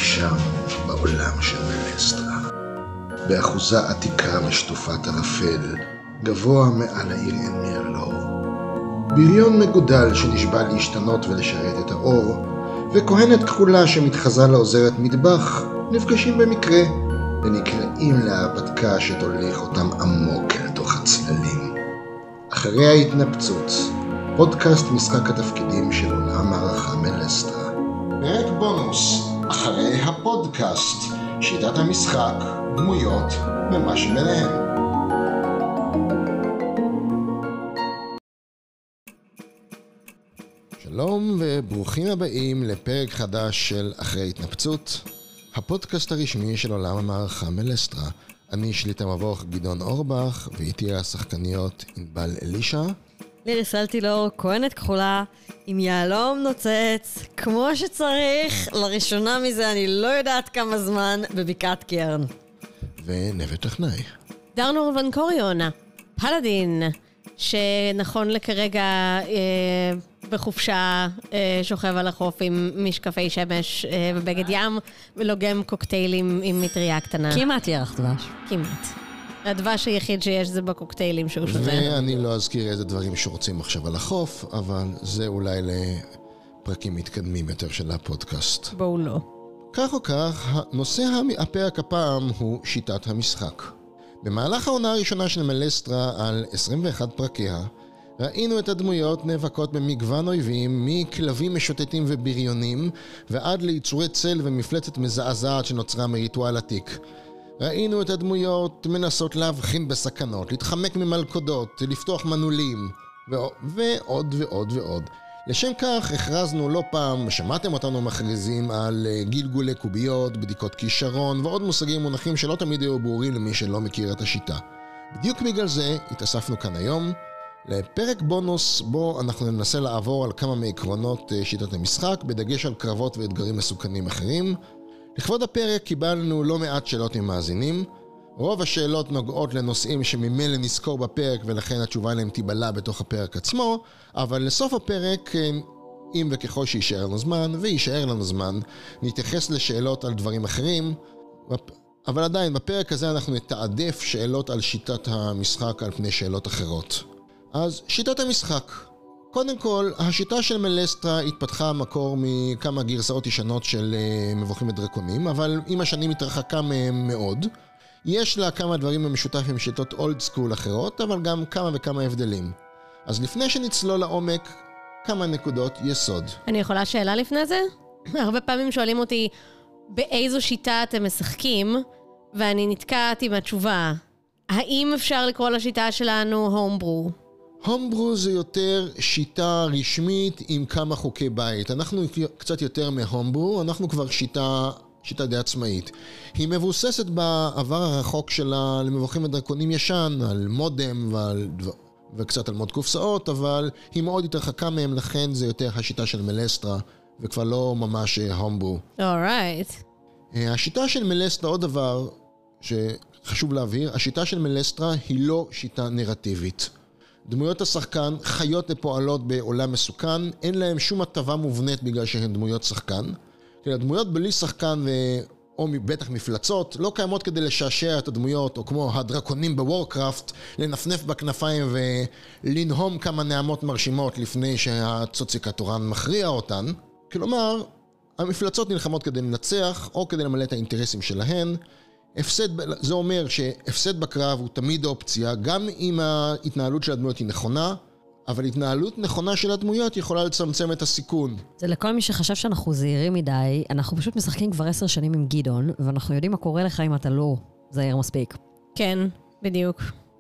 שם בעולם של מלסטרה. באחוזה עתיקה משטופת ערפל, גבוה מעל העיר עין מרלור. בריון מגודל שנשבע להשתנות ולשרת את האור, וכהנת כחולה שמתחזה לעוזרת מטבח, נפגשים במקרה ונקראים להרפתקה שתוליך אותם עמוק אל תוך הצללים. אחרי ההתנפצות, פודקאסט משחק התפקידים של עולם מערכה מלסטרה. פרק בונוס, אחרי הפודקאסט, שיטת המשחק, דמויות ומה שביניהם. שלום וברוכים הבאים לפרק חדש של אחרי התנפצות, הפודקאסט הרשמי של עולם המערכה מלסטרה. אני שליט המבוך גדעון אורבך, ואיתי השחקניות ענבל אלישע. ליריס אלטילור, כהנת כחולה, עם יהלום נוצץ, כמו שצריך, לראשונה מזה אני לא יודעת כמה זמן, בבקעת קרן. ונווה טכנאי. דרנור ונקוריונה, פלדין, שנכון לכרגע בחופשה שוכב על החוף עם משקפי שמש ובגד ים, ולוגם קוקטיילים עם מטריה קטנה. כמעט ירח דבש. כמעט. הדבש היחיד שיש זה בקוקטיילים שהוא שותה. ואני לא אזכיר איזה דברים שרוצים עכשיו על החוף, אבל זה אולי לפרקים מתקדמים יותר של הפודקאסט. בואו לא. כך או כך, נושא הפרק הפעם הוא שיטת המשחק. במהלך העונה הראשונה של מלסטרה על 21 פרקיה, ראינו את הדמויות נאבקות במגוון אויבים, מכלבים משוטטים ובריונים, ועד ליצורי צל ומפלצת מזעזעת שנוצרה מריטואל עתיק. ראינו את הדמויות מנסות להבחין בסכנות, להתחמק ממלכודות, לפתוח מנעולים, ועוד ועוד ועוד. לשם כך הכרזנו לא פעם, שמעתם אותנו מכריזים על גלגולי קוביות, בדיקות כישרון ועוד מושגים מונחים שלא תמיד היו ברורים למי שלא מכיר את השיטה. בדיוק בגלל זה התאספנו כאן היום לפרק בונוס בו אנחנו ננסה לעבור על כמה מעקרונות שיטת המשחק, בדגש על קרבות ואתגרים מסוכנים אחרים. לכבוד הפרק קיבלנו לא מעט שאלות ממאזינים. רוב השאלות נוגעות לנושאים שממילא נזכור בפרק ולכן התשובה להם תיבלה בתוך הפרק עצמו, אבל לסוף הפרק, אם וככל שישאר לנו זמן, וישאר לנו זמן, נתייחס לשאלות על דברים אחרים, אבל עדיין בפרק הזה אנחנו נתעדף שאלות על שיטת המשחק על פני שאלות אחרות. אז שיטת המשחק. קודם כל, השיטה של מלסטרה התפתחה מקור מכמה גרסאות ישנות של מבוכים ודרקונים, אבל עם השנים התרחקה מהם מאוד. יש לה כמה דברים המשותף עם שיטות אולד סקול אחרות, אבל גם כמה וכמה הבדלים. אז לפני שנצלול לעומק, כמה נקודות יסוד. אני יכולה שאלה לפני זה? הרבה פעמים שואלים אותי, באיזו שיטה אתם משחקים, ואני נתקעת עם התשובה. האם אפשר לקרוא לשיטה שלנו הומברו? הומברו זה יותר שיטה רשמית עם כמה חוקי בית. אנחנו קצת יותר מהומברו, אנחנו כבר שיטה די עצמאית. היא מבוססת בעבר הרחוק שלה למבוכים ודרקונים ישן, על מודם וקצת על מוד קופסאות, אבל היא מאוד התרחקה מהם, לכן זה יותר השיטה של מלסטרה, וכבר לא ממש הומברו. Alright. השיטה של מלסטרה, עוד דבר שחשוב להבהיר, השיטה של מלסטרה היא לא שיטה נרטיבית. דמויות השחקן חיות ופועלות בעולם מסוכן, אין להם שום הטבה מובנית בגלל שהן דמויות שחקן. הדמויות בלי שחקן או בטח מפלצות לא קיימות כדי לשעשע את הדמויות, או כמו הדרקונים בוורקראפט, לנפנף בכנפיים ולנהום כמה נעמות מרשימות לפני שהצוציק התורן מכריע אותן. כלומר, המפלצות נלחמות כדי לנצח או כדי למלא את האינטרסים שלהן. זה אומר שהפסד בקרב הוא תמיד אופציה, גם אם ההתנהלות של הדמויות היא נכונה, אבל התנהלות נכונה של הדמויות יכולה לצמצם את הסיכון. זה לכל מי שחשב שאנחנו זהירים מדי, אנחנו פשוט משחקים כבר 10 שנים עם גדעון, ואנחנו יודעים מה קורה לך אם אתה לא זהיר מספיק. כן, בדיוק.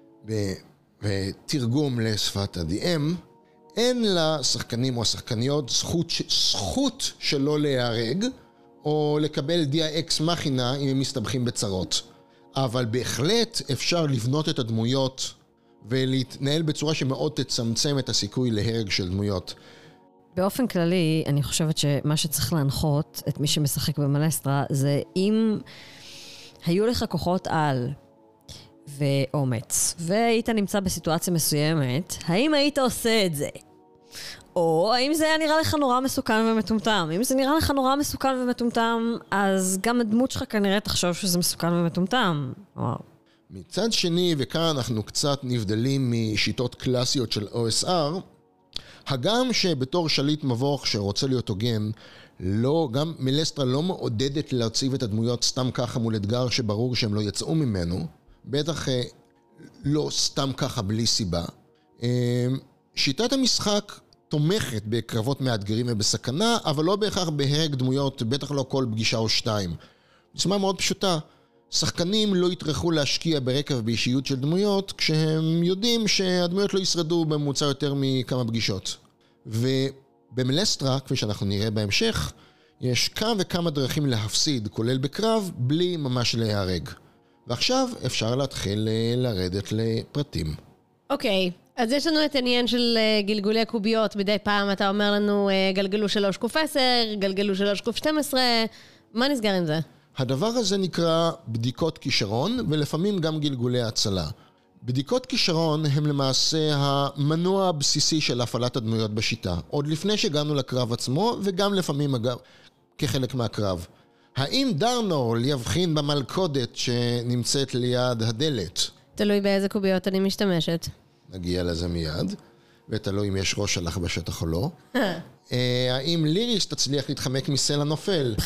ותרגום לשפת ה-DM, אין לשחקנים או השחקניות זכות שלא להיהרג, או לקבל דיה אקס מכינה אם הם מסתבכים בצרות. אבל בהחלט אפשר לבנות את הדמויות ולהתנהל בצורה שמאוד תצמצם את הסיכוי להרג של דמויות. באופן כללי, אני חושבת שמה שצריך להנחות את מי שמשחק במלסטרה, זה אם היו לך כוחות על ואומץ, והיית נמצא בסיטואציה מסוימת, האם היית עושה את זה? או האם זה היה נראה לך נורא מסוכן ומטומטם? אם זה נראה לך נורא מסוכן ומטומטם, אז גם הדמות שלך כנראה תחשוב שזה מסוכן ומטומטם. וואו. מצד שני, וכאן אנחנו קצת נבדלים משיטות קלאסיות של OSR, הגם שבתור שליט מבוך שרוצה להיות הוגן, גם מלסטרה לא מעודדת להציב את הדמויות סתם ככה מול אתגר שברור שהם לא יצאו ממנו, בטח לא סתם ככה בלי סיבה. שיטת המשחק תומכת בקרבות מאתגרים ובסכנה, אבל לא בהכרח בהרג דמויות, בטח לא כל פגישה או שתיים. נשמע מאוד פשוטה, שחקנים לא יטרחו להשקיע ברקע ובאישיות של דמויות, כשהם יודעים שהדמויות לא ישרדו בממוצע יותר מכמה פגישות. ובמלסטרה, כפי שאנחנו נראה בהמשך, יש כמה וכמה דרכים להפסיד, כולל בקרב, בלי ממש להיהרג. ועכשיו אפשר להתחיל לרדת לפרטים. אוקיי, אז יש לנו את העניין של גלגולי הקוביות. מדי פעם אתה אומר לנו גלגלו 3ק10, גלגלו 3ק12, מה נסגר עם זה? הדבר הזה נקרא בדיקות כישרון, ולפעמים גם גלגולי הצלה. בדיקות כישרון הם למעשה המנוע הבסיסי של הפעלת הדמויות בשיטה, עוד לפני שהגענו לקרב עצמו, וגם לפעמים אגב, כחלק מהקרב. האם דארנורל יבחין במלכודת שנמצאת ליד הדלת? תלוי באיזה קוביות אני משתמשת. נגיע לזה מיד, ותלוי אם יש ראש שלך בשטח או לא. האם ליריס תצליח להתחמק מסלע נופל?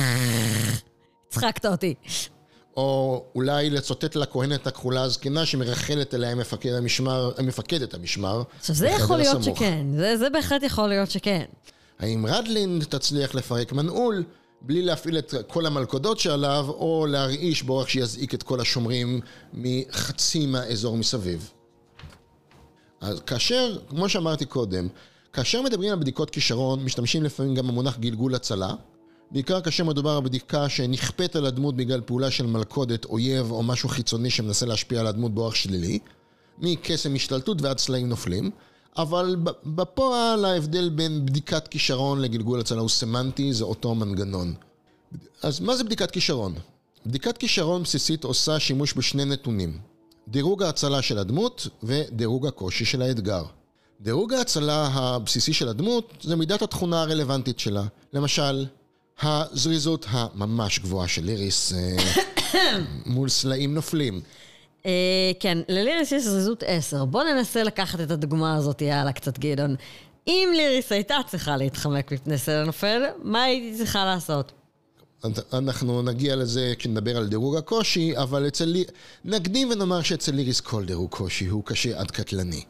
צחקת אותי. או אולי לצוטט לכהנת הכחולה הזקנה שמרחלת אליה מפקדת המשמר. שזה יכול להיות שכן, זה בהחלט יכול להיות שכן. האם רדלינד תצליח לפרק מנעול בלי להפעיל את כל המלכודות שעליו, או להרעיש באורח שיזעיק את כל השומרים מחצי מהאזור מסביב? אז כאשר, כמו שאמרתי קודם, כאשר מדברים על בדיקות כישרון, משתמשים לפעמים גם במונח גלגול הצלה, בעיקר כאשר מדובר על בדיקה שנכפית על הדמות בגלל פעולה של מלכודת, אויב או משהו חיצוני שמנסה להשפיע על הדמות באורח שלילי, מקסם השתלטות ועד סלעים נופלים, אבל בפועל ההבדל בין בדיקת כישרון לגלגול הצלה הוא סמנטי, זה אותו מנגנון. אז מה זה בדיקת כישרון? בדיקת כישרון בסיסית עושה שימוש בשני נתונים, דירוג ההצלה של הדמות ודירוג הקושי של האתגר. דירוג ההצלה הבסיסי של הדמות זה מידת התכונה הרלוונטית שלה. למשל, הזריזות הממש גבוהה של ליריס מול סלעים נופלים. כן, לליריס יש זריזות 10. בוא ננסה לקחת את הדוגמה הזאת, יאללה קצת גדעון. אם ליריס הייתה צריכה להתחמק מפני סלע נופל, מה הייתי צריכה לעשות? אנחנו נגיע לזה כשנדבר על דירוג הקושי, אבל נקדים ונאמר שאצל ליריס כל דירוג קושי הוא קשה עד קטלני.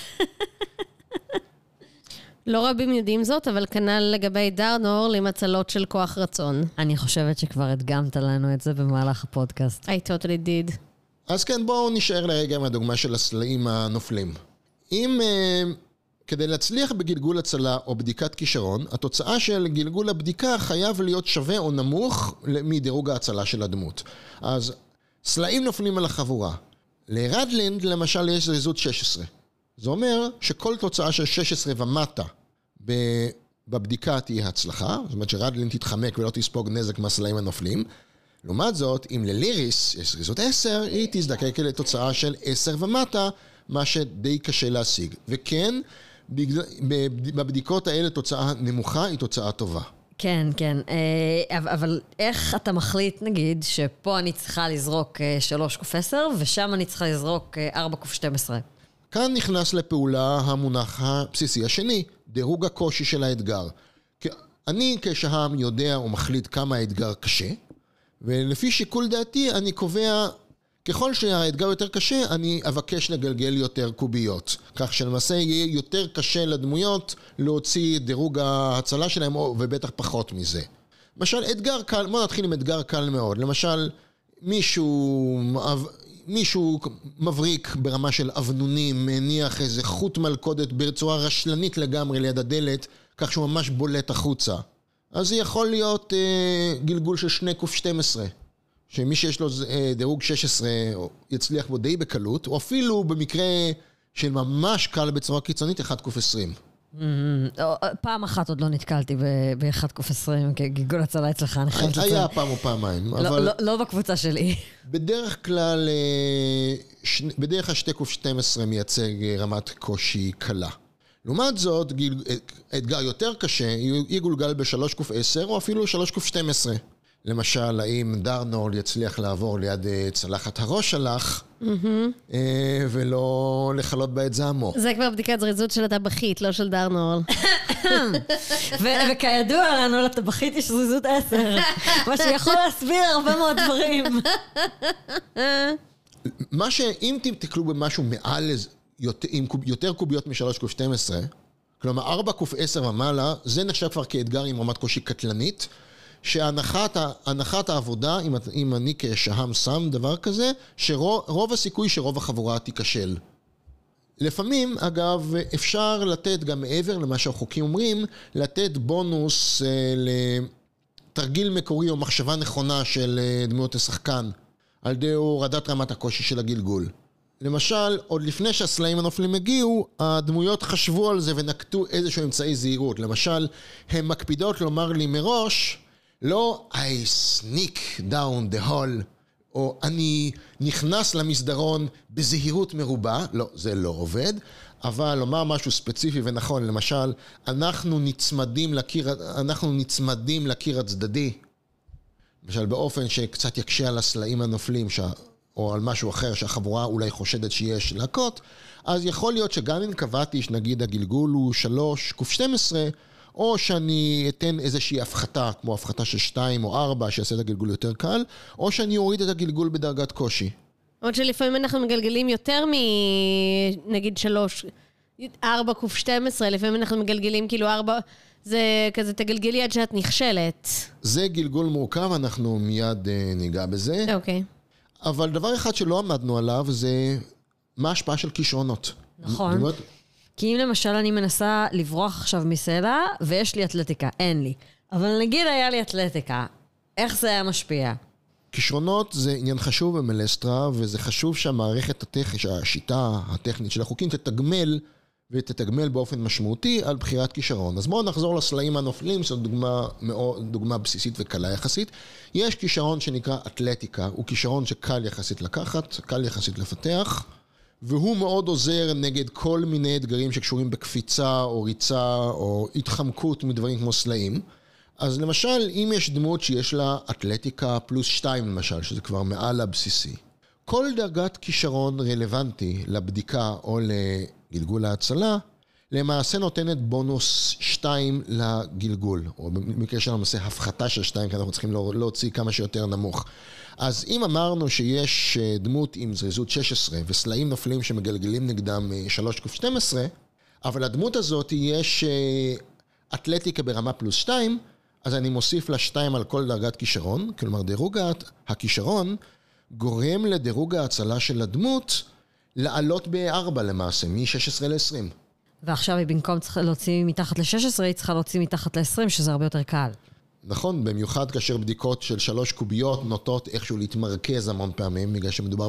לא רבים יודעים זאת, אבל כנ"ל לגבי דארנורל עם הצלות של כוח רצון. אני חושבת שכבר הדגמת לנו את זה במהלך הפודקאסט. I totally did. אז כן, בואו נשאר לרגע עם הדוגמה של הסלעים הנופלים. אם כדי להצליח בגלגול הצלה או בדיקת כישרון, התוצאה של גלגול הבדיקה חייב להיות שווה או נמוך מדירוג ההצלה של הדמות. אז סלעים נופלים על החבורה. לרדלינד למשל יש זריזות 16. זה אומר שכל תוצאה של 16 ומטה בבדיקה תהיה הצלחה, זאת אומרת שרדלינד תתחמק ולא תספוג נזק מהסלעים הנופלים. לעומת זאת, אם לליריס יש זריזות 10, היא תזדקק לתוצאה של 10 ומטה, מה שדי קשה להשיג. וכן, בבדיקות האלה תוצאה נמוכה היא תוצאה טובה. כן, כן. אבל איך אתה מחליט, נגיד, שפה אני צריכה לזרוק 3ק10, ושם אני צריכה לזרוק 4ק12? כאן נכנס לפעולה המונח הבסיסי השני, דירוג הקושי של האתגר. אני כשהם יודע או מחליט כמה האתגר קשה, ולפי שיקול דעתי אני קובע, ככל שהאתגר יותר קשה, אני אבקש לגלגל יותר קוביות. כך שלמעשה יהיה יותר קשה לדמויות להוציא דירוג ההצלה שלהם, ובטח פחות מזה. למשל, אתגר קל, בוא נתחיל עם אתגר קל מאוד. למשל, מישהו מבריק ברמה של אבנונים, מניח איזה חוט מלכודת בצורה רשלנית לגמרי ליד הדלת, כך שהוא ממש בולט החוצה. אז זה יכול להיות גלגול של 2ק12, שמי שיש לו דירוג 16 יצליח בו די בקלות, או אפילו במקרה של ממש קל בצורה קיצונית 1ק20. פעם אחת עוד לא נתקלתי ב-1ק20 כגלגול הצלה אצלך. היה פעם או פעמיים. לא בקבוצה שלי. בדרך כלל, בדרך כלל 2ק12 מייצג רמת קושי קלה. לעומת זאת, אתגר יותר קשה, יגולגל ב-3ק10 או אפילו 3ק12. למשל, האם דארנול יצליח לעבור ליד צלחת הראש שלך, ולא לחלות בה את זעמו. זה כבר בדיקת זריזות של הטבחית, לא של דארנול. וכידוע לנו, לטבחית יש זריזות 10, מה שיכול להסביר הרבה מאוד דברים. מה שאם תקלו במשהו מעל, עם יותר קוביות מ-3ק12, כלומר 4ק10 ומעלה, זה נחשב כבר כאתגר עם רמת קושי קטלנית, שהנחת העבודה, אם אני כשהם שם דבר כזה, שרוב הסיכוי שרוב החבורה תיכשל. לפעמים, אגב, אפשר לתת גם מעבר למה שהחוקים אומרים, לתת בונוס לתרגיל מקורי או מחשבה נכונה של דמויות השחקן, על ידי הורדת רמת הקושי של הגלגול. למשל, עוד לפני שהסלעים הנופלים הגיעו, הדמויות חשבו על זה ונקטו איזשהו אמצעי זהירות. למשל, הן מקפידות לומר לי מראש, לא I sneak down the hall, או אני נכנס למסדרון בזהירות מרובה, לא, זה לא עובד, אבל לומר משהו ספציפי ונכון, למשל, אנחנו נצמדים לקיר הצדדי, למשל באופן שקצת יקשה על הסלעים הנופלים, או על משהו אחר שהחבורה אולי חושדת שיש להקות, אז יכול להיות שגם אם קבעתי שנגיד הגלגול הוא 3ק12, או שאני אתן איזושהי הפחתה, כמו הפחתה של 2 או 4, שיעשה את הגלגול יותר קל, או שאני אוריד את הגלגול בדרגת קושי. עוד שלפעמים אנחנו מגלגלים יותר נגיד 4ק12, לפעמים אנחנו מגלגלים כאילו 4, זה כזה תגלגלי עד שאת נכשלת. זה גלגול מורכב, אנחנו מיד ניגע בזה. אוקיי. אבל דבר אחד שלא עמדנו עליו זה מה ההשפעה של כישרונות. נכון. כי אם למשל אני מנסה לברוח עכשיו מסלע, ויש לי אתלטיקה, אין לי. אבל נגיד היה לי אתלטיקה, איך זה היה משפיע? כישרונות זה עניין חשוב במלסטרה, וזה חשוב שהמערכת השיטה הטכנית של החוקים תתגמל באופן משמעותי על בחירת כישרון. אז בואו נחזור לסלעים הנופלים, שזו דוגמה בסיסית וקלה יחסית. יש כישרון שנקרא אתלטיקה, הוא כישרון שקל יחסית לקחת, קל יחסית לפתח, והוא מאוד עוזר נגד כל מיני אתגרים שקשורים בקפיצה או ריצה או התחמקות מדברים כמו סלעים. אז למשל, אם יש דמות שיש לה אתלטיקה פלוס 2 למשל, שזה כבר מעל הבסיסי, כל דרגת כישרון רלוונטי לבדיקה או לגלגול ההצלה, למעשה נותנת בונוס 2 לגלגול, או במקרה שלנו למעשה הפחתה של 2, כי אנחנו צריכים להוציא כמה שיותר נמוך. אז אם אמרנו שיש דמות עם זריזות 16 וסלעים נופלים שמגלגלים נגדם 3ק12, אבל הדמות הזאת יש אתלטיקה ברמה פלוס 2, אז אני מוסיף לה 2 על כל דרגת כישרון, כלומר דירוג הכישרון גורם לדירוג ההצלה של הדמות לעלות ב-4 למעשה, מ-16 ל-20. ועכשיו היא במקום צריכה להוציא מתחת ל-16, היא צריכה להוציא מתחת ל-20, שזה הרבה יותר קל. נכון, במיוחד כאשר בדיקות של 3 קוביות נוטות איכשהו להתמרכז המון פעמים, בגלל שמדובר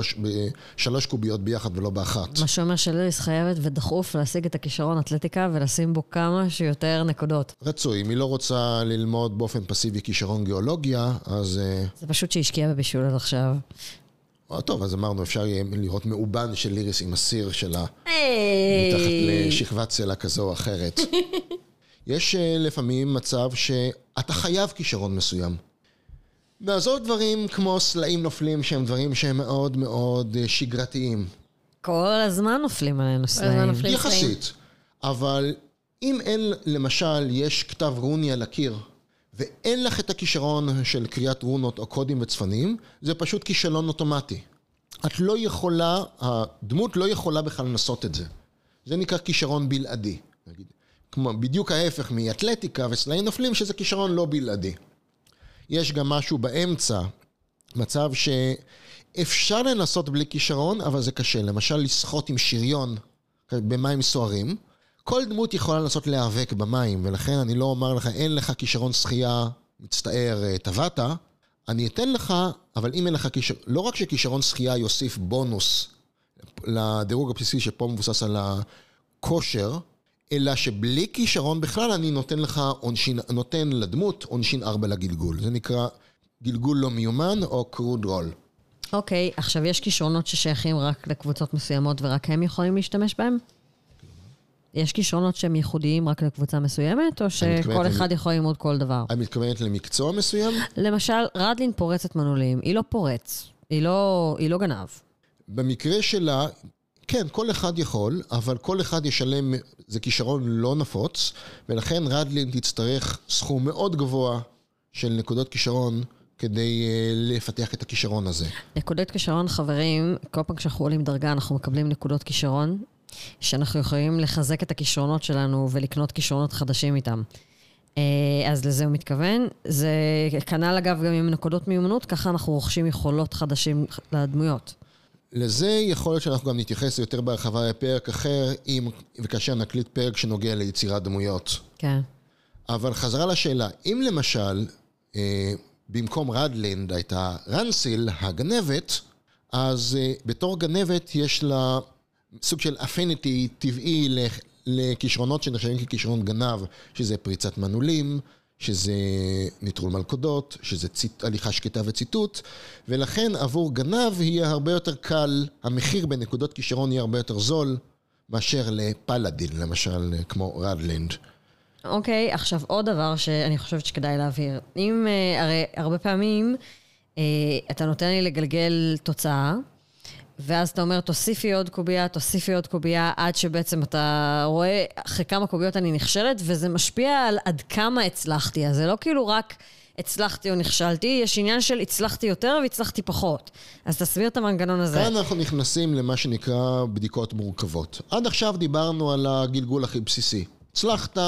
ב3 קוביות ביחד ולא באחת. מה שאומר שליריס חייבת ודחוף להשיג את הכישרון אתלטיקה ולשים בו כמה שיותר נקודות. רצוי, אם היא לא רוצה ללמוד באופן פסיבי כישרון גיאולוגיה, אז... זה פשוט שהשקיעה בבישול עד עכשיו. טוב, אז אמרנו, אפשר יהיה לראות מאובן של ליריס עם הסיר שלה, מתחת לשכבת צלע כזו או אחרת. יש לפעמים מצב שאתה חייב כישרון מסוים. ועזוב דברים כמו סלעים נופלים, שהם דברים שהם מאוד מאוד שגרתיים. כל הזמן נופלים עלינו סלעים. יחסית. אבל אם אין, למשל, יש כתב רוני על הקיר, ואין לך את הכישרון של קריאת רונות או קודים וצפנים, זה פשוט כישלון אוטומטי. את לא יכולה, הדמות לא יכולה בכלל לנסות את זה. זה נקרא כישרון בלעדי. נגיד. כמו בדיוק ההפך מאתלטיקה וסלעים נופלים, שזה כישרון לא בלעדי. יש גם משהו באמצע, מצב שאפשר לנסות בלי כישרון, אבל זה קשה. למשל, לשחות עם שריון במים סוערים. כל דמות יכולה לנסות להיאבק במים, ולכן אני לא אומר לך, אין לך כישרון שחייה, מצטער, טבעת. אני אתן לך, אבל אם אין לך כישרון, לא רק שכישרון שחייה יוסיף בונוס לדירוג הבסיסי שפה מבוסס על הכושר, אלא שבלי כישרון בכלל אני נותן לדמות עונשין 4 לגלגול. זה נקרא גלגול לא מיומן או קרוד רול. אוקיי, עכשיו יש כישרונות ששייכים רק לקבוצות מסוימות ורק הם יכולים להשתמש בהם? יש כישרונות שהם ייחודיים רק לקבוצה מסוימת, או שכל אחד יכול ללמוד כל דבר? את מתכוונת למקצוע מסוים? למשל, רדלין פורצת מנעולים, היא לא פורץ, היא לא גנב. במקרה שלה, כן, כל אחד יכול, אבל כל אחד ישלם, זה כישרון לא נפוץ, ולכן רדלין תצטרך סכום מאוד גבוה של נקודות כישרון, כדי לפתח את הכישרון הזה. נקודות כישרון, חברים, כל פעם כשאנחנו עולים דרגה, אנחנו מקבלים נקודות כישרון, שאנחנו יכולים לחזק את הכישרונות שלנו, ולקנות כישרונות חדשים איתם. אז לזה הוא מתכוון. זה כנ"ל אגב גם עם נקודות מיומנות, ככה אנחנו רוכשים יכולות חדשים לדמויות. לזה יכול להיות שאנחנו גם נתייחס יותר בהרחבה לפרק אחר, וכאשר נקליט פרק שנוגע ליצירת דמויות. כן. אבל חזרה לשאלה, אם למשל, במקום רדלינד הייתה רנסיל, הגנבת, אז בתור גנבת יש לה סוג של אפיניטי טבעי לכישרונות שנחשבים ככישרון גנב, שזה פריצת מנעולים, שזה נטרול מלכודות, שזה הליכה שקטה וציטוט, ולכן עבור גנב יהיה הרבה יותר קל, המחיר בנקודות כישרון יהיה הרבה יותר זול, מאשר לפלאדין, למשל, כמו רדלינד. אוקיי, עכשיו עוד דבר שאני חושבת שכדאי להבהיר. אם, הרי הרבה פעמים אתה נותן לי לגלגל תוצאה, ואז אתה אומר, תוסיפי עוד קובייה, עד שבעצם אתה רואה אחרי כמה קוביות אני נכשלת, וזה משפיע על עד כמה הצלחתי. אז זה לא כאילו רק הצלחתי או נכשלתי, יש עניין של הצלחתי יותר והצלחתי פחות. אז תסביר את המנגנון הזה. כאן אנחנו נכנסים למה שנקרא בדיקות מורכבות. עד עכשיו דיברנו על הגלגול הכי בסיסי. הצלחת,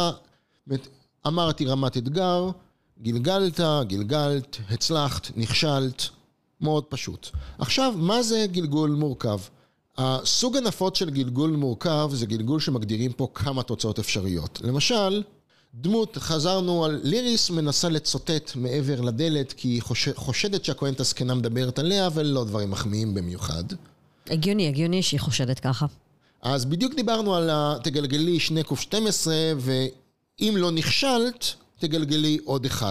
אמרתי רמת אתגר, גלגלת, הצלחת, נכשלת, מאוד פשוט. עכשיו, מה זה גלגול מורכב? הסוג הנפוץ של גלגול מורכב זה גלגול שמגדירים פה כמה תוצאות אפשריות. למשל, דמות, חזרנו על ליריס מנסה לצוטט מעבר לדלת כי היא חושדת שהכהנת הזקנה מדברת עליה ולא דברים מחמיאים במיוחד. הגיוני שהיא חושדת ככה. אז בדיוק דיברנו על תגלגלי 2ק12 ואם לא נכשלת, תגלגלי עוד אחד.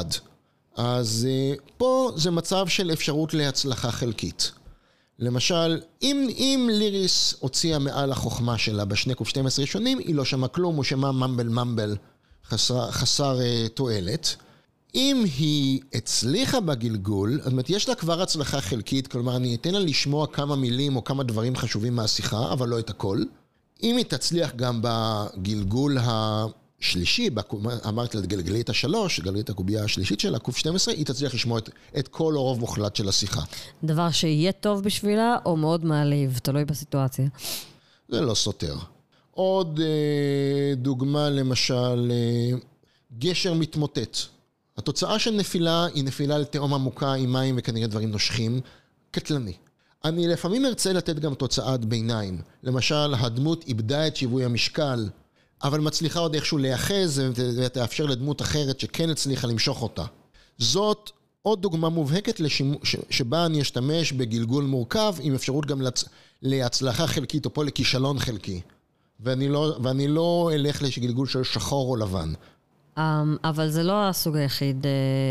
אז פה זה מצב של אפשרות להצלחה חלקית. למשל, אם ליריס הוציאה מעל החוכמה שלה ב2ק12 ראשונים, היא לא שמעה כלום, הוא שמע ממבל, חסר תועלת. אם היא הצליחה בגלגול, זאת אומרת, יש לה כבר הצלחה חלקית, כלומר, אני אתן לה לשמוע כמה מילים או כמה דברים חשובים מהשיחה, אבל לא את הכל. אם היא תצליח גם בגלגול השלישי, אמרת לה, גלגלי את ה3, גלגלי את הקובייה השלישית שלה, קוף 12, היא תצליח לשמוע את כל הרוב מוחלט של השיחה. דבר שיהיה טוב בשבילה, או מאוד מעליב, תלוי בסיטואציה. זה לא סותר. עוד דוגמה, למשל, גשר מתמוטט. התוצאה של נפילה היא נפילה לתהום עמוקה עם מים וכנראה דברים נושכים, קטלני. אני לפעמים ארצה לתת גם תוצאת ביניים. למשל, הדמות איבדה את שיווי המשקל, אבל מצליחה עוד איכשהו להיאחז ותאפשר לדמות אחרת שכן הצליחה למשוך אותה. זאת עוד דוגמה מובהקת שבה אני אשתמש בגלגול מורכב עם אפשרות גם להצלחה חלקית או פה לכישלון חלקי. ואני לא אלך לגלגול של שחור או לבן. אבל זה לא הסוג היחיד.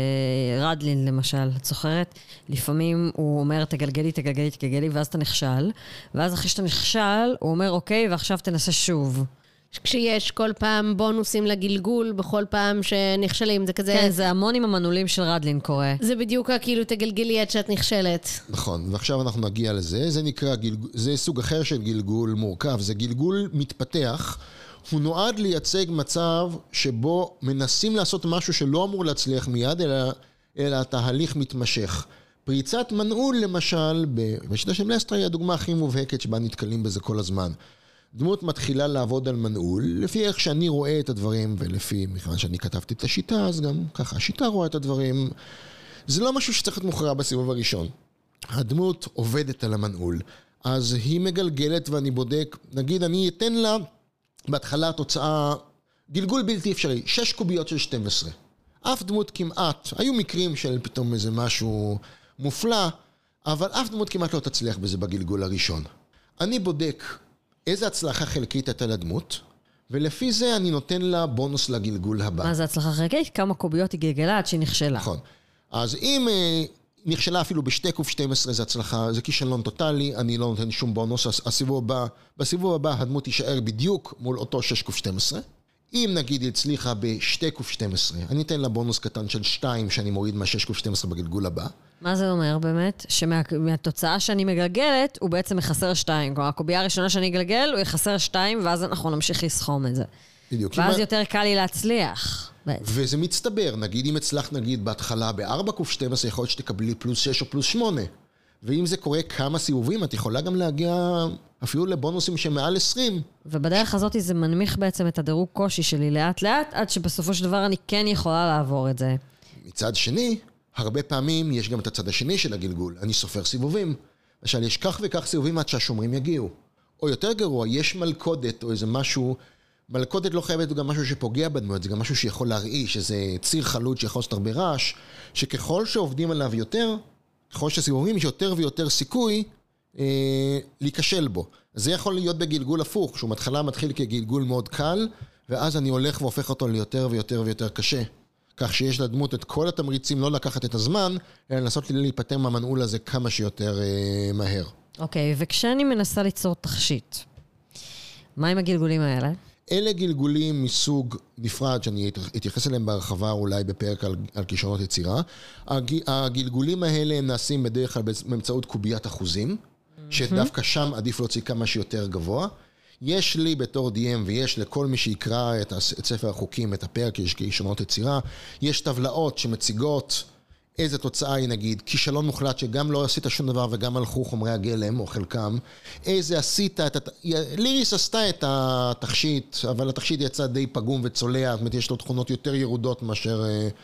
רדלין למשל, את זוכרת? לפעמים הוא אומר תגלגלי, ואז אתה נכשל, ואז אחרי שאתה נכשל, הוא אומר אוקיי, ועכשיו תנסה שוב. כשיש כל פעם בונוסים לגלגול, בכל פעם שנכשלים, זה כזה... כן, זה המון עם המנעולים של רדלין קורה. זה בדיוק כאילו תגלגלי עד שאת נכשלת. נכון, ועכשיו אנחנו נגיע לזה. זה נקרא, זה סוג אחר של גלגול מורכב. זה גלגול מתפתח. הוא נועד לייצג מצב שבו מנסים לעשות משהו שלא אמור להצליח מיד, אלא התהליך מתמשך. פריצת מנעול, למשל, בשיטה של מלסטרה, היא הדוגמה הכי מובהקת שבה נתקלים בזה כל הזמן. דמות מתחילה לעבוד על מנעול, לפי איך שאני רואה את הדברים, ולפי, מכיוון שאני כתבתי את השיטה, אז גם ככה, השיטה רואה את הדברים. זה לא משהו שצריך להיות מוכרע בסיבוב הראשון. הדמות עובדת על המנעול, אז היא מגלגלת ואני בודק, נגיד אני אתן לה בהתחלה תוצאה, גלגול בלתי אפשרי, 6 קוביות של 12. אף דמות כמעט, היו מקרים של פתאום איזה משהו מופלא, אבל אף דמות כמעט לא תצליח בזה בגלגול הראשון. אני בודק איזה הצלחה חלקית הייתה לדמות, ולפי זה אני נותן לה בונוס לגלגול הבא. מה זה הצלחה חלקית? כמה קוביות היא גלגלה עד שהיא נכשלה. נכון. אז אם נכשלה אפילו בשתי קוף 12 זה הצלחה, זה כישלון טוטלי, אני לא נותן שום בונוס, בסיבוב הבא הדמות תישאר בדיוק מול אותו 6 קוף 12. אם נגיד היא הצליחה בשתי קוף 12, אני אתן לה בונוס קטן של 2 שאני מוריד מה-6 קוף 12 בגלגול הבא. מה זה אומר באמת? שמהתוצאה שאני מגלגלת, הוא בעצם מחסר 2. כלומר, הקובייה הראשונה שאני אגלגל, הוא יחסר 2, ואז אנחנו נמשיך לסכום את זה. בדיוק. ואז יותר קל לי להצליח. וזה מצטבר, נגיד אם הצלחת נגיד בהתחלה ב4 קוף 12, יכול להיות שתקבלי פלוס 6 או פלוס 8. ואם זה קורה כמה סיבובים, את יכולה גם להגיע אפילו לבונוסים שמעל 20. ובדרך הזאת זה מנמיך בעצם את הדירוג קושי שלי לאט לאט, עד שבסופו של דבר אני כן יכולה לעבור את זה. מצד שני, הרבה פעמים יש גם את הצד השני של הגלגול. אני סופר סיבובים. למשל, יש כך וכך סיבובים עד שהשומרים יגיעו. או יותר גרוע, יש מלכודת או איזה משהו, מלכודת לא חייבת גם משהו שפוגע בדמות, זה גם משהו שיכול להרעיש, איזה ציר חלוד שיכול לעשות הרבה רעש, שככל שעובדים עליו יותר, ככל שהסיבובים יש יותר ויותר סיכוי להיכשל בו. זה יכול להיות בגלגול הפוך, שהוא מתחילה מתחיל כגלגול מאוד קל, ואז אני הולך והופך אותו ליותר ויותר ויותר קשה. כך שיש לדמות את כל התמריצים לא לקחת את הזמן, אלא לנסות להיפטר מהמנעול הזה כמה שיותר מהר. אוקיי, וכשאני מנסה ליצור תכשיט, מה עם הגלגולים האלה? אלה גלגולים מסוג נפרד, שאני אתייחס אליהם בהרחבה אולי בפרק על כישרונות יצירה. הגלגולים האלה הם נעשים בדרך כלל באמצעות קוביית אחוזים, שדווקא שם עדיף להוציא כמה שיותר גבוה. יש לי בתור DM ויש לכל מי שיקרא את ספר החוקים, את הפרק, יש כישרונות יצירה, יש טבלאות שמציגות איזה תוצאה היא נגיד, כישלון מוחלט שגם לא עשית שום דבר וגם הלכו חומרי הגלם או חלקם, איזה עשית, ליריס עשתה את התכשיט, אבל התכשיט יצא די פגום וצולע, זאת אומרת יש לו תכונות יותר ירודות מאשר...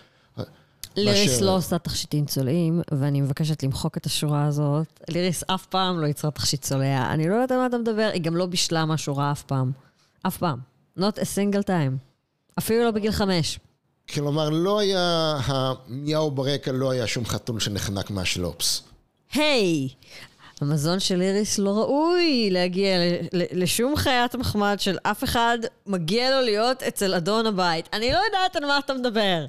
ליריס לא עושה תכשיטים צולעים, ואני מבקשת למחוק את השורה הזאת. ליריס אף פעם לא יצרה תכשיט צולע. אני לא יודעת על מה אתה מדבר, היא גם לא בשלה מהשורה אף פעם. אף פעם. Not a single time. אפילו לא בגיל 5. כלומר, לא היה, המיהו ברקע לא היה שום חתול שנחנק מהשלופס. היי! המזון של ליריס לא ראוי להגיע לשום חיית מחמד של אף אחד, מגיע לו להיות אצל אדון הבית. אני לא יודעת על מה אתה מדבר.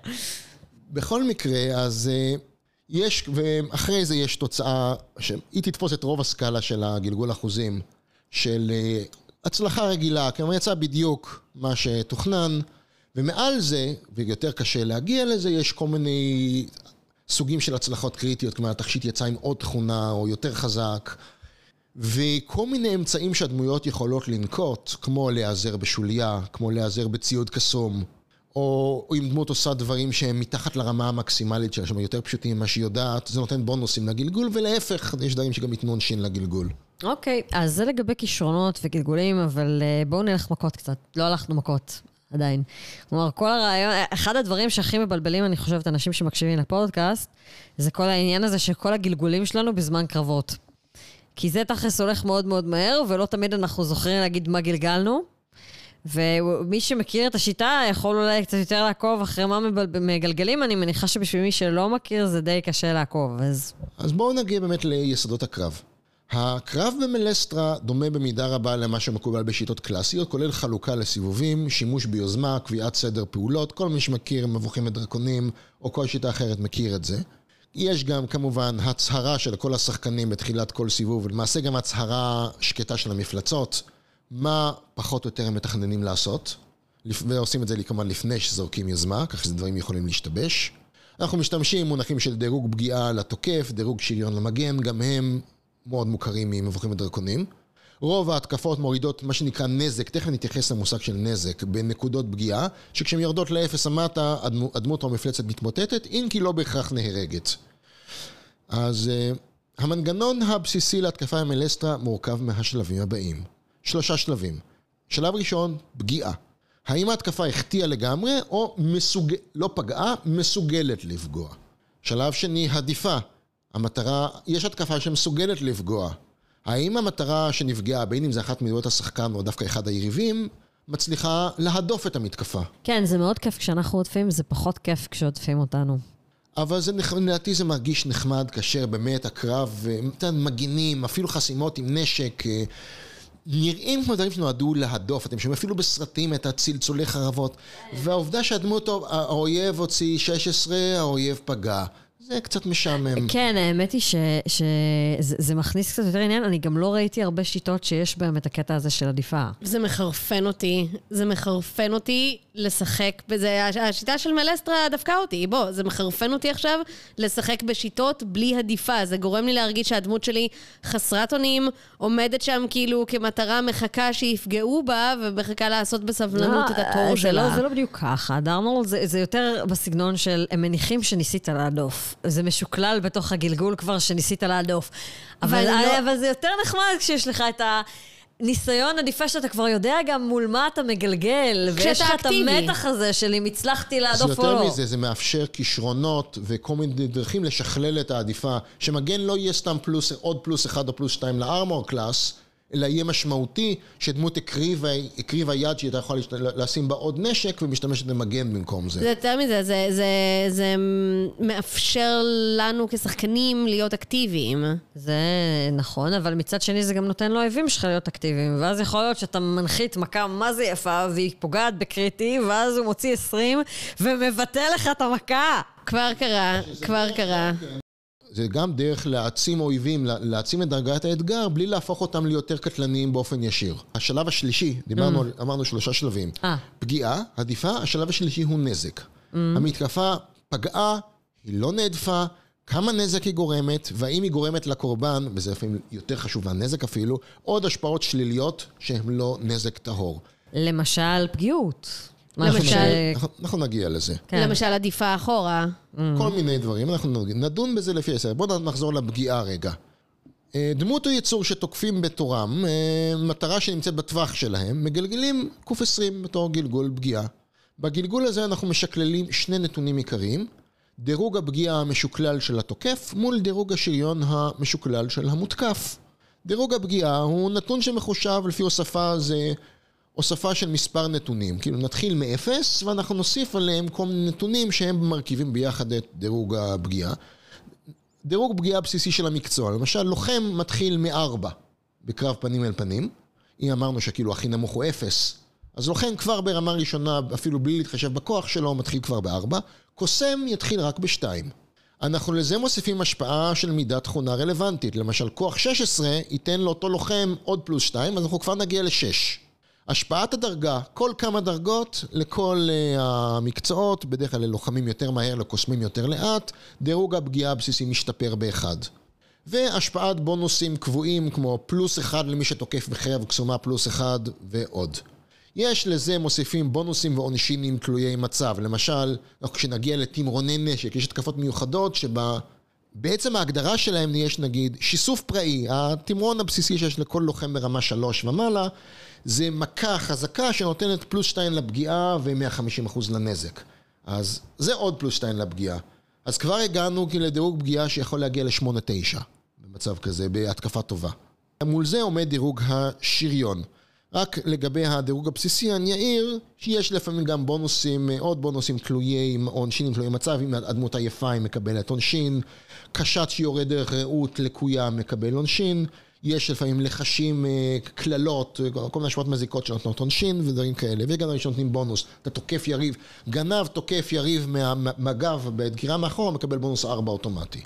בכל מקרה, אז יש, ואחרי זה יש תוצאה, שהיא תתפוס את רוב הסקאלה של הגלגול אחוזים, של הצלחה רגילה, כלומר יצא בדיוק מה שתוכנן, ומעל זה, ויותר קשה להגיע לזה, יש כל מיני סוגים של הצלחות קריטיות, כלומר התכשיט יצא עם עוד תכונה או יותר חזק, וכל מיני אמצעים שהדמויות יכולות לנקוט, כמו להיעזר בשוליה, כמו להיעזר בציוד קסום, או אם דמות עושה דברים שהם מתחת לרמה המקסימלית שלה, שהם יותר פשוטים ממה שהיא יודעת, זה נותן בונוסים לגלגול, ולהפך, יש דברים שגם יתנו עונשין לגלגול. אוקיי, אז זה לגבי כישרונות וגלגולים, אבל בואו נלך מכות קצת. לא הלכנו מכות, עדיין. כלומר, כל הרעיון, אחד הדברים שהכי מבלבלים, אני חושבת, אנשים שמקשיבים לפודקאסט, זה כל העניין הזה שכל הגלגולים שלנו בזמן קרבות. כי זה תכלס הולך מאוד מאוד מהר, ולא תמיד אנחנו זוכרים להגיד מה גלגלנו. ומי שמכיר את השיטה יכול אולי קצת יותר לעקוב אחרי מה מגלגלים, אני מניחה שבשביל מי שלא מכיר זה די קשה לעקוב. אז בואו נגיע באמת ליסודות הקרב. הקרב במלסטרה דומה במידה רבה למה שמקובל בשיטות קלאסיות, כולל חלוקה לסיבובים, שימוש ביוזמה, קביעת סדר פעולות, כל מי שמכיר מבוכים ודרקונים או כל שיטה אחרת מכיר את זה. יש גם כמובן הצהרה של כל השחקנים בתחילת כל סיבוב, ולמעשה גם הצהרה שקטה של המפלצות, מה פחות או יותר הם מתכננים לעשות, ועושים את זה כמובן לפני שזורקים יוזמה, כך שזה דברים יכולים להשתבש. אנחנו משתמשים מונחים של דירוג פגיעה לתוקף, דירוג שריון למגן, גם הם מאוד מוכרים ממבוכים ודרקונים. רוב ההתקפות מורידות מה שנקרא נזק, תכף נתייחס למושג של נזק, בנקודות פגיעה, שכשהן יורדות לאפס המטה, הדמות או המפלצת מתמוטטת, אם כי לא בהכרח נהרגת. אז המנגנון הבסיסי להתקפה במלסטרה מורכב מהשלבים הבאים. 3 שלבים. שלב ראשון, פגיעה. האם ההתקפה החטיאה לגמרי, או לא פגעה, מסוגלת לפגוע. שלב שני, הדיפה. המטרה, יש התקפה שמסוגלת לפגוע. האם המטרה שנפגעה, בין אם זה אחת מדמויות השחקן או דווקא אחד היריבים, מצליחה להדוף את המתקפה? כן, זה מאוד כיף כשאנחנו עוטפים, זה פחות כיף כשעוטפים אותנו. אבל לדעתי זה מרגיש נחמד כאשר באמת הקרב, מגינים, אפילו חסימות עם נשק, נראים כמו דברים שנועדו להדוף. אתם שומעים אפילו בסרטים את הצלצולי חרבות, והעובדה שהדמות האויב הוציא 16, האויב פגע. זה קצת משעמם. כן, האמת היא שזה מכניס קצת יותר עניין. אני גם לא ראיתי הרבה שיטות שיש בהם את הקטע הזה של עדיפה. זה מחרפן אותי לשחק בזה. השיטה של מלסטרה דווקא אותי. בוא, זה מחרפן אותי עכשיו לשחק בשיטות בלי עדיפה. זה גורם לי להרגיש שהדמות שלי חסרת אונים, עומדת שם כאילו כמטרה מחכה שיפגעו בה, ומחכה לעשות בסבלנות את התור שלה. זה לא בדיוק ככה. דארנולד זה יותר בסגנון של הם מניחים שניסית להדוף. זה משוקלל בתוך הגלגול כבר שניסית להדוף. אבל זה יותר נחמד כשיש לך את הניסיון עדיפה שאתה כבר יודע גם מול מה אתה מגלגל, ויש לך את המתח הזה של אם הצלחתי להדוף או לא. זה יותר מזה, זה מאפשר כישרונות וכל מיני דרכים לשכלל את העדיפה, שמגן לא יהיה סתם עוד פלוס 1 או פלוס 2 לארמור קלאס, אלא יהיה משמעותי שדמות הקריבה יד שאתה יכול לשים בה עוד נשק ומשתמשת במגן במקום זה. זה יותר מזה, זה מאפשר לנו כשחקנים להיות אקטיביים. זה נכון, אבל מצד שני זה גם נותן לאויבים שלך להיות אקטיביים, ואז יכול להיות שאתה מנחית מכה מה זה יפה, והיא פוגעת בקריטי, ואז הוא מוציא 20 ומבטל לך את המכה. כבר קרה. זה גם דרך להעצים אויבים, להעצים את דרגת האתגר, בלי להפוך אותם ליותר קטלניים באופן ישיר. השלב השלישי, אמרנו 3 שלבים. פגיעה, עדיפה, השלב השלישי הוא נזק. המתקפה פגעה, היא לא נעדפה, כמה נזק היא גורמת, והאם היא גורמת לקורבן, וזה לפעמים יותר חשוב מהנזק אפילו, עוד השפעות שליליות שהן לא נזק טהור. למשל פגיעות. אנחנו נגיע לזה. למשל עדיפה אחורה. כל מיני דברים, אנחנו נדון בזה לפי הסדר. בואו נחזור לפגיעה רגע. דמות או יצור שתוקפים בתורם, מטרה שנמצאת בטווח שלהם, מגלגלים קוף 20 בתור גלגול פגיעה. בגלגול הזה אנחנו משקללים 2 נתונים עיקריים, דירוג הפגיעה המשוקלל של התוקף מול דירוג השריון המשוקלל של המותקף. דירוג הפגיעה הוא נתון שמחושב לפי הוספה של מספר נתונים. כאילו נתחיל מ-0 ואנחנו נוסיף עליהם כל מיני נתונים שהם מרכיבים ביחד את דירוג הפגיעה. דירוג פגיעה בסיסי של המקצוע. למשל, לוחם מתחיל מ-4 בקרב פנים אל פנים. אם אמרנו שכאילו הכי נמוך הוא 0, אז לוחם כבר ברמה ראשונה, אפילו בלי להתחשב בכוח שלו, מתחיל כבר ב-4. קוסם יתחיל רק ב-2. אנחנו לזה מוסיפים השפעה של מידת תכונה רלוונטית. למשל, כוח 16 ייתן לאותו לוחם עוד פלוס 2, אז אנחנו כבר נגיע ל-6. השפעת הדרגה, כל כמה דרגות לכל המקצועות, בדרך כלל ללוחמים יותר מהר, לקוסמים יותר לאט, דירוג הפגיעה הבסיסי משתפר באחד. והשפעת בונוסים קבועים כמו פלוס 1 למי שתוקף בחרב קסומה פלוס 1 ועוד. יש לזה מוסיפים בונוסים ועונשינים תלויי מצב. למשל, כשנגיע לתמרוני נשק, יש התקפות מיוחדות שבה בעצם ההגדרה שלהם יש נגיד שיסוף פראי, התמרון הבסיסי שיש לכל לוחם ברמה 3 ומעלה, זה מכה חזקה שנותנת פלוס 2 לפגיעה ו-150% לנזק. אז זה עוד פלוס 2 לפגיעה. אז כבר הגענו לדירוג פגיעה שיכול להגיע ל-8-9 במצב כזה, בהתקפה טובה. מול זה עומד דירוג השריון. רק לגבי הדירוג הבסיסי אני אעיר שיש לפעמים גם בונוסים, עוד בונוסים תלויי עונשין, תלויי מצב, אם הדמות עייפה היא מקבלת עונשין, קשת שיורד דרך ראות לקויה מקבל עונשין, יש לפעמים לחשים כללות, כל מיני השפעות מזיקות שנותנות עונשין ודברים כאלה, וגם אנשים נותנים בונוס, אתה תוקף יריב, גנב תוקף יריב מהגב בדקירה מאחורה, מקבל בונוס 4 אוטומטי.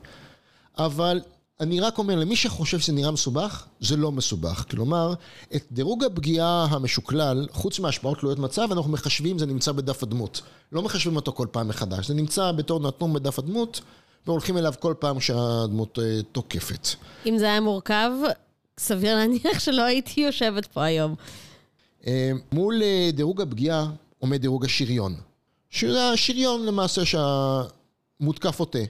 אבל אני רק אומר, למי שחושב שזה נראה מסובך, זה לא מסובך. כלומר, את דירוג הפגיעה המשוקלל, חוץ מהשפעות תלויות מצב, אנחנו מחשבים, זה נמצא בדף הדמות. לא מחשבים אותו כל פעם מחדש. זה נמצא בתור נתון בדף הדמות, והולכים אליו כל פעם שהדמות תוקפת. אם זה היה מורכב, סביר להניח שלא הייתי יושבת פה היום. מול דירוג הפגיעה עומד דירוג השריון. השריון למעשה שהמותקף אותה.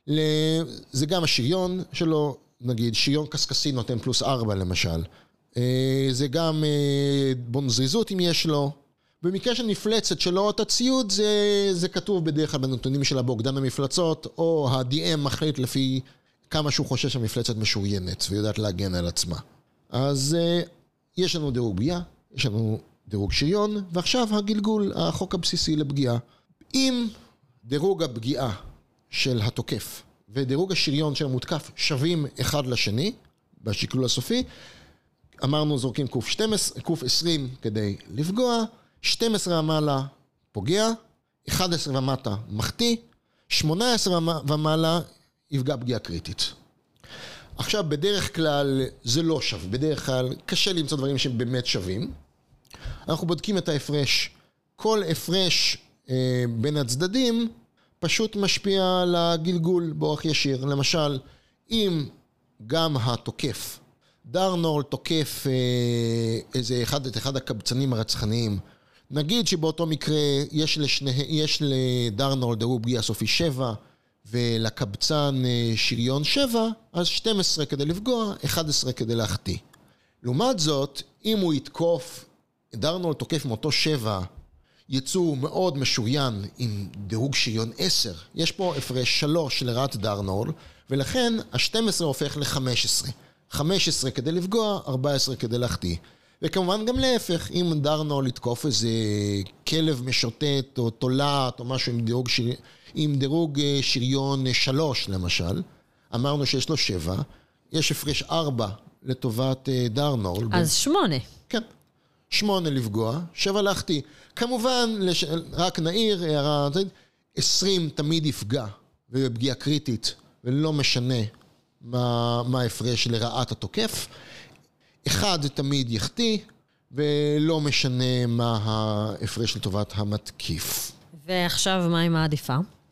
זה גם השריון שלו, נגיד שריון קסקסי נותן פלוס 4 למשל. זה גם בונוס זריזות אם יש לו. במקרה של מפלצת שלו, את הציוד זה כתוב בדרך כלל בנתונים שלה באוגדן המפלצות, או ה-DM מחליט לפי כמה שהוא חושב שהמפלצת משוריינת ויודעת להגן על עצמה. אז יש לנו דירוג פגיעה, יש לנו דירוג שריון, ועכשיו הגלגול, החוק הבסיסי לפגיעה. אם דירוג הפגיעה של התוקף ודירוג השריון של המותקף שווים אחד לשני בשקלול הסופי, אמרנו זורקים קוף 20 כדי לפגוע, 12 ומעלה פוגע, 11 ומטה מחטיא, 18 ומעלה יפגע פגיעה קריטית. עכשיו, בדרך כלל זה לא שווה, בדרך כלל קשה למצוא דברים שהם באמת שווים. אנחנו בודקים את ההפרש. כל הפרש בין הצדדים פשוט משפיע על הגלגול באורח ישיר. למשל, אם גם התוקף, דארנול תוקף את אחד הקבצנים הרצחניים, נגיד שבאותו מקרה יש לדארנול דירוג פגיעה סופי 7, ולקבצן שריון 7, אז 12 כדי לפגוע, 11 כדי להחטיא. לעומת זאת, אם הוא יתקוף, דארנול תוקף עם אותו 7, יצוא מאוד משוריין עם דירוג שריון 10. יש פה הפרש 3 לרעת דארנול, ולכן ה-12 הופך ל-15. 15 כדי לפגוע, 14 כדי להחטיא. וכמובן גם להפך, אם דארנול יתקוף איזה כלב משוטט או תולעת או משהו עם דירוג שריון 3 למשל, אמרנו שיש לו 7, יש הפרש 4 לטובת דארנול. אז 8. כן, 8 לפגוע, 7 להחטיא. כמובן, רק נעיר, הערה, 20 תמיד יפגע ובפגיעה קריטית, ולא משנה מה ההפרש לרעת התוקף. 1 תמיד יחטיא, ולא משנה מה ההפרש לטובת המתקיף. ועכשיו מה עם העדיפה?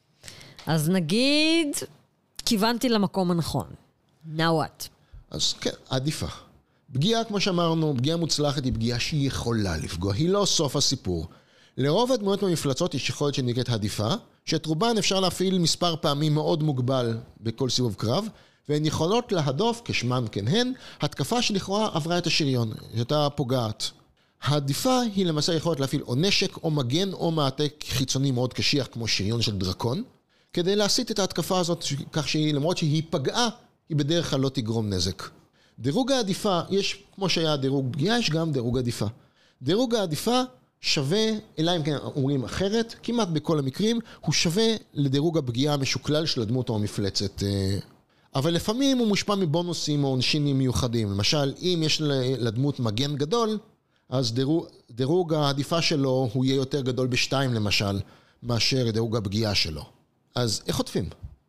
אז נגיד, כיוונתי למקום הנכון. Now what? אז כן, עדיפה. פגיעה, כמו שאמרנו, פגיעה מוצלחת היא פגיעה שהיא יכולה לפגוע. היא לא סוף הסיפור. לרוב הדמויות במפלצות יש יכולת שנקראת עדיפה, שאת רובן אפשר להפעיל מספר פעמים מאוד מוגבל בכל סיבוב קרב, והן יכולות להדוף, כשמן כן הן, התקפה שלכאורה עברה את השריון, שהייתה פוגעת. העדיפה היא למעשה יכולת להפעיל או נשק, או מגן, או מעתק חיצוני מאוד קשיח, כמו שריון של דרקון, כדי להסיט את ההתקפה הזאת, כך שהיא, למרות שהיא פגעה, היא בדרך כלל לא תגרום נזק. דירוג העדיפה, יש, כמו שהיה דירוג פגיעה, יש גם דירוג עדיפה. דירוג העדיפה שווה, אלא אם כן אומרים אחרת, כמעט בכל המקרים, הוא שווה לדירוג הפגיעה המשוקלל של הדמות או המפלצת. אבל לפעמים הוא מושפע מבונוסים או עונשינים מיוחדים. למשל, אם יש לדמות מגן גדול, אז דירוג העדיפה שלו הוא יהיה יותר גדול ב2 למשל, מאשר דירוג הפגיעה שלו. אז איך חוטפים?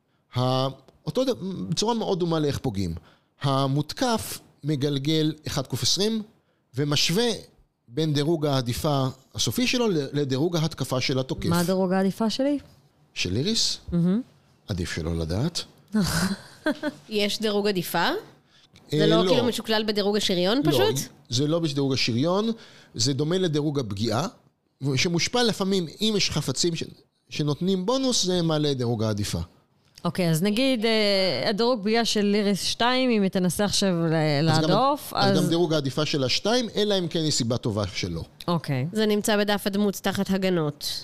בצורה מאוד דומה לאיך פוגעים. המותקף מגלגל 1ק20 ומשווה בין דירוג העדיפה הסופי שלו לדירוג ההתקפה של התוקף. מה דירוג העדיפה שלי? של איריס? עדיף שלא לדעת. יש דירוג עדיפה? זה לא כאילו משוקלל בדירוג השריון פשוט? לא, זה לא בדירוג השריון, זה דומה לדירוג הפגיעה, שמושפע לפעמים, אם יש חפצים שנותנים בונוס, זה מעלה דירוג העדיפה. אוקיי, אז נגיד, הדירוג פגיעה של איריס 2, אם היא תנסה עכשיו להדוף, אז גם דירוג העדיפה של ה2, אלא אם כן היא סיבה טובה שלו. אוקיי. זה נמצא בדף הדמות תחת הגנות.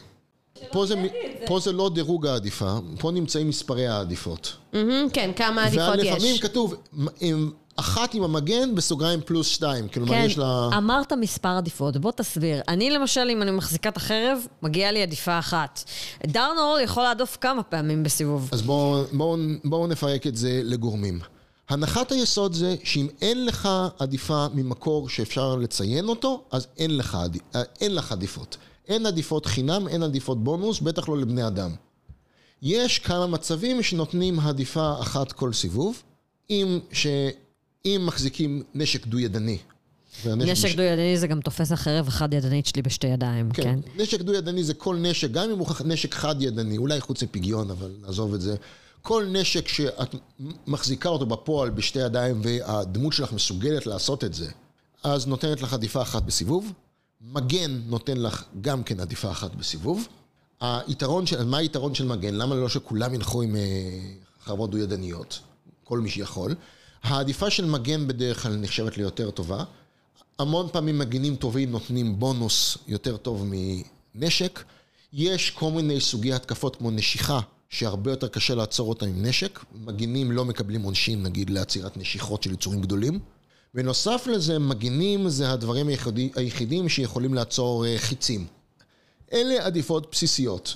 פה זה לא דירוג העדיפה, פה נמצאים מספרי העדיפות. כן, כמה עדיפות יש. ולפעמים כתוב, אחת עם המגן בסוגריים פלוס 2. כן, אמרת מספר עדיפות, בוא תסביר. אני למשל, אם אני מחזיקה את החרב, מגיעה לי עדיפה 1. דארנול יכול להדוף כמה פעמים בסיבוב. אז בואו נפרק את זה לגורמים. הנחת היסוד זה שאם אין לך עדיפה ממקור שאפשר לציין אותו, אז אין לך עדיפות. אין עדיפות חינם, אין עדיפות בונוס, בטח לא לבני אדם. יש כמה מצבים שנותנים עדיפה 1 כל סיבוב, אם מחזיקים נשק דו-ידני. נשק דו-ידני זה גם תופס החרב החד ידנית שלי בשתי ידיים, כן? נשק דו-ידני זה כל נשק, גם אם הוא נשק חד ידני, אולי חוץ מפגיון, אבל נעזוב את זה. כל נשק שאת מחזיקה אותו בפועל בשתי ידיים, והדמות שלך מסוגלת לעשות את זה, אז נותנת לך עדיפה 1 בסיבוב. מגן נותן לך גם כן עדיפה 1 בסיבוב. מה היתרון של מגן? למה לא שכולם ילכו עם חרבות דו-ידניות? כל מי שיכול. העדיפה של מגן בדרך כלל נחשבת לי יותר טובה. המון פעמים מגנים טובים נותנים בונוס יותר טוב מנשק. יש כל מיני סוגי התקפות כמו נשיכה, שהרבה יותר קשה לעצור אותם עם נשק. מגנים לא מקבלים עונשין, נגיד, לעצירת נשיכות של יצורים גדולים. בנוסף לזה, מגנים זה הדברים היחידים שיכולים לעצור חיצים. אלה עדיפות בסיסיות.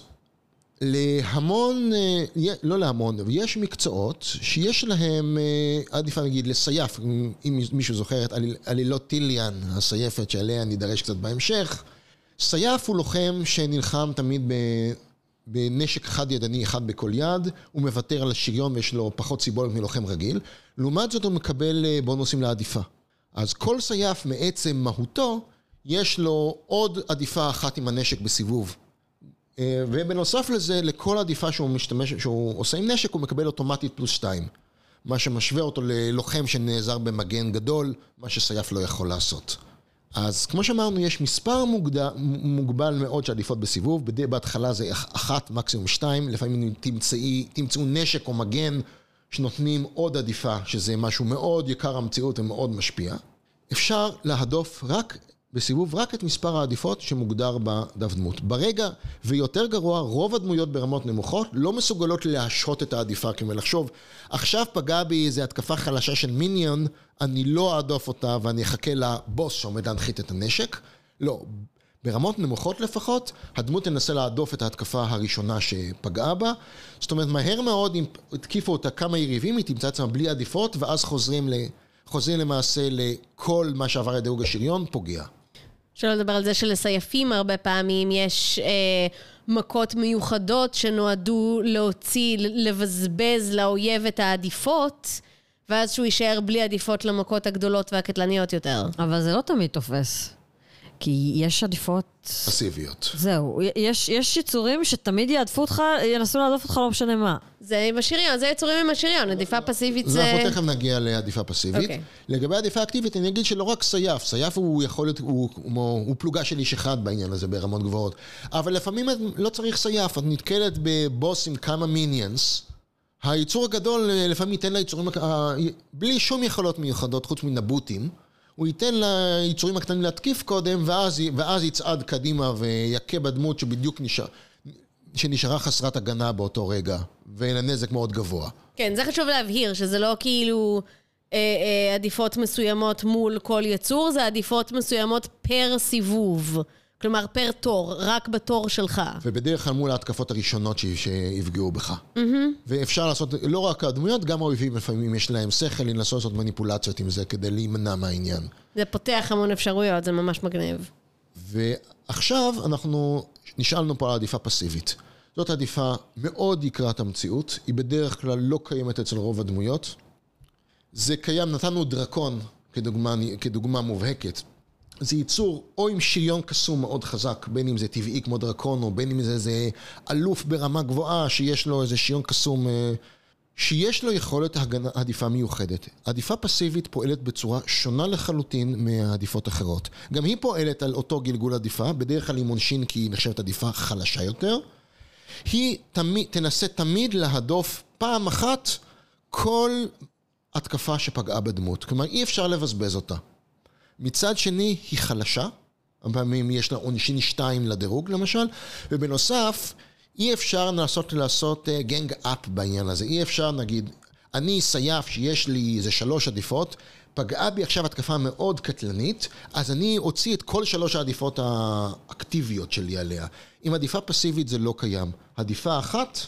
לא להמון, יש מקצועות שיש להם עדיפה, נגיד, לסייף, אם מישהו זוכר את עלילות טיליאן, הסייפת שעליה נידרש קצת בהמשך. סייף הוא לוחם שנלחם תמיד בנשק אחד ידני, אחד בכל יד, הוא מוותר על השריון ויש לו פחות סיבולת מלוחם רגיל, לעומת זאת הוא מקבל בונוסים לעדיפה. אז כל סייף מעצם מהותו, יש לו עוד עדיפה אחת עם הנשק בסיבוב. ובנוסף לזה, לכל עדיפה שהוא עושה עם נשק, הוא מקבל אוטומטית פלוס 2. מה שמשווה אותו ללוחם שנעזר במגן גדול, מה שסייף לא יכול לעשות. אז כמו שאמרנו, יש מספר מוגבל מאוד של עדיפות בסיבוב, בהתחלה זה 1, מקסימום 2, לפעמים תמצאו נשק או מגן שנותנים עוד עדיפה, שזה משהו מאוד יקר המציאות ומאוד משפיע. אפשר להדוף בסיבוב רק את מספר העדיפות שמוגדר בדף דמות. ברגע ויותר גרוע, רוב הדמויות ברמות נמוכות לא מסוגלות להשהות את העדיפה, כמו לחשוב, עכשיו פגע בי איזו התקפה חלשה של מיניון, אני לא אעדוף אותה ואני אחכה לבוס שעומד להנחית את הנשק. לא, ברמות נמוכות לפחות, הדמות תנסה לעדוף את ההתקפה הראשונה שפגעה בה, זאת אומרת, מהר מאוד, אם התקיפו אותה כמה יריבים, היא תמצא עצמה בלי עדיפות, ואז חוזרים למעשה לכל מה שעבר על דירוג השריון, פוגע. שלא לדבר על זה שלסייפים הרבה פעמים יש מכות מיוחדות שנועדו לבזבז לאויב את העדיפות, ואז שהוא יישאר בלי עדיפות למכות הגדולות והקטלניות יותר. אבל זה לא תמיד תופס. כי יש עדיפות... פסיביות. זהו, יש יצורים שתמיד יעדפו אותך, ינסו לעדוף אותך לא משנה מה. זה עם השריון, זה יצורים עם השריון, עדיפה פסיבית זה... אנחנו תכף נגיע לעדיפה פסיבית. לגבי עדיפה אקטיבית, אני אגיד שלא רק סייף הוא יכול להיות, הוא פלוגה של איש אחד בעניין הזה ברמות גבוהות. אבל לפעמים לא צריך סייף, את נתקלת בבוס עם כמה מיניאנס, היצור הגדול לפעמים ייתן ליצורים, בלי שום יכולות מיוחדות חוץ מנבוטים, הוא ייתן ליצורים הקטנים להתקיף קודם, ואז יצעד קדימה ויקה בדמות שבדיוק שנשארה חסרת הגנה באותו רגע, ולנזק מאוד גבוה. כן, זה חשוב להבהיר, שזה לא כאילו עדיפות מסוימות מול כל יצור, זה עדיפות מסוימות פר סיבוב. כלומר, פר תור, רק בתור שלך. ובדרך כלל מול ההתקפות הראשונות שיפגעו בך. ואפשר לעשות, לא רק הדמויות, גם האויבים לפעמים יש להם שכל, לנסות לעשות מניפולציות עם זה כדי להימנע מהעניין. זה פותח המון אפשרויות, זה ממש מגניב. ועכשיו אנחנו נשאלנו פה על עדיפה פסיבית. זאת עדיפה מאוד יקרת המציאות, היא בדרך כלל לא קיימת אצל רוב הדמויות. זה קיים, נתנו דרקון כדוגמה מובהקת. זה ייצור או עם שריון קסום מאוד חזק, בין אם זה טבעי כמו דרקון, או בין אם זה אלוף ברמה גבוהה שיש לו איזה שריון קסום, שיש לו יכולת עדיפה מיוחדת. עדיפה פסיבית פועלת בצורה שונה לחלוטין מהעדיפות אחרות. גם היא פועלת על אותו גלגול עדיפה, בדרך כלל היא מונשין כי היא נחשבת עדיפה חלשה יותר. היא תנסה תמיד להדוף פעם אחת כל התקפה שפגעה בדמות. כלומר, אי אפשר לבזבז אותה. מצד שני, היא חלשה, פעמים יש לה עונשין 2 לדירוג למשל, ובנוסף, אי אפשר לעשות גנג אפ בעניין הזה, אי אפשר נגיד, אני סייף שיש לי איזה 3 עדיפות, פגעה בי עכשיו התקפה מאוד קטלנית, אז אני אוציא את כל 3 העדיפות האקטיביות שלי עליה. עם עדיפה פסיבית זה לא קיים, עדיפה אחת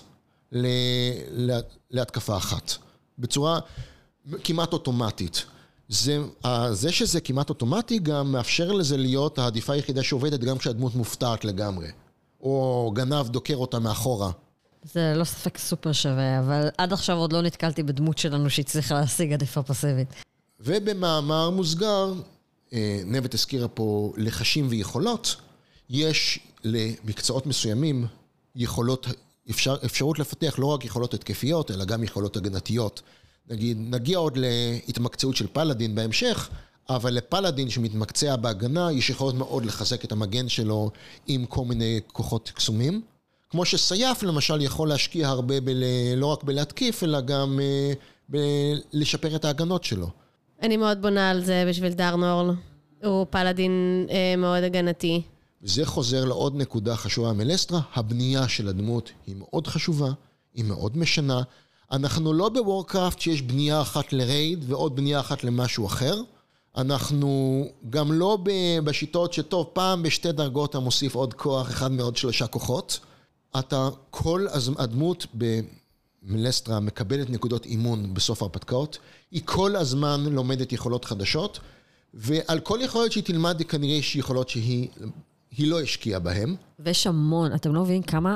להתקפה אחת, בצורה כמעט אוטומטית. זה שזה כמעט אוטומטי גם מאפשר לזה להיות העדיפה היחידה שעובדת גם כשהדמות מופתעת לגמרי. או גנב דוקר אותה מאחורה. זה לא ספק סופר שווה, אבל עד עכשיו עוד לא נתקלתי בדמות שלנו שהצליחה להשיג עדיפה פסיבית. ובמאמר מוסגר, נבט הזכירה פה לחשים ויכולות, יש למקצועות מסוימים אפשרות לפתח לא רק יכולות התקפיות, אלא גם יכולות הגנתיות. נגיע עוד להתמקצעות של פלאדין בהמשך, אבל לפלאדין שמתמקצע בהגנה, יש יכולת מאוד לחזק את המגן שלו עם כל מיני כוחות קסומים. כמו שסייף למשל יכול להשקיע הרבה לא רק בלהתקיף, אלא גם לשפר את ההגנות שלו. אני מאוד בונה על זה בשביל דארנורל. הוא פלאדין מאוד הגנתי. וזה חוזר לעוד נקודה חשובה מלסטרה, הבנייה של הדמות היא מאוד חשובה, היא מאוד משנה. אנחנו לא בוורקראפט שיש בנייה אחת לרייד ועוד בנייה אחת למשהו אחר. אנחנו גם לא בשיטות שטוב, פעם בשתי דרגות אתה מוסיף עוד כוח, אחד מעוד 3 כוחות. כל הדמות במלסטרה מקבלת נקודות אימון בסוף הרפתקאות. היא כל הזמן לומדת יכולות חדשות, ועל כל יכולת שהיא תלמד כנראה יש יכולות שהיא לא השקיעה בהן. ויש המון, אתם לא מבינים כמה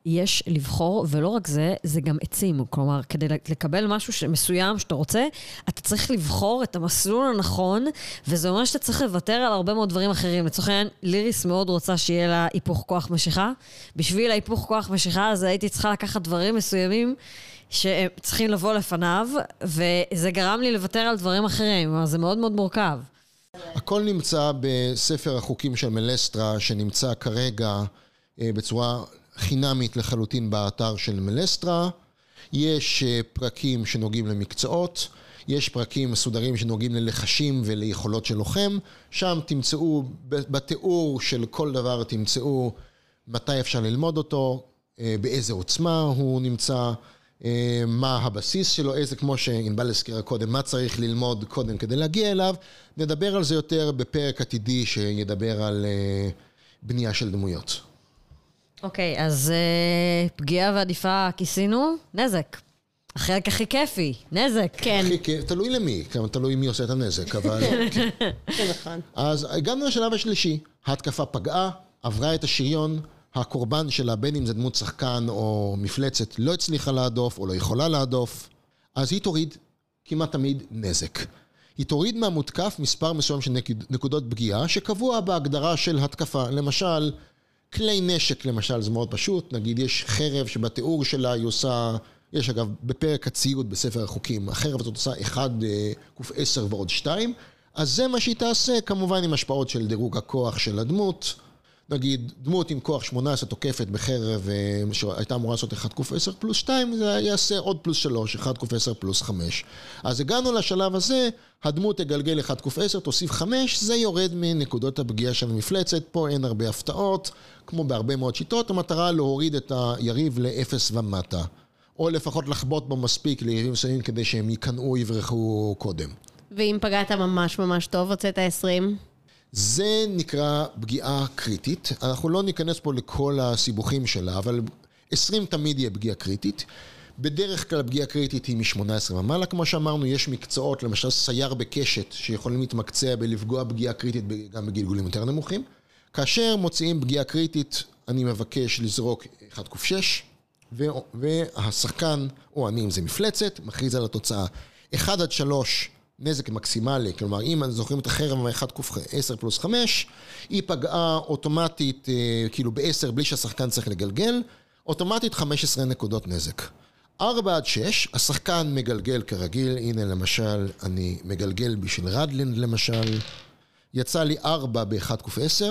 יש לבחור, ולא רק זה, זה גם עצים. כלומר, כדי לקבל משהו מסוים שאתה רוצה, אתה צריך לבחור את המסלול הנכון, וזה אומר שאתה צריך לוותר על הרבה מאוד דברים אחרים. לצורך העניין, ליריס מאוד רוצה שיהיה לה היפוך כוח משיכה. בשביל ההיפוך כוח משיכה, אז הייתי צריכה לקחת דברים מסוימים, שצריכים לבוא לפניו, וזה גרם לי לוותר על דברים אחרים. זה מאוד מאוד מורכב. הכל נמצא בספר החוקים של מלסטרה, שנמצא כרגע בצורה חינמית לחלוטין באתר של מלסטרה. יש פרקים שנוגעים למקצועות, יש פרקים מסודרים שנוגעים ללחשים וליכולות של לוחם. שם תמצאו, בתיאור של כל דבר תמצאו מתי אפשר ללמוד אותו, באיזה עוצמה הוא נמצא, מה הבסיס שלו, איזה, כמו שענבל הזכירה קודם, מה צריך ללמוד קודם כדי להגיע אליו. נדבר על זה יותר בפרק עתידי שידבר על בנייה של דמויות. אוקיי, אז פגיעה ועדיפה כיסינו, נזק. החלק הכי כיפי, נזק. כן. תלוי למי, כמה תלוי מי עושה את הנזק, אבל... זה נכון. אז הגענו לשלב השלישי, ההתקפה פגעה, עברה את השריון, הקורבן שלה, בין אם זה דמות שחקן או מפלצת, לא הצליחה להדוף או לא יכולה להדוף, אז היא תוריד כמעט תמיד נזק. היא תוריד מהמותקף מספר מסוים של נקודות פגיעה, שקבוע בהגדרה של התקפה. למשל, כלי נשק למשל זה מאוד פשוט, נגיד יש חרב שבתיאור שלה היא עושה, יש אגב בפרק הציוד בספר החוקים, החרב הזאת עושה 1 ק10 ועוד 2, אז זה מה שהיא תעשה, כמובן עם השפעות של דירוג הכוח של הדמות. נגיד, דמות עם כוח 18 תוקפת בחרב שהייתה אמורה לעשות 1 ק10 פלוס 2, זה יעשה עוד פלוס 3, 1 ק10 פלוס 5. אז הגענו לשלב הזה, הדמות תגלגל 1 ק10, תוסיף 5, זה יורד מנקודות הפגיעה של המפלצת, פה אין הרבה הפתעות, כמו בהרבה מאוד שיטות, המטרה להוריד את היריב ל0 ומטה, או לפחות לחבוט בו מספיק ליריבים מסוימים כדי שהם ייכנעו, יברחו קודם. ואם פגעת ממש ממש טוב, הוצאת 20? זה נקרא פגיעה קריטית. אנחנו לא ניכנס פה לכל הסיבוכים שלה, אבל 20 תמיד יהיה פגיעה קריטית. בדרך כלל פגיעה קריטית היא מ-18 ומעלה, כמו שאמרנו, יש מקצועות, למשל סייר בקשת, שיכולים להתמקצע בלפגוע פגיעה קריטית גם בגלגולים יותר נמוכים. כאשר מוציאים פגיעה קריטית, אני מבקש לזרוק 1 ק6, והשחקן, או אני אם זה מפלצת, מכריז על התוצאה 1 עד 3, נזק מקסימלי, כלומר, אם זוכרים את החרב מ-1 ק10 פלוס 5, היא פגעה אוטומטית, כאילו ב10 בלי שהשחקן צריך לגלגל, אוטומטית 15 נקודות נזק. 4 עד 6, השחקן מגלגל כרגיל, הנה למשל, אני מגלגל בשביל רדלינד למשל, יצא לי 4 ב-1 ק10,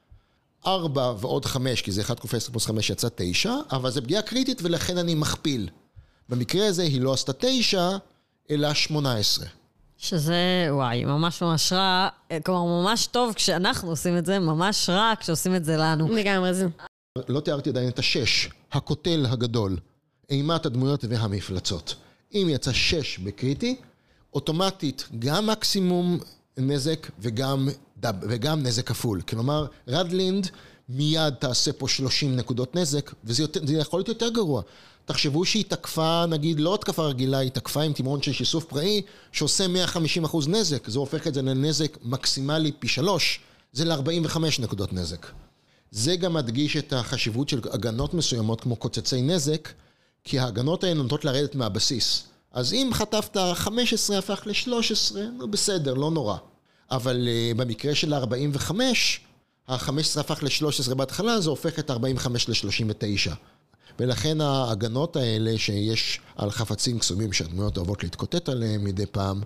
4 ועוד 5, כי זה 1 ק10 פלוס 5 יצא 9, אבל זה פגיעה קריטית ולכן אני מכפיל. במקרה הזה היא לא עשתה 9, אלא 18. שזה, וואי, ממש ממש רע, כלומר ממש טוב כשאנחנו עושים את זה, ממש רע כשעושים את זה לנו. לגמרי זה. לא תיארתי עדיין את 6, הקוטל הגדול, אימת הדמויות והמפלצות. אם יצא 6 בקריטי, אוטומטית גם מקסימום נזק וגם נזק כפול. כלומר, רדלינד מיד תעשה פה 30 נקודות נזק, וזה יכול להיות יותר גרוע. תחשבו שהיא תקפה, נגיד, לא תקפה רגילה, היא תקפה עם תמרון של שיסוף פראי, שעושה 150% נזק. זה הופך את זה לנזק מקסימלי פי 3, זה ל-45 נקודות נזק. זה גם מדגיש את החשיבות של הגנות מסוימות, כמו קוצצי נזק, כי ההגנות האלה נוטות לרדת מהבסיס. אז אם חטפת 15 הפך ל-13, בסדר, לא נורא. אבל במקרה של ה-45, ה-15 הפך ל-13 בהתחלה, זה הופך את 45 ל-39. ולכן ההגנות האלה שיש על חפצים קסומים שהדמויות אוהבות להתקוטט עליהם מדי פעם,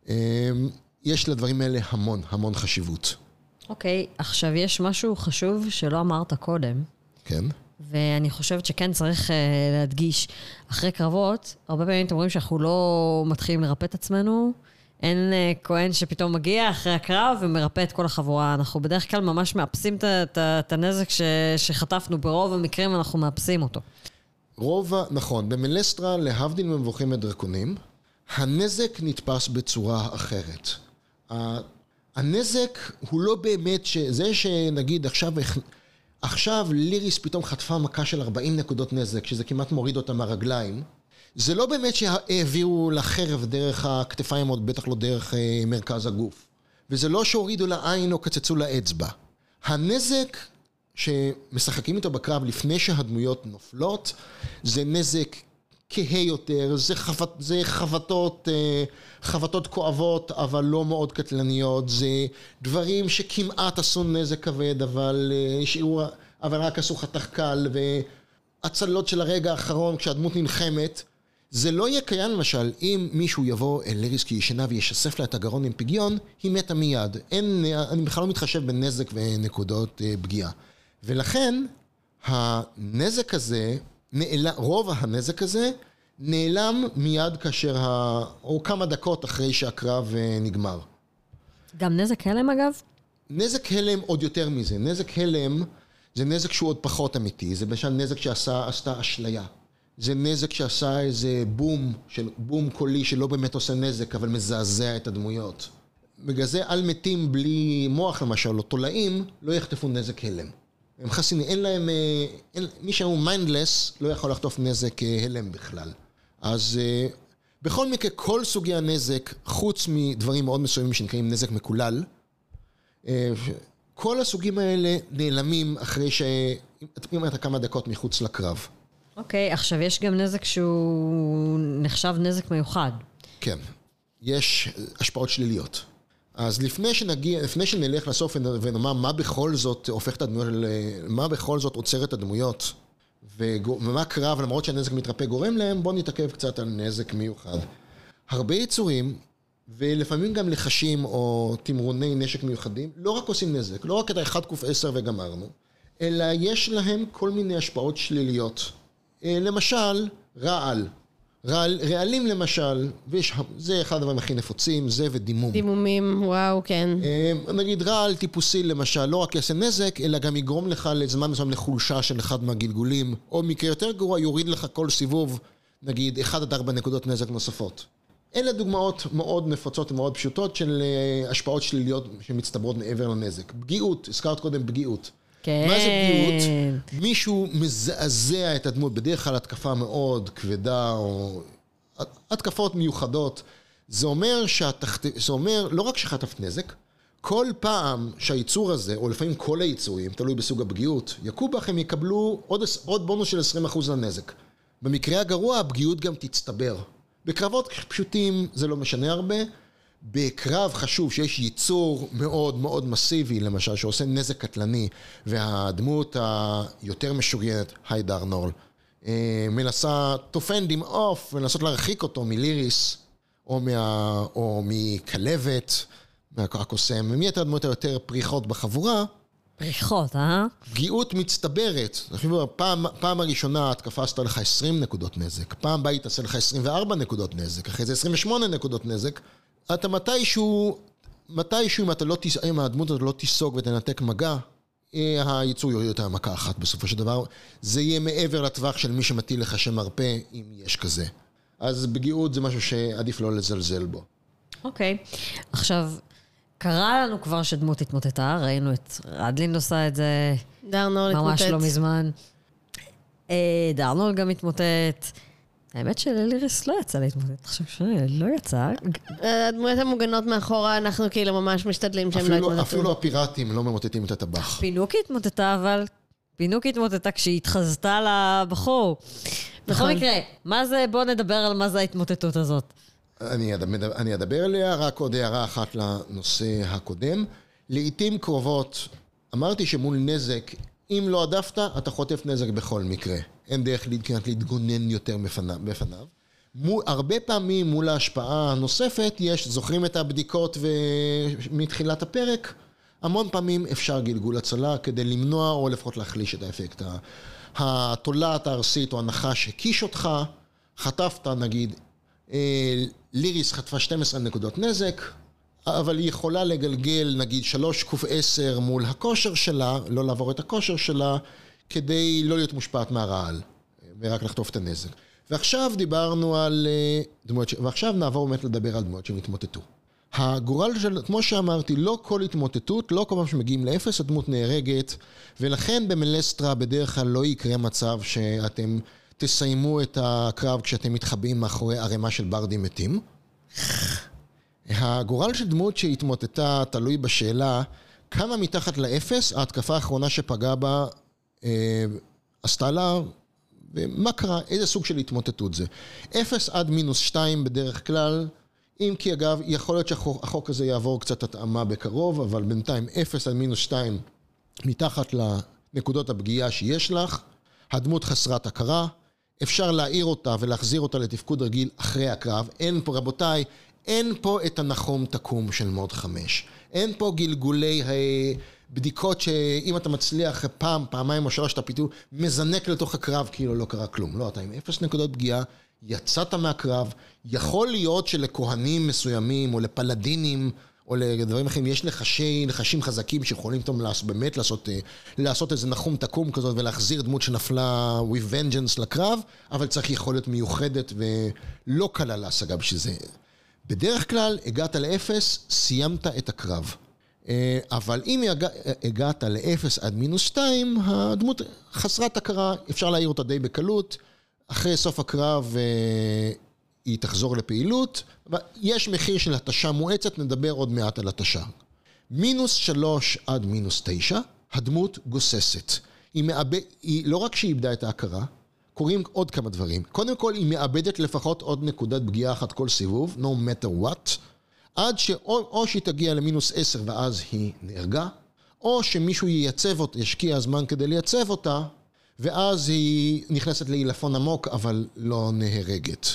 יש לדברים האלה המון חשיבות. אוקיי, עכשיו יש משהו חשוב שלא אמרת קודם. כן. ואני חושבת שכן צריך להדגיש, אחרי קרבות, הרבה פעמים אתם רואים שאנחנו לא מתחילים לרפא את עצמנו, אין כהן שפתאום מגיע אחרי הקרב ומרפא את כל החבורה. אנחנו בדרך כלל ממש מאפסים את הנזק שחטפנו, ברוב המקרים אנחנו מאפסים אותו. נכון, במלסטרה, להבדיל ממבוכים מדרקונים, הנזק נתפס בצורה אחרת. הנזק הוא לא באמת זה שנגיד עכשיו ליריס פתאום חטפה מכה של 40 נקודות נזק, שזה כמעט מוריד אותה מהרגליים. זה לא באמת שהעבירו לחרב דרך הכתפיים, עוד בטח לא דרך מרכז הגוף. וזה לא שהורידו לעין או קצצו לאצבע. הנזק שמשחקים איתו בקרב לפני שהדמויות נופלות, זה נזק כהה יותר, זה חבטות כואבות, אבל לא מאוד קטלניות, זה דברים שכמעט עשו נזק כבד, אבל רק עשו חתך קל, והצלות של הרגע האחרון כשהדמות נלחמת, זה לא יהיה קיים למשל, אם מישהו יבוא אל ליריס כי ישנה וישסף לה את הגרון עם פגיון, היא מתה מיד. אני בכלל לא מתחשב בנזק ונקודות פגיעה. ולכן, הנזק הזה, רוב הנזק הזה, נעלם מיד כאשר, או כמה דקות אחרי שהקרב נגמר. גם נזק הלם אגב? נזק הלם עוד יותר מזה. נזק הלם זה נזק שהוא עוד פחות אמיתי. זה בשביל נזק שעשתה אשליה. זה נזק שעשה איזה בום קולי שלא באמת עושה נזק, אבל מזעזע את הדמויות. בגלל זה על מתים בלי מוח למשל, או תולעים, לא יחטפו נזק הלם. הם חסינים, אין להם, מי שהוא מיינדלס לא יכול לחטוף נזק הלם בכלל. אז בכל מקרה, כל סוגי הנזק, חוץ מדברים מאוד מסוימים שנקראים נזק מקולל, כל הסוגים האלה נעלמים אחרי אם אתה כמה דקות מחוץ לקרב. אוקיי, עכשיו יש גם נזק שהוא נחשב נזק מיוחד. כן, יש השפעות שליליות. אז לפני שנלך לסוף ונאמר מה בכל זאת הופך את הדמויות, מה בכל זאת עוצר את הדמויות, ומה קרב למרות שהנזק מתרפא גורם להם, בואו נתעכב קצת על נזק מיוחד. הרבה יצורים, ולפעמים גם לחשים או תמרוני נשק מיוחדים, לא רק עושים נזק, לא רק את ה-1Q10 וגמרנו, אלא יש להם כל מיני השפעות שליליות. למשל, רעלים למשל, זה אחד הדברים הכי נפוצים, זה ודימום. דימומים, וואו, כן. נגיד רעל טיפוסי למשל, לא רק יעשה נזק, אלא גם יגרום לך לזמן מסוים לחולשה של אחד מהגלגולים, או מקרה יותר גרוע, יוריד לך כל סיבוב, נגיד 1 עד 4 נקודות נזק נוספות. אלה דוגמאות מאוד נפוצות ומאוד פשוטות של השפעות שליליות שמצטברות מעבר לנזק. פגיעות, הזכרת קודם פגיעות. כן. מה זה פגיעות? מישהו מזעזע את הדמות, בדרך כלל התקפה מאוד כבדה, או התקפות מיוחדות. זה אומר לא רק שחטפת נזק, כל פעם שהייצור הזה, או לפעמים כל הייצורים, תלוי בסוג הפגיעות, יקו בך, הם יקבלו עוד בונוס של 20% לנזק. במקרה הגרוע, הפגיעות גם תצטבר. בקרבות פשוטים זה לא משנה הרבה, בקרב חשוב שיש ייצור מאוד מאוד מסיבי, למשל שעושה נזק קטלני, והדמות היותר משוריינת, היי דארנול, מנסה to fend him off, ולנסות להרחיק אותו מליריס, או מכלבת, מהקוסם, ומי את הדמות היותר פריחות בחבורה, פריחות, פגיעות מצטברת. פעם הראשונה ההתקפה עשתה לך 20 נקודות נזק, פעם הבאה תעשה לך 24 נקודות נזק, אחרי זה 28 נקודות נזק, אתה מתישהו אם הדמות הזאת לא תיסוג ותנתק מגע, הייצור יוריד אותה מכה אחת בסופו של דבר. זה יהיה מעבר לטווח של מי שמטיל לך שם מרפא, אם יש כזה. אז פגיעות זה משהו שעדיף לא לזלזל בו. אוקיי. עכשיו, קרה לנו כבר שדמות התמוטטה, ראינו את רדלין עושה את זה ממש לא מזמן. דארנול גם התמוטט. האמת שלליריס לא יצא להתמוטט, עכשיו לא יצא. הדמויות המוגנות מאחורה, אנחנו כאילו ממש משתדלים שהם לא התמוטטו. אפילו הפיראטים לא ממוטטים את הטבח. פינוקי התמוטטה, אבל פינוקי התמוטטה כשהיא התחזתה לבחור. בכל מקרה, בוא נדבר על מה זה ההתמוטטות הזאת. אני אדבר עליה, רק עוד הערה אחת לנושא הקודם. לעתים קרובות, אמרתי שמול נזק, אם לא עדפת, אתה חוטף נזק בכל מקרה. אין דרך להתגונן יותר בפניו. הרבה פעמים מול ההשפעה הנוספת, זוכרים את הבדיקות מתחילת הפרק, המון פעמים אפשר גלגול הצלה כדי למנוע או לפחות להחליש את האפקט. התולעת הארסית או הנחש הקיש אותך, חטפת נגיד, ליריס חטפה 12 נקודות נזק, אבל היא יכולה לגלגל נגיד 3Q10 מול הכושר שלה, לא לעבור את הכושר שלה, כדי לא להיות מושפעת מהרעל, ורק לחטוף את הנזק. ועכשיו דיברנו על דמויות, ועכשיו נעבור באמת לדבר על דמויות שמתמוטטו. הגורל של, כמו שאמרתי, לא כל התמוטטות, לא כל פעם שמגיעים לאפס, הדמות נהרגת, ולכן במלסטרה בדרך כלל לא יקרה מצב שאתם תסיימו את הקרב כשאתם מתחבאים מאחורי ערימה של ברדים מתים. הגורל של דמות שהתמוטטה תלוי בשאלה כמה מתחת לאפס, ההתקפה האחרונה שפגעה בה עשתה לה, ומה קרה? איזה סוג של התמוטטות זה? 0 עד -2 בדרך כלל, אם כי אגב, יכול להיות שהחוק הזה יעבור קצת התאמה בקרוב, אבל בינתיים 0 עד -2 מתחת לנקודות הפגיעה שיש לך, הדמות חסרת הכרה, אפשר להעיר אותה ולהחזיר אותה לתפקוד רגיל אחרי הקרב. אין פה, רבותיי, אין פה את הנחום תקום של מוד 5. אין פה גלגולי בדיקות שאם אתה מצליח פעם, פעמיים או 3, אתה פתאום מזנק לתוך הקרב כאילו לא קרה כלום. לא, אתה עם 0 נקודות פגיעה, יצאת מהקרב, יכול להיות שלכהנים מסוימים או לפלדינים או לדברים אחרים, יש נחשים חזקים שיכולים באמת לעשות איזה נחום תקום כזאת ולהחזיר דמות שנפלה with vengeance לקרב, אבל צריך יכולת מיוחדת ולא קלה להשגה בשביל זה. בדרך כלל הגעת ל-0, סיימת את הקרב. אבל אם הגעת ל-0 עד -2, הדמות חסרת הכרה, אפשר להעיר אותה די בקלות, אחרי סוף הקרב היא תחזור לפעילות, יש מחיר של התשה מואצת, נדבר עוד מעט על התשה. -3 עד -9, הדמות גוססת. היא לא רק שהיא איבדה את ההכרה, קוראים עוד כמה דברים. קודם כל, היא מאבדת לפחות עוד נקודת פגיעה אחת כל סיבוב, no matter what, עד או שהיא תגיע ל-10 ואז היא נהרגה, או שמישהו ייצב אותה, ישקיע זמן כדי לייצב אותה, ואז היא נכנסת לעילפון עמוק, אבל לא נהרגת.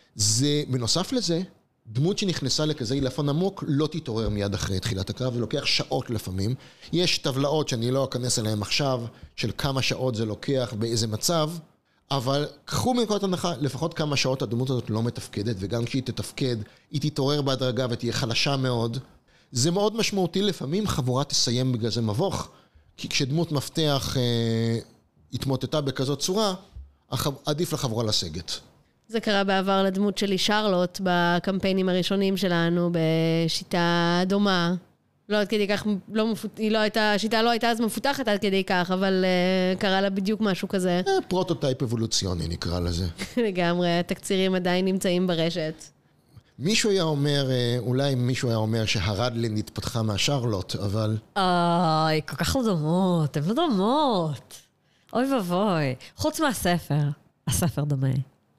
בנוסף לזה, דמות שנכנסה לכזה עילפון עמוק לא תתעורר מיד אחרי תחילת הקרב, זה לוקח שעות לפעמים. יש טבלאות שאני לא אכנס אליהן עכשיו, של כמה שעות זה לוקח, באיזה מצב, אבל קחו מנקודת הנחה, לפחות כמה שעות הדמות הזאת לא מתפקדת, וגם כשהיא תתפקד, היא תתעורר בהדרגה ותהיה חלשה מאוד. זה מאוד משמעותי, לפעמים חבורה תסיים בגלל זה מבוך, כי כשדמות מפתח התמוטטה בכזאת צורה, עדיף לחבורה לסגת. זה קרה בעבר לדמות שלי שרלוט, בקמפיינים הראשונים שלנו, בשיטה דומה. לא עד כדי כך, השיטה לא הייתה אז מפותחת עד כדי כך, אבל קרה לה בדיוק משהו כזה. פרוטוטייפ אבולוציוני נקרא לזה. לגמרי, התקצירים עדיין נמצאים ברשת. מישהו היה אומר, אולי מישהו היה אומר שהרדלין התפתחה מהשרלוט, אבל... כל כך לא דומות, הן לא דומות. אוי ובוי, חוץ מהספר, הספר דומה.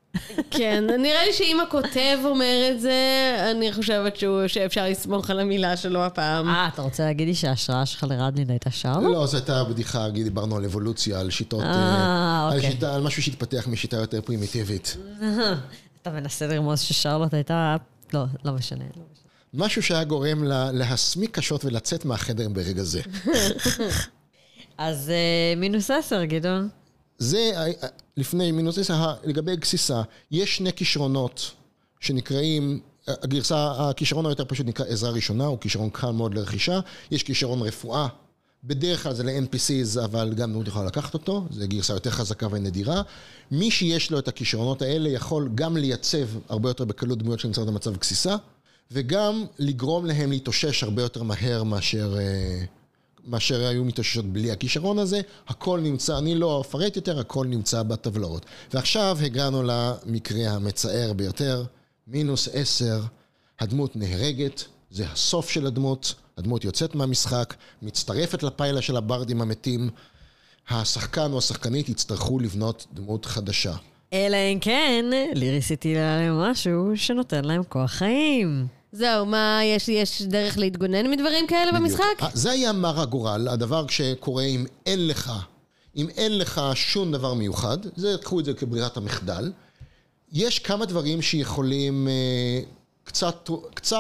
כן, נראה לי שאם הכותב אומר את זה, אני חושבת שאפשר לסמוך על המילה שלו הפעם. אתה רוצה להגיד לי שההשראה שלך לרדלין הייתה שרלוט? לא, זו הייתה בדיחה, דיברנו על אבולוציה, על שיטות, על משהו שהתפתח משיטה יותר פרימיטיבית. אתה מנסה לרמוז ששרלוט הייתה... לא משנה. משהו שהיה גורם להסמיק קשות ולצאת מהחדר ברגע זה. אז -10, גדעון. זה, לפני -10, לגבי גסיסה, יש 2 כישרונות שנקראים, הכישרון היותר פשוט נקרא עזרה ראשונה, הוא כישרון קל מאוד לרכישה, יש כישרון רפואה, בדרך כלל זה ל-NPCs, אבל גם דמות יכולה לקחת אותו, זה גרסה יותר חזקה ונדירה. מי שיש לו את הכישרונות האלה יכול גם לייצב הרבה יותר בקלות דמויות שנמצאות במצב גסיסה, וגם לגרום להם להתאושש הרבה יותר מהר מאשר היו מתאוששות בלי הכישרון הזה. הכל נמצא, אני לא אפרט יותר, הכל נמצא בטבלאות. ועכשיו הגענו למקרה המצער ביותר, -10, הדמות נהרגת, זה הסוף של הדמות, הדמות יוצאת מהמשחק, מצטרפת לפיילה של הברדים המתים, השחקן או השחקנית יצטרכו לבנות דמות חדשה. אלא אם כן, ליריס הטילה להם משהו שנותן להם כוח חיים. זהו, מה, יש דרך להתגונן מדברים כאלה במשחק? זה היה מר הגורל, הדבר שקורה אם אין לך שום דבר מיוחד, קחו את זה כברירת המחדל. יש כמה דברים שיכולים קצת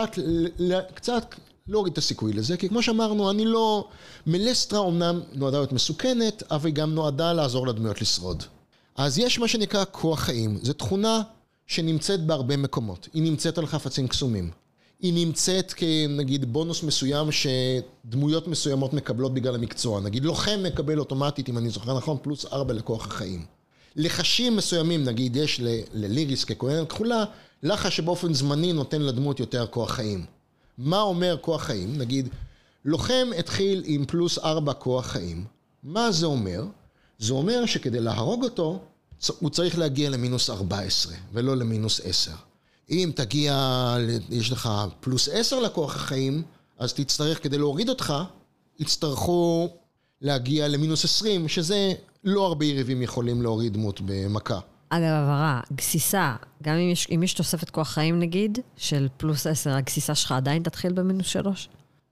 להוריד את הסיכוי לזה, כי כמו שאמרנו, מלסטרה אומנם נועדה להיות מסוכנת, אבל היא גם נועדה לעזור לדמויות לשרוד. אז יש מה שנקרא כוח חיים, זו תכונה שנמצאת בהרבה מקומות, היא נמצאת על חפצים קסומים. היא נמצאת כנגיד בונוס מסוים שדמויות מסוימות מקבלות בגלל המקצוע. נגיד לוחם מקבל אוטומטית, אם אני זוכר נכון, +4 לכוח החיים. לחשים מסוימים, נגיד יש לליריס ככהנת כחולה, לחש שבאופן זמני נותן לדמות יותר כוח חיים. מה אומר כוח חיים? נגיד, לוחם התחיל עם +4 כוח חיים. מה זה אומר? זה אומר שכדי להרוג אותו, הוא צריך להגיע ל-14 ולא ל-10. אם תגיע, יש לך +10 לכוח החיים, אז תצטרך כדי להוריד אותך, יצטרכו להגיע למינוס 20, שזה לא הרבה יריבים יכולים להוריד דמות במכה. אגב, הבהרה, גסיסה, גם אם יש תוספת כוח חיים נגיד, של פלוס 10, הגסיסה שלך עדיין תתחיל במינוס 3?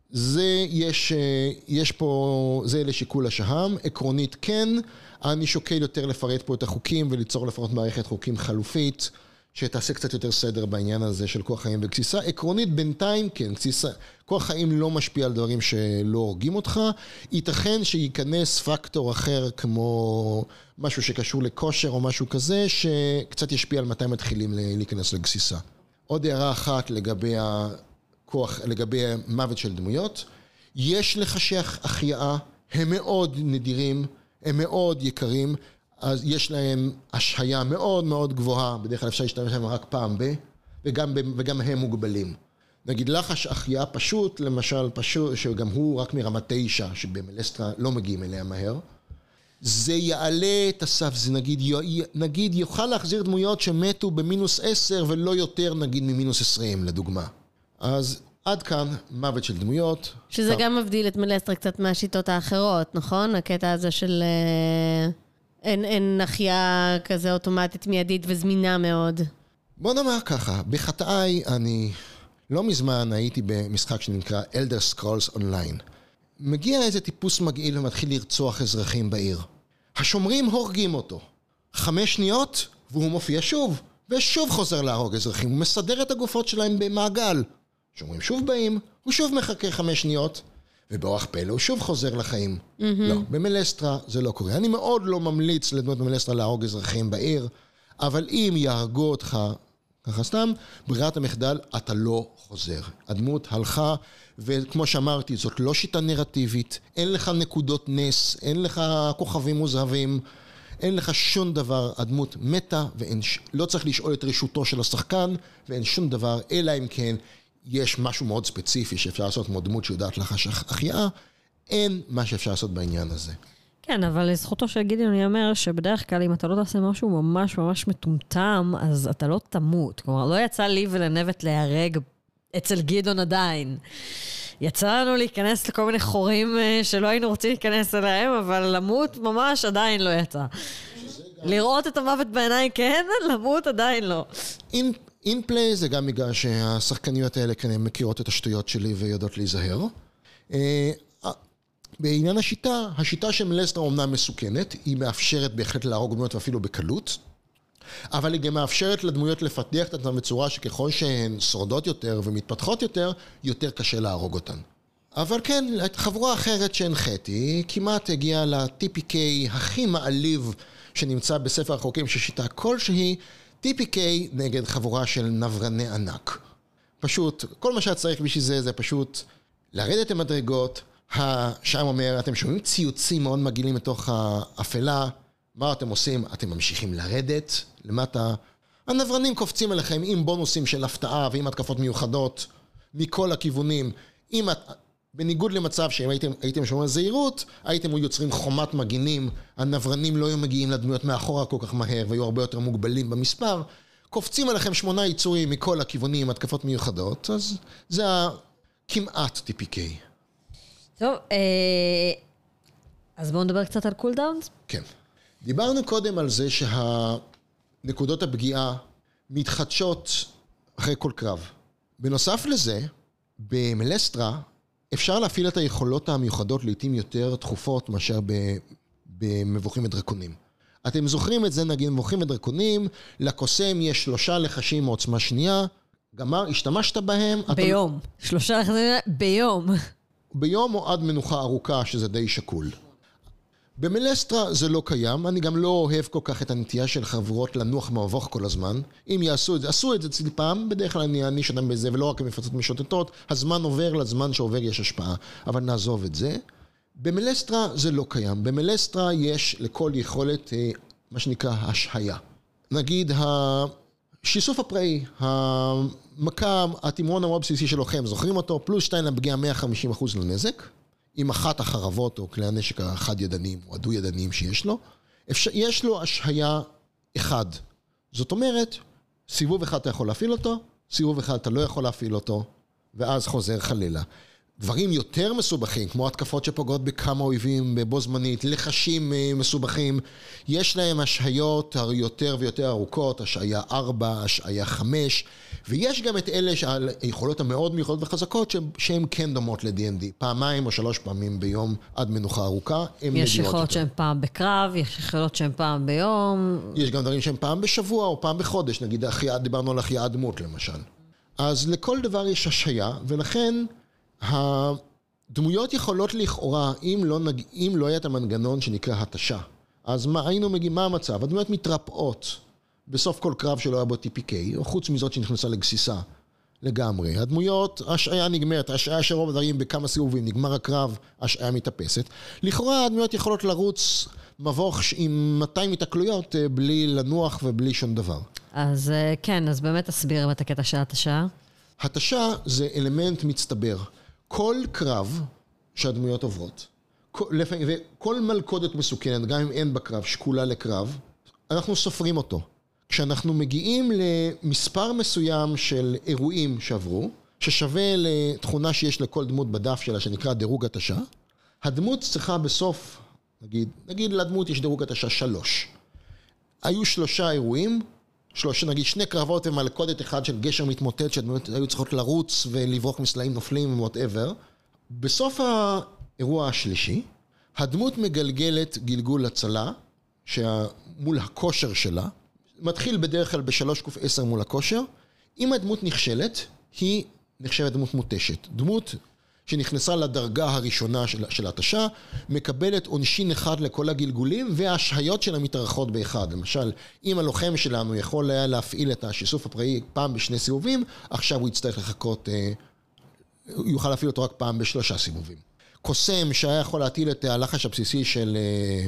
יש פה, זה לשיקול השהם, עקרונית כן, אני שוקל יותר לפרט פה את החוקים וליצור לפחות מערכת חוקים חלופית, שתעשה קצת יותר סדר בעניין הזה של כוח חיים וגסיסה. עקרונית בינתיים כן, כוח חיים לא משפיע על דברים שלא הורגים אותך, ייתכן שייכנס פקטור אחר כמו משהו שקשור לכושר או משהו כזה, שקצת ישפיע על מתי מתחילים להיכנס לגסיסה. עוד הערה אחת לגבי מוות של דמויות, יש לחשך החייאה, הם מאוד נדירים, הם מאוד יקרים, אז יש להם השהיה מאוד מאוד גבוהה, בדרך כלל אפשר להשתמש להם רק פעם וגם הם מוגבלים. נגיד לחש החייאה פשוט, למשל פשוט, שגם הוא רק מרמה 9, שבמלסטרה לא מגיעים אליה מהר, זה יעלה את הסף, זה נגיד יוכל להחזיר דמויות שמתו במינוס 10 ולא יותר נגיד ממינוס 20 לדוגמה. אז עד כאן מוות של דמויות. שזה גם מבדיל את מלסטרה קצת מהשיטות האחרות, נכון? הקטע הזה של אין החייאה כזה אוטומטית מיידית וזמינה מאוד. בוא נאמר ככה, בחטאי אני לא מזמן הייתי במשחק שנקרא Elder Scrolls Online. מגיע איזה טיפוס מגעיל ומתחיל לרצוח אזרחים בעיר. השומרים הורגים אותו. 5 שניות והוא מופיע שוב, ושוב חוזר להרוג אזרחים. הוא מסדר את הגופות שלהם במעגל. שומרים שוב באים, הוא שוב מחכה 5 שניות, ובאורח פלא הוא שוב חוזר לחיים. לא, במלסטרה זה לא קורה. אני מאוד לא ממליץ לדמות במלסטרה להרוג אזרחים בעיר, אבל אם יהרגו אותך, ככה סתם, ברירת המחדל, אתה לא חוזר. הדמות הלכה, וכמו שאמרתי, זאת לא שיטה נרטיבית, אין לך נקודות נס, אין לך כוכבים מוזהבים, אין לך שום דבר, הדמות מתה, ולא צריך לשאול את רשותו של השחקן, ואין שום דבר, אלא אם כן, יש משהו מאוד ספציפי שאפשר לעשות כמו דמות שיודעת לחש החייאה, אין מה שאפשר לעשות בעניין הזה. כן, אבל לזכותו של גידיון אני אומר שבדרך כלל אם אתה לא תעשה משהו ממש ממש מטומטם, אז אתה לא תמות. כלומר, לא יצא לי ולנבט להיהרג אצל גידון עדיין. יצא לנו להיכנס לכל מיני חורים שלא היינו רוצים להיכנס אליהם, אבל למות ממש עדיין לא יצא. לראות את המוות בעיניי כן, למות עדיין לא. אינפליי זה גם בגלל שהשחקניות האלה כנראה מכירות את השטויות שלי ויודעות להיזהר. בעניין השיטה של מלסטרה אומנם מסוכנת, היא מאפשרת בהחלט להרוג דמויות ואפילו בקלות, אבל היא גם מאפשרת לדמויות לפתח את עצמם בצורה שככל שהן שורדות יותר ומתפתחות יותר, יותר קשה להרוג אותן. אבל כן, חבורה אחרת שהנחיתי, כמעט הגיעה ל-TPK הכי מעליב שנמצא בספר החוקים של שיטה כלשהי, TPK נגד חבורה של נברני ענק. פשוט, כל מה שאת צריך בשביל זה, זה פשוט לרדת עם מדרגות, השם אומר, אתם שומעים ציוצים מאוד מגעילים מתוך האפלה, מה אתם עושים? אתם ממשיכים לרדת למטה. הנברנים קופצים אליכם עם בונוסים של הפתעה ועם התקפות מיוחדות מכל הכיוונים. בניגוד למצב שאם הייתם שומעים זהירות, הייתם יוצרים חומת מגינים, הנברנים לא היו מגיעים לדמויות מאחורה כל כך מהר, והיו הרבה יותר מוגבלים במספר, קופצים עליכם 8 יצורים מכל הכיוונים עם התקפות מיוחדות, אז זה כמעט TPK. טוב, אז בואו נדבר קצת על קולדאונס. כן. דיברנו קודם על זה שהנקודות הפגיעה מתחדשות אחרי כל קרב. בנוסף לזה, במלסטרה, אפשר להפעיל את היכולות המיוחדות לעתים יותר תכופות מאשר במבוכים ודרקונים. אתם זוכרים את זה, נגיד מבוכים ודרקונים, לקוסם יש 3 לחשים מעוצמה שנייה, גמר, השתמשת בהם. ביום. 3 לחשים ביום. ביום או עד מנוחה ארוכה, שזה די שקול. במלסטרה זה לא קיים, אני גם לא אוהב כל כך את הנטייה של חבורות לנוח מבוך כל הזמן. אם יעשו את זה, עשו את זה אצלי פעם, בדרך כלל אני אעניש אותם בזה, ולא רק המפצות משוטטות, הזמן עובר, לזמן שעובר יש השפעה, אבל נעזוב את זה. במלסטרה זה לא קיים, במלסטרה יש לכל יכולת מה שנקרא השהיה. נגיד שיסוף הפראי, המכה, התמרון המאוד בסיסי של לוחם, זוכרים אותו? פלוס 2 לפגיעה 150% לנזק. עם אחת החרבות או כלי הנשק החד ידניים או הדו ידניים שיש לו, יש לו השהיה אחד. זאת אומרת, סיבוב אחד אתה יכול להפעיל אותו, סיבוב אחד אתה לא יכול להפעיל אותו, ואז חוזר חלילה. דברים יותר מסובכים, כמו התקפות שפוגעות בכמה אויבים בו זמנית, לחשים מסובכים, יש להם השהיות יותר ויותר ארוכות, השהיה 4, השהיה 5, ויש גם את אלה היכולות המאוד מיוחדות וחזקות שהן כן דומות ל-D&D, 2 או 3 פעמים ביום עד מנוחה ארוכה. יש יכולות שהן פעם בקרב, יש יכולות שהן פעם ביום. יש גם דברים שהן פעם בשבוע או פעם בחודש, נגיד דיברנו על החייאת דמות למשל. אז לכל דבר יש השהיה, ולכן הדמויות יכולות לכאורה, אם לא היה את המנגנון שנקרא התשה. אז מה המצב? הדמויות מתרפאות בסוף כל קרב שלא היה בו TPK, או חוץ מזאת שנכנסה לגסיסה לגמרי. הדמויות, השעיה נגמרת, השעיה של רוב הדברים בכמה סיבובים, נגמר הקרב, השעיה מתאפסת. לכאורה הדמויות יכולות לרוץ מבוך עם 200 התקלויות בלי לנוח ובלי שום דבר. אז כן, אז באמת תסביר את הקטע של התשה. התשה זה אלמנט מצטבר. כל קרב שהדמויות עוברות, וכל מלכודת מסוכנת, גם אם אין בקרב, שקולה לקרב, אנחנו סופרים אותו. כשאנחנו מגיעים למספר מסוים של אירועים שעברו, ששווה לתכונה שיש לכל דמות בדף שלה, שנקרא דירוג התשה, הדמות צריכה בסוף, נגיד לדמות יש דירוג התשה 3. היו 3 אירועים, נגיד 2 קרבות ומלכודת אחד של גשר מתמוטט, שהדמויות היו צריכות לרוץ ולברוח מסלעים נופלים whatever. בסוף האירוע השלישי, הדמות מגלגלת גלגול הצלה, מול הכושר שלה, מתחיל בדרך כלל ב3ק10 מול הכושר. אם הדמות נכשלת, היא נחשבת דמות מותשת. דמות שנכנסה לדרגה הראשונה של התשה, מקבלת עונשין אחד לכל הגלגולים, וההשהיות שלה מתארכות באחד. למשל, אם הלוחם שלנו יכול היה להפעיל את השיסוף הפראי פעם ב2 סיבובים, עכשיו הוא יצטרך לחכות, הוא יוכל להפעיל אותו רק פעם ב3 סיבובים. קוסם שהיה יכול להטיל את הלחש הבסיסי של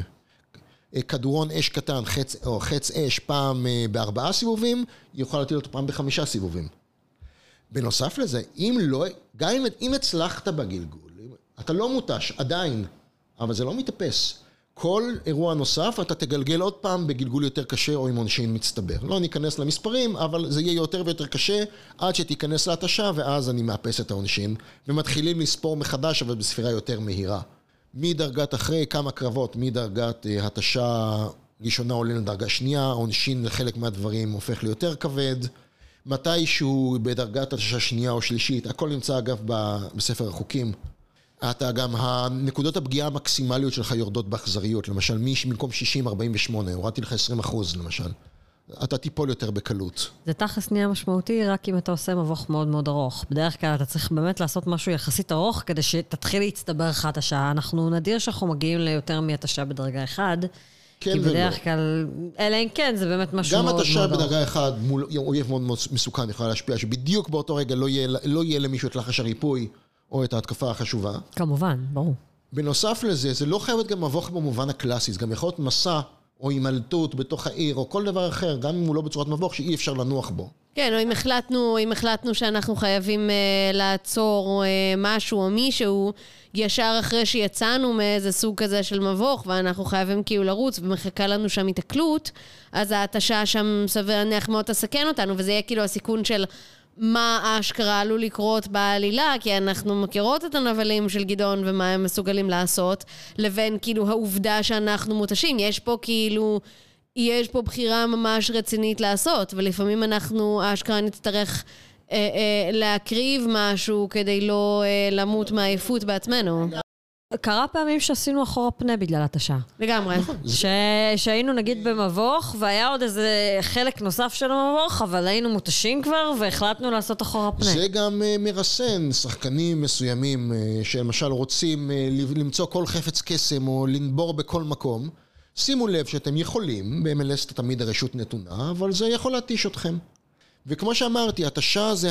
כדורון אש קטן, או חץ אש פעם ב4 סיבובים, יוכל להטיל אותו פעם ב5 סיבובים. בנוסף לזה, גם אם הצלחת בגלגול, אתה לא מותש, עדיין, אבל זה לא מתאפס. כל אירוע נוסף, אתה תגלגל עוד פעם בגלגול יותר קשה או עם עונשין מצטבר. לא ניכנס למספרים, אבל זה יהיה יותר ויותר קשה, עד שתיכנס להתשה, ואז אני מאפס את העונשין, ומתחילים לספור מחדש, אבל בספירה יותר מהירה. מדרגת אחרי כמה קרבות, מדרגת התשה ראשונה עולה לדרגה שנייה, העונשין לחלק מהדברים הופך ליותר כבד, מתישהו בדרגת התשה שנייה או שלישית, הכל נמצא אגב בספר החוקים. אתה גם הנקודות הפגיעה המקסימליות שלך יורדות באכזריות, למשל במקום 60-48, הורדתי לך 20% למשל. אתה טיפול יותר בקלות. זה תכלס נהיה משמעותי רק אם אתה עושה מבוך מאוד מאוד ארוך. בדרך כלל אתה צריך באמת לעשות משהו יחסית ארוך, כדי שתתחיל להצטבר לך התשה. אנחנו נדיר שאנחנו מגיעים ליותר מהתשה בדרגה 1, כן כי ולא. בדרך כלל, אלא אם כן, זה באמת משהו מאוד מאוד ארוך. גם התשה בדרגה 1 מול אויב מאוד מאוד מסוכן יכולה להשפיע, שבדיוק באותו רגע לא יהיה למישהו את לחש הריפוי, או את ההתקפה החשובה. כמובן, ברור. בנוסף לזה, זה לא חייבת גם מבוך במובן הקלאסי, זה גם יכול להיות מסע או הימלטות בתוך העיר, או כל דבר אחר, גם אם הוא לא בצורת מבוך, שאי אפשר לנוח בו. כן, או אם החלטנו שאנחנו חייבים לעצור משהו או מישהו, ישר אחרי שיצאנו מאיזה סוג כזה של מבוך, ואנחנו חייבים כאילו לרוץ, ומחכה לנו שם התקלות, אז ההתשה שם סביר להניח מאוד תסכן אותנו, וזה יהיה כאילו הסיכון של מה האשכרה עלול לקרות בעלילה, כי אנחנו מכירות את הנבלים של גדעון ומה הם מסוגלים לעשות, לבין כאילו העובדה שאנחנו מותשים. יש פה בחירה ממש רצינית לעשות, ולפעמים אנחנו האשכרה נצטרך להקריב משהו כדי לא למות מעייפות בעצמנו. קרה פעמים שעשינו אחורה פנה בגלל התשה. לגמרי. שהיינו נגיד במבוך, והיה עוד איזה חלק נוסף של המבוך, אבל היינו מותשים כבר, והחלטנו לעשות אחורה פנה. זה גם מרסן שחקנים מסוימים, שלמשל רוצים למצוא כל חפץ קסם, או לנבור בכל מקום. שימו לב שאתם יכולים, ב-MLS תמיד הרשות נתונה, אבל זה יכול להתיש אתכם. וכמו שאמרתי, התשה זה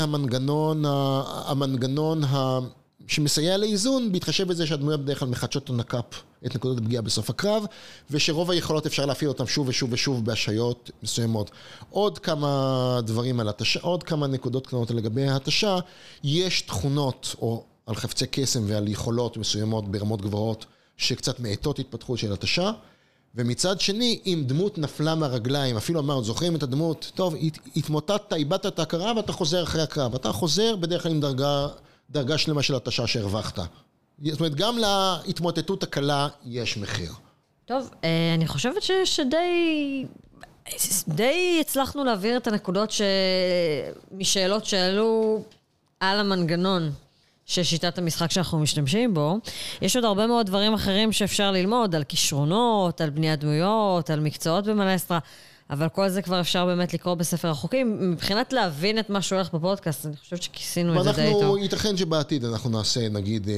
המנגנון שמסייע לאיזון, בהתחשב בזה שהדמויות בדרך כלל מחדשות את נקודות הפגיעה בסוף הקרב, ושרוב היכולות אפשר להפעיל אותם שוב ושוב ושוב בהשהיות מסוימות. עוד כמה דברים על התשה, עוד כמה נקודות קטנות לגבי התשה, יש תכונות או על חפצי קסם ועל יכולות מסוימות ברמות גבוהות, שקצת מאטות התפתחות של התשה, ומצד שני, אם דמות נפלה מהרגליים, אפילו אמרת, זוכרים את הדמות, טוב, התמוטטת, איבדת את ההכרה, ואתה חוזר אחרי הקרב. אתה חוזר בדרך כלל עם דרגה שלמה של התשה שהרווחת. זאת אומרת, גם להתמוטטות הקלה יש מחיר. טוב, אני חושבת די הצלחנו להעביר את הנקודות משאלות שעלו על המנגנון של שיטת המשחק שאנחנו משתמשים בו. יש עוד הרבה מאוד דברים אחרים שאפשר ללמוד, על כישרונות, על בניית דמויות, על מקצועות במלסטרה, אבל כל זה כבר אפשר באמת לקרוא בספר החוקים. מבחינת להבין את מה שהולך בפודקאסט, אני חושבת שכיסינו את זה די טוב. ייתכן שבעתיד אנחנו נעשה, נגיד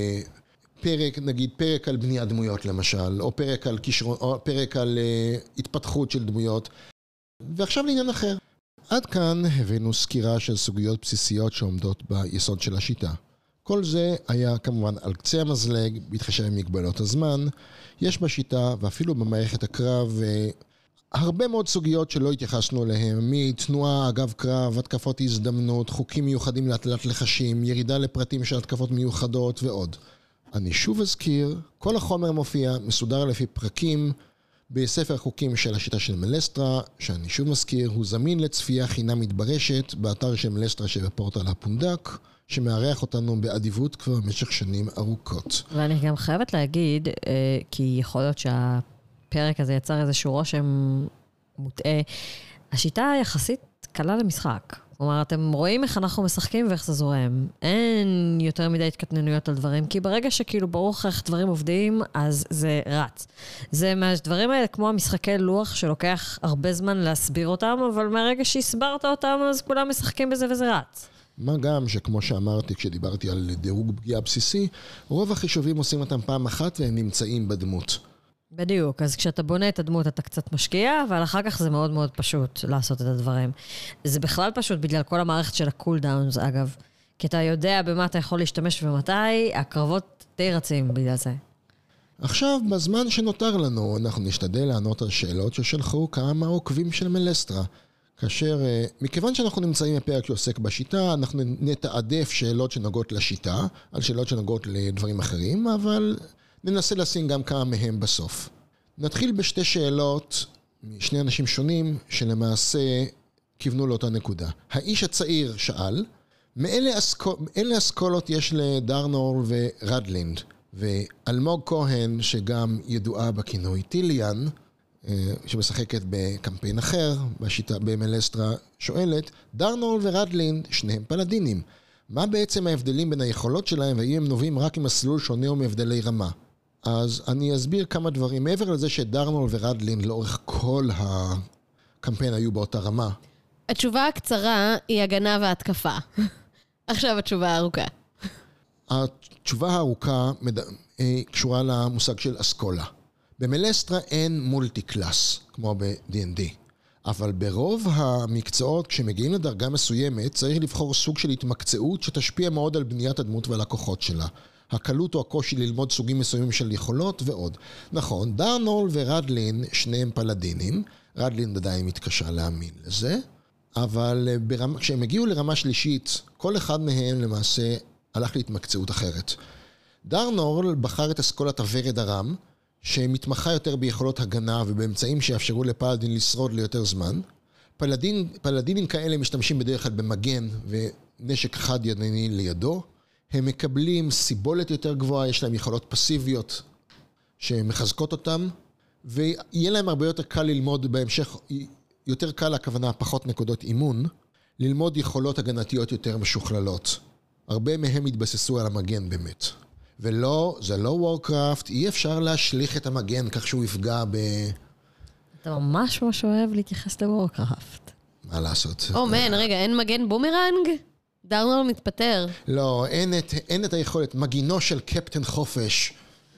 פרק על בניית דמויות למשל, או פרק על התפתחות של דמויות. ועכשיו לעניין אחר. עד כאן הבאנו סקירה של סוגיות בסיסיות שעומדות ביסוד של השיטה. כל זה היה כמובן על קצה המזלג, בהתחשב במגבלות הזמן. יש בשיטה ואפילו במערכת הקרב הרבה מאוד סוגיות שלא התייחסנו אליהם, מתנועה אגב קרב, התקפות הזדמנות, חוקים מיוחדים להטלת לחשים, ירידה לפרטים של התקפות מיוחדות ועוד. אני שוב אזכיר, כל החומר מופיע מסודר לפי פרקים בספר החוקים של השיטה של מלסטרה, שאני שוב מזכיר, הוא זמין לצפייה חינמית ברשת, באתר של מלסטרה שבפורטל הפונדק, שמארח אותנו באדיבות כבר במשך שנים ארוכות. ואני גם חייבת להגיד, כי יכול להיות שהפרק הזה יצר איזשהו רושם מוטעה, השיטה יחסית קלה למשחק. כלומר, אתם רואים איך אנחנו משחקים ואיך זה זורם. אין יותר מדי התקטננויות על דברים, כי ברגע שכאילו ברוך איך דברים עובדים, אז זה רץ. זה מהדברים האלה כמו המשחקי לוח שלוקח הרבה זמן להסביר אותם, אבל מהרגע שהסברת אותם, אז כולם משחקים בזה וזה רץ. מה גם שכמו שאמרתי כשדיברתי על דירוג פגיעה בסיסי, רוב החישובים עושים אותם פעם אחת והם נמצאים בדמות. בדיוק, אז כשאתה בונה את הדמות אתה קצת משקיע, אבל אחר כך זה מאוד מאוד פשוט לעשות את הדברים. זה בכלל פשוט בגלל כל המערכת של הקולדאונס, אגב. כי אתה יודע במה אתה יכול להשתמש ומתי, הקרבות די רצים בגלל זה. עכשיו, בזמן שנותר לנו, אנחנו נשתדל לענות על שאלות ששלחו כמה עוקבים של מלסטרה. כאשר, מכיוון שאנחנו נמצאים בפרק שעוסק בשיטה, אנחנו נתעדף שאלות שנוגעות לשיטה, על שאלות שנוגעות לדברים אחרים, אבל ננסה לשים גם כמה מהם בסוף. נתחיל בשתי שאלות משני אנשים שונים, שלמעשה כיוונו לאותה נקודה. האיש הצעיר שאל, מאלה אסכולות יש לדרנור ורדלינד, ואלמוג כהן, שגם ידועה בכינוי טיליאן, שמשחקת בקמפיין אחר, בשיטה במלסטרה, שואלת, דרנול ורדלינד, שניהם פלדינים. מה בעצם ההבדלים בין היכולות שלהם, והאם הם נובעים רק עם מסלול שונה ומהבדלי רמה? אז אני אסביר כמה דברים. מעבר לזה שדרנול ורדלינד לאורך כל הקמפיין היו באותה רמה. התשובה הקצרה היא הגנה והתקפה. עכשיו התשובה הארוכה. התשובה הארוכה קשורה למושג של אסכולה. במלסטרה אין מולטי קלאס, כמו ב-D&D. אבל ברוב המקצועות, כשמגיעים לדרגה מסוימת, צריך לבחור סוג של התמקצעות שתשפיע מאוד על בניית הדמות והלקוחות שלה. הקלות או הקושי ללמוד סוגים מסוימים של יכולות ועוד. נכון, דרנול ורדלין, שניהם פלדינים. רדלין עדיין מתקשה להאמין לזה. אבל כשהם הגיעו לרמה שלישית, כל אחד מהם למעשה הלך להתמקצעות אחרת. דרנול בחר את אסכולת הוורד הרם, שמתמחה יותר ביכולות הגנה ובאמצעים שיאפשרו לפלדין לשרוד ליותר זמן. פלדינים כאלה משתמשים בדרך כלל במגן ונשק חד ידני לידו. הם מקבלים סיבולת יותר גבוהה, יש להם יכולות פסיביות שמחזקות אותם, ויהיה להם הרבה יותר קל ללמוד בהמשך, יותר קל הכוונה פחות נקודות אימון, ללמוד יכולות הגנתיות יותר משוכללות. הרבה מהם התבססו על המגן באמת. ולא, זה לא וורקראפט, אי אפשר להשליך את המגן כך שהוא יפגע אתה ממש אוהב להתייחס לוורקראפט. מה לעשות? מן, רגע, אין מגן בומרנג? דרנול מתפטר. לא, אין את היכולת, מגינו של קפטן חופש.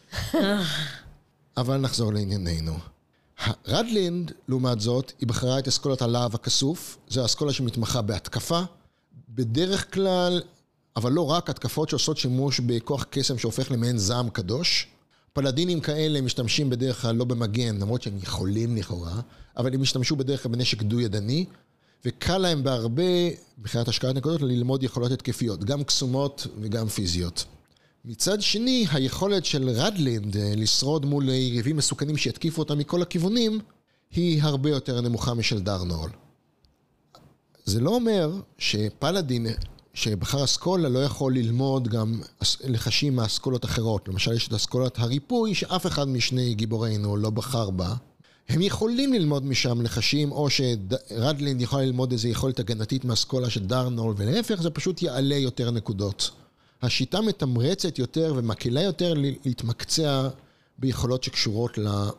אבל נחזור לענייננו. רדלינד, לעומת זאת, היא בחרה את אסכולת הלהב הכסוף, זו האסכולה שמתמחה בהתקפה, בדרך כלל, אבל לא רק התקפות שעושות שימוש בכוח קסם שהופך למעין זעם קדוש. פלדינים כאלה משתמשים בדרך כלל לא במגן, למרות שהם יכולים לכאורה, אבל הם משתמשו בדרך כלל בנשק דו ידני, וקל להם בהרבה, בחיית השקעת נקודות, ללמוד יכולות התקפיות, גם קסומות וגם פיזיות. מצד שני, היכולת של רדלינד לשרוד מול יריבים מסוכנים שיתקיפו אותם מכל הכיוונים, היא הרבה יותר נמוכה משל דרנול. זה לא אומר שפלדין שבחר אסכולה לא יכול ללמוד גם לחשים מאסכולות אחרות. למשל, יש את אסכולת הריפוי, שאף אחד משני גיבורינו לא בחר בה. הם יכולים ללמוד משם לחשים, או שרדלין יכול ללמוד איזו יכולת הגנתית מאסכולה של דארנול, ולהפך זה פשוט יעלה יותר נקודות. השיטה מתמרצת יותר ומקלה יותר להתמקצע ביכולות שקשורות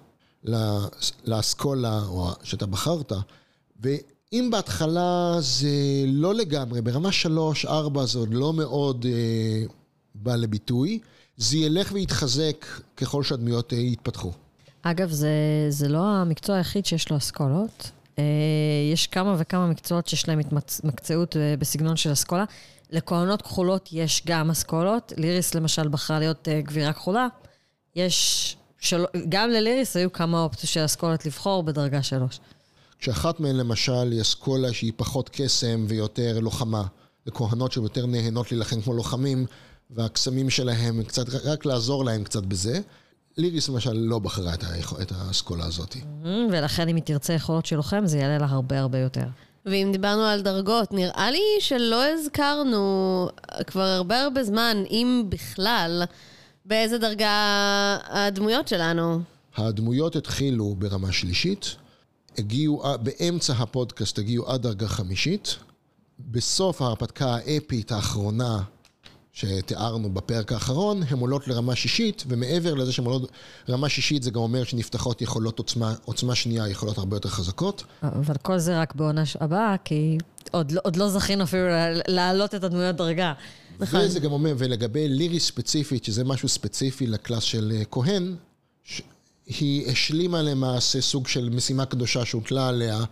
לאסכולה או שאתה בחרת. ואם בהתחלה זה לא לגמרי, ברמה 3-4 זה עוד לא מאוד בא לביטוי, זה ילך ויתחזק ככל שהדמויות יתפתחו. אגב, זה לא המקצוע היחיד שיש לו אסכולות. יש כמה וכמה מקצועות שיש להם התמקצעות בסגנון של אסכולה. לכהנות כחולות יש גם אסכולות. ליריס למשל בחרה להיות גבירה כחולה. גם לליריס היו כמה אופציות של אסכולות לבחור בדרגה 3. כשאחת מהן למשל היא אסכולה שהיא פחות קסם ויותר לוחמה. לכהנות שיותר נהנות להילחם כמו לוחמים, והקסמים שלהם קצת, רק לעזור להם קצת בזה. ליריס למשל לא בחרה את האסכולה הזאת. ולכן אם היא תרצה יכולות של לוחם, זה יעלה לה הרבה הרבה יותר. ואם דיברנו על דרגות, נראה לי שלא הזכרנו כבר הרבה זמן, אם בכלל, באיזה דרגה הדמויות שלנו. הדמויות התחילו ברמה שלישית, הגיעו, באמצע הפודקאסט הגיעו עד דרגה 5, בסוף ההרפתקה האפית האחרונה, שתיארנו בפרק האחרון, הן עולות לרמה 6, ומעבר לזה שהן עולות רמה 6, זה גם אומר שנפתחות יכולות עוצמה שנייה, יכולות הרבה יותר חזקות. אבל כל זה רק בעונה הבאה, כי עוד לא זכינו אפילו להעלות את הדמויות דרגה. וזה גם אומר, ולגבי ליריס ספציפית, שזה משהו ספציפי לקלאס של כהן, היא השלימה למעשה סוג של משימה קדושה שהוטלה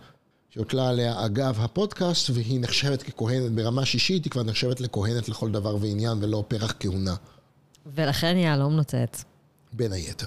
עליה אגב הפודקאסט, והיא נחשבת ככהנת ברמה 6, היא כבר נחשבת לכהנת לכל דבר ועניין, ולא פרח כהונה. ולכן יהלום נוצץ. בין היתר.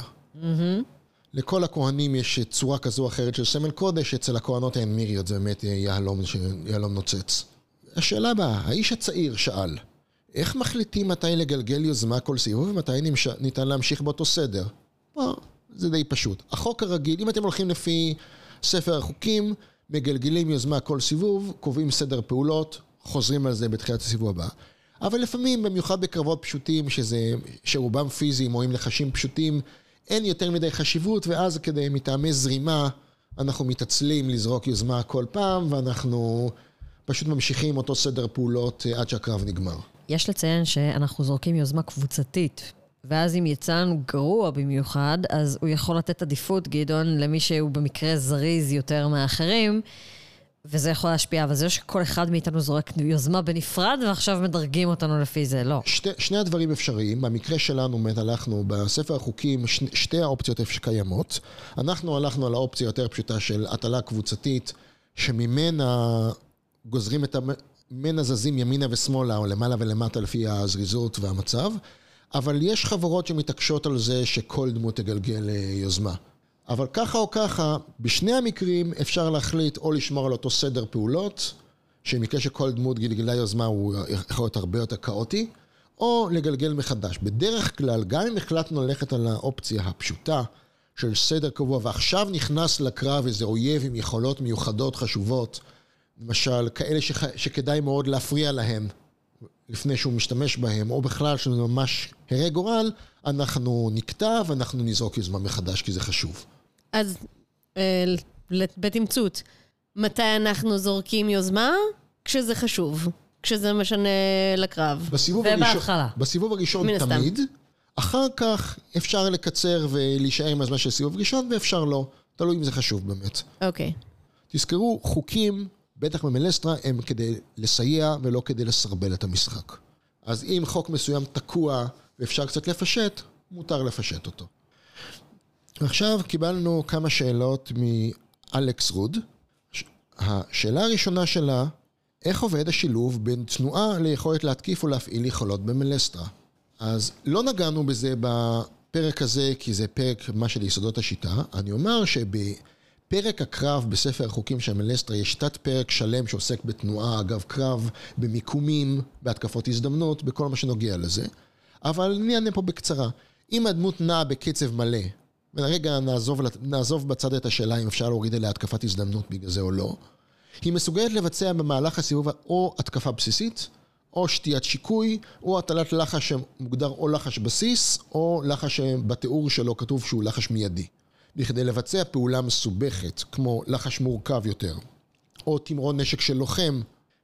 לכל הכהנים יש צורה כזו או אחרת של סמל קודש, אצל הכהנות האנמיריות זה באמת יהלום נוצץ. השאלה הבאה, האיש הצעיר שאל, איך מחליטים מתי לגלגל יוזמה כל סיבוב, ומתי ניתן להמשיך באותו סדר? זה די פשוט. החוק הרגיל, אם אתם הולכים לפי ספר החוקים, מגלגלים יוזמה כל סיבוב, קובעים סדר פעולות, חוזרים על זה בתחילת הסיבוב הבא. אבל לפעמים, במיוחד בקרבות פשוטים, שרובם פיזיים או עם לחשים פשוטים, אין יותר מדי חשיבות, ואז כדי מטעמי זרימה, אנחנו מתעצלים לזרוק יוזמה כל פעם, ואנחנו פשוט ממשיכים אותו סדר פעולות עד שהקרב נגמר. יש לציין שאנחנו זורקים יוזמה קבוצתית, ואז אם יצאנו גרוע במיוחד, אז הוא יכול לתת עדיפות, גדעון, למי שהוא במקרה זריז יותר מאחרים, וזה יכול להשפיע, אבל זה שכל אחד מאיתנו זורק יוזמה בנפרד, ועכשיו מדרגים אותנו לפי זה, לא. שני הדברים אפשריים, במקרה שלנו הלכנו בספר החוקים, שתי האופציות שקיימות, אנחנו הלכנו על האופציה יותר פשוטה של הטלה קבוצתית, שממנה גוזרים ממנה זזים ימינה ושמאלה, או למעלה ולמטה לפי הזריזות והמצב, אבל יש חברות שמתעקשות על זה שכל דמות תגלגל יוזמה. אבל ככה או ככה, בשני המקרים אפשר להחליט או לשמור על אותו סדר פעולות, שמקרה שכל דמות גלגלה יוזמה הוא יכול להיות הרבה יותר כאוטי, או לגלגל מחדש. בדרך כלל, גם אם החלטנו ללכת על האופציה הפשוטה של סדר קבוע, ועכשיו נכנס לקרב איזה אויב עם יכולות מיוחדות חשובות, למשל, כאלה שכדאי מאוד להפריע להם, לפני שהוא משתמש בהם, או בכלל שזה ממש הרי גורל, אנחנו נקטע ואנחנו נזרוק יוזמה מחדש, כי זה חשוב. אז בתמצות, מתי אנחנו זורקים יוזמה? כשזה חשוב, כשזה משנה לקרב. בסיבוב הראשון תמיד, אחר כך אפשר לקצר ולהישאר עם הזמן של סיבוב ראשון, ואפשר לא, תלוי אם זה חשוב באמת. אוקיי. תזכרו, חוקים, בטח במלסטרה, הם כדי לסייע ולא כדי לסרבל את המשחק. אז אם חוק מסוים תקוע ואפשר קצת לפשט, מותר לפשט אותו. עכשיו קיבלנו כמה שאלות מאלכס רוד. השאלה הראשונה שלה, איך עובד השילוב בין תנועה ליכולת להתקיף ולהפעיל יכולות במלסטרה? אז לא נגענו בזה בפרק הזה, כי זה פרק מה של יסודות השיטה. אני אומר פרק הקרב בספר החוקים של מלסטרה יש תת פרק שלם שעוסק בתנועה אגב קרב, במיקומים, בהתקפות הזדמנות, בכל מה שנוגע לזה. אבל נענה פה בקצרה. אם הדמות נעה בקצב מלא, ולרגע נעזוב בצד את השאלה אם אפשר להוריד אליה התקפת הזדמנות בגלל זה או לא, היא מסוגלת לבצע במהלך הסיבוב או התקפה בסיסית, או שתיית שיקוי, או הטלת לחש שמוגדר או לחש בסיס, או לחש שבתיאור שלו כתוב שהוא לחש מיידי. בכדי לבצע פעולה מסובכת, כמו לחש מורכב יותר, או תמרון נשק של לוחם,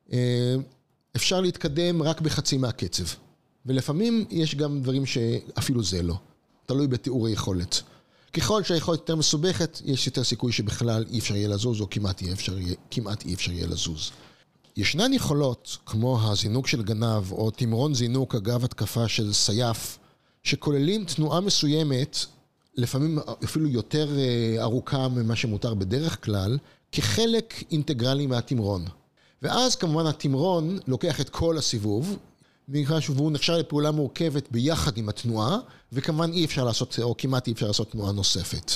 אפשר להתקדם רק בחצי מהקצב. ולפעמים יש גם דברים שאפילו זה לא. תלוי בתיאור היכולת. ככל שהיכולת יותר מסובכת, יש יותר סיכוי שבכלל אי אפשר יהיה לזוז, או כמעט אי אפשר יהיה לזוז. ישנן יכולות, כמו הזינוק של גנב, או תמרון זינוק אגב התקפה של סייף, שכוללים תנועה מסוימת, לפעמים אפילו יותר ארוכה ממה שמותר בדרך כלל, כחלק אינטגרלי מהתמרון. ואז כמובן התמרון לוקח את כל הסיבוב, והוא נחשב לפעולה מורכבת ביחד עם התנועה, וכמובן אי אפשר לעשות, או כמעט אי אפשר לעשות תנועה נוספת.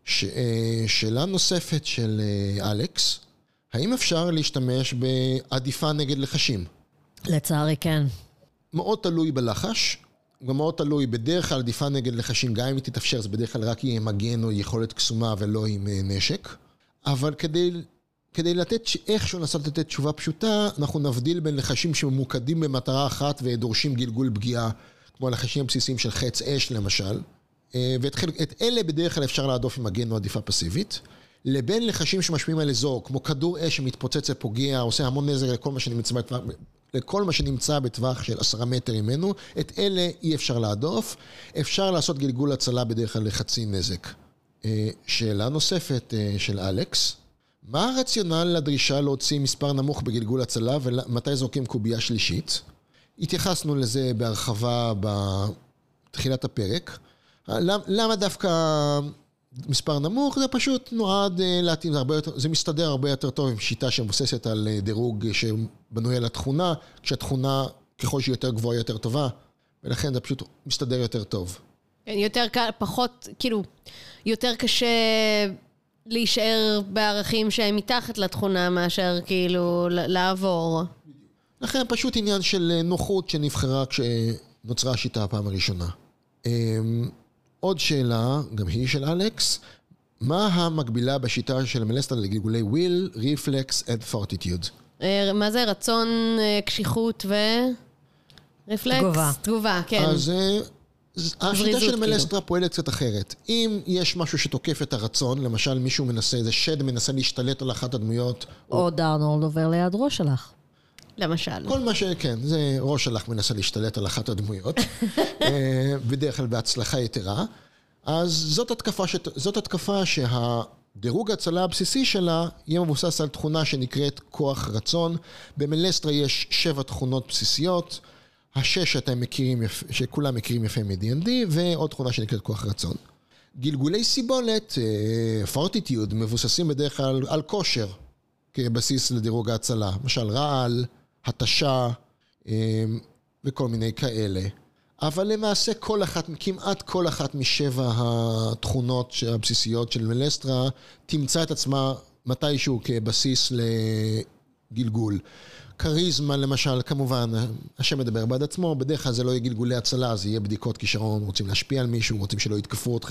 שאלה נוספת של אלכס, האם אפשר להשתמש בעדיפה נגד לחשים? לצערי כן. מאוד תלוי בלחש, גם מאוד תלוי בדרך כלל עדיפה נגד לחשים, גם אם היא תתאפשר, זה בדרך כלל רק יהיה מגן או יכולת קסומה ולא עם נשק. אבל כדי לתת, איכשהו לנסות לתת תשובה פשוטה, אנחנו נבדיל בין לחשים שממוקדים במטרה אחת ודורשים גלגול פגיעה, כמו הלחשים הבסיסיים של חץ אש למשל, ואת אלה בדרך כלל אפשר להדוף עם מגן או עדיפה פסיבית, לבין לחשים שמשפיעים על אזור, כמו כדור אש שמתפוצץ ופוגע, עושה המון נזק לכל מה שנמצא בטווח של 10 מטר ממנו, את אלה אי אפשר להדוף, אפשר לעשות גלגול הצלה בדרך כלל לחצי נזק. שאלה נוספת של אלכס, מה הרציונל לדרישה להוציא מספר נמוך בגלגול הצלה ומתי זורקים קובייה שלישית? התייחסנו לזה בהרחבה בתחילת הפרק. למה דווקא מספר נמוך? זה פשוט נועד להתאים, זה מסתדר הרבה יותר טוב עם שיטה שמבוססת על דירוג שבנוי על התכונה, כשהתכונה ככל שהיא יותר גבוהה יותר טובה, ולכן זה פשוט מסתדר יותר טוב. יותר קל, פחות, כאילו, יותר קשה להישאר בערכים שהם מתחת לתכונה מאשר כאילו לעבור. לכן פשוט עניין של נוחות שנבחרה כשנוצרה השיטה הפעם הראשונה. עוד שאלה, גם היא של אלכס, מה המקבילה בשיטה של מלסטרה לגלגולי will, reflex and fortitude? מה זה רצון, קשיחות ורפלקס? תגובה, כן. אז השיטה של מלסטרה פועלת קצת אחרת. אם יש משהו שתוקף את הרצון, למשל מישהו מנסה, איזה שד מנסה להשתלט על אחת הדמויות. או דארנולד עובר ליד ראש שלך. למשל. כל מה שכן, זה ראש שלך מנסה להשתלט על אחת הדמויות. בדרך כלל בהצלחה יתרה. אז זאת התקפה שהדירוג ההצלה הבסיסי שלה יהיה מבוסס על תכונה שנקראת כוח רצון. במלסטרה יש 7 תכונות בסיסיות. 6 שאתם מכירים, שכולם מכירים יפה מ-D&D, ועוד תכונה שנקראת כוח רצון. גלגולי סיבולת, fortitude, מבוססים בדרך כלל על כושר, כבסיס לדירוג ההצלה. למשל רעל, התשה, וכל מיני כאלה. אבל למעשה כמעט כל אחת מ7 התכונות הבסיסיות של מלסטרה, תמצא את עצמה מתישהו כבסיס לגלגול. קריזמה למשל, כמובן, השם מדבר בעד עצמו, בדרך כלל זה לא יהיה גלגולי הצלה, זה יהיה בדיקות כישרון, רוצים להשפיע על מישהו, רוצים שלא יתקפו אותך,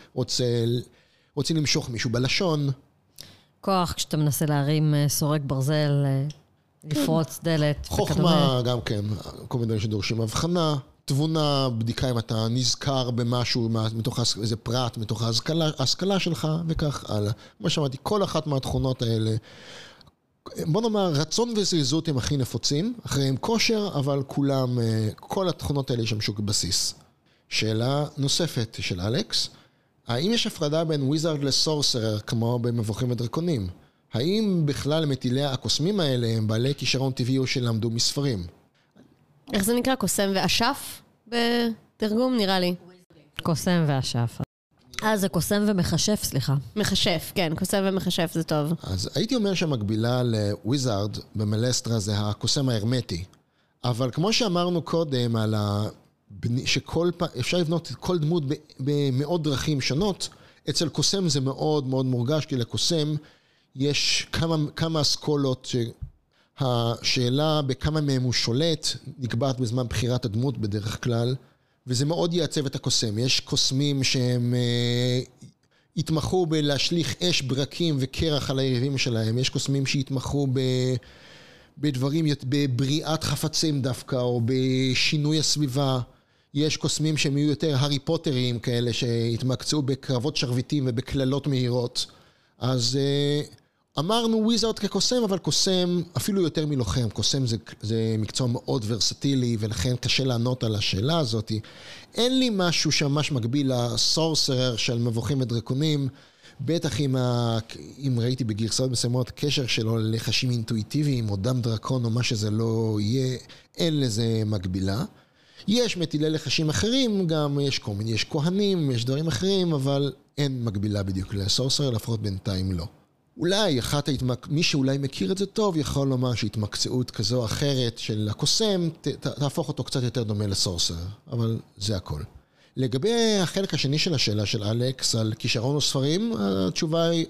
רוצים למשוך מישהו בלשון. כוח, כשאתה מנסה להרים סורק ברזל, לפרוץ דלת. חוכמה גם כן, כל מיני דברים שדורשים הבחנה, תבונה, בדיקה אם אתה נזכר במשהו, מתוך איזה פרט, מתוך ההשכלה שלך, וכך הלאה. כמו שאמרתי, כל אחת מהתכונות האלה, בוא נאמר, רצון וזריזות הם הכי נפוצים, אחריהם כושר, אבל כולם, כל התכונות האלה ישמשו כבסיס. שאלה נוספת של אלכס, האם יש הפרדה בין וויזארד לסורסרר, כמו במבוכים ודרקונים? האם בכלל מטילי הקוסמים האלה הם בעלי כישרון טבעי או שלמדו מספרים? איך זה נקרא? קוסם ואשף? בתרגום נראה לי. קוסם ואשף. זה קוסם ומחשף, סליחה. מחשף, כן, קוסם ומחשף, זה טוב. אז הייתי אומר שהמקבילה לוויזארד במלסטרה זה הקוסם ההרמטי. אבל כמו שאמרנו קודם, אפשר לבנות כל דמות במאות דרכים שונות, אצל קוסם זה מאוד מאוד מורגש, כי לקוסם יש כמה אסכולות שהשאלה בכמה מהם הוא שולט, נקבעת בזמן בחירת הדמות בדרך כלל, וזה מאוד יעצב את הקוסם. יש קוסמים שהם התמחו בלהשליך אש ברקים וקרח על היריבים שלהם. יש קוסמים שהתמחו בדברים, בבריאת חפצים דווקא, או בשינוי הסביבה. יש קוסמים שהם יהיו יותר הארי פוטריים כאלה, שהתמקצעו בקרבות שרביטים ובכללות מהירות. אז אמרנו וויזארד כקוסם, אבל קוסם אפילו יותר מלוחם. קוסם זה מקצוע מאוד ורסטילי, ולכן קשה לענות על השאלה הזאת. אין לי משהו שממש מקביל לסורסרר של מבוכים ודרקונים, בטח אם ראיתי בגרסאות מסוימות קשר שלו ללחשים אינטואיטיביים, או דם דרקון, או מה שזה לא יהיה, אין לזה מקבילה. יש מטילי לחשים אחרים, גם יש כהנים, יש דברים אחרים, אבל אין מקבילה בדיוק לסורסרר, לפחות בינתיים לא. אולי מי שאולי מכיר את זה טוב, יכול לומר שהתמקצעות כזו או אחרת של הקוסם, תהפוך אותו קצת יותר דומה לסורסרר, אבל זה הכל. לגבי החלק השני של השאלה של אלכס, על כישרון או ספרים, התשובה היא,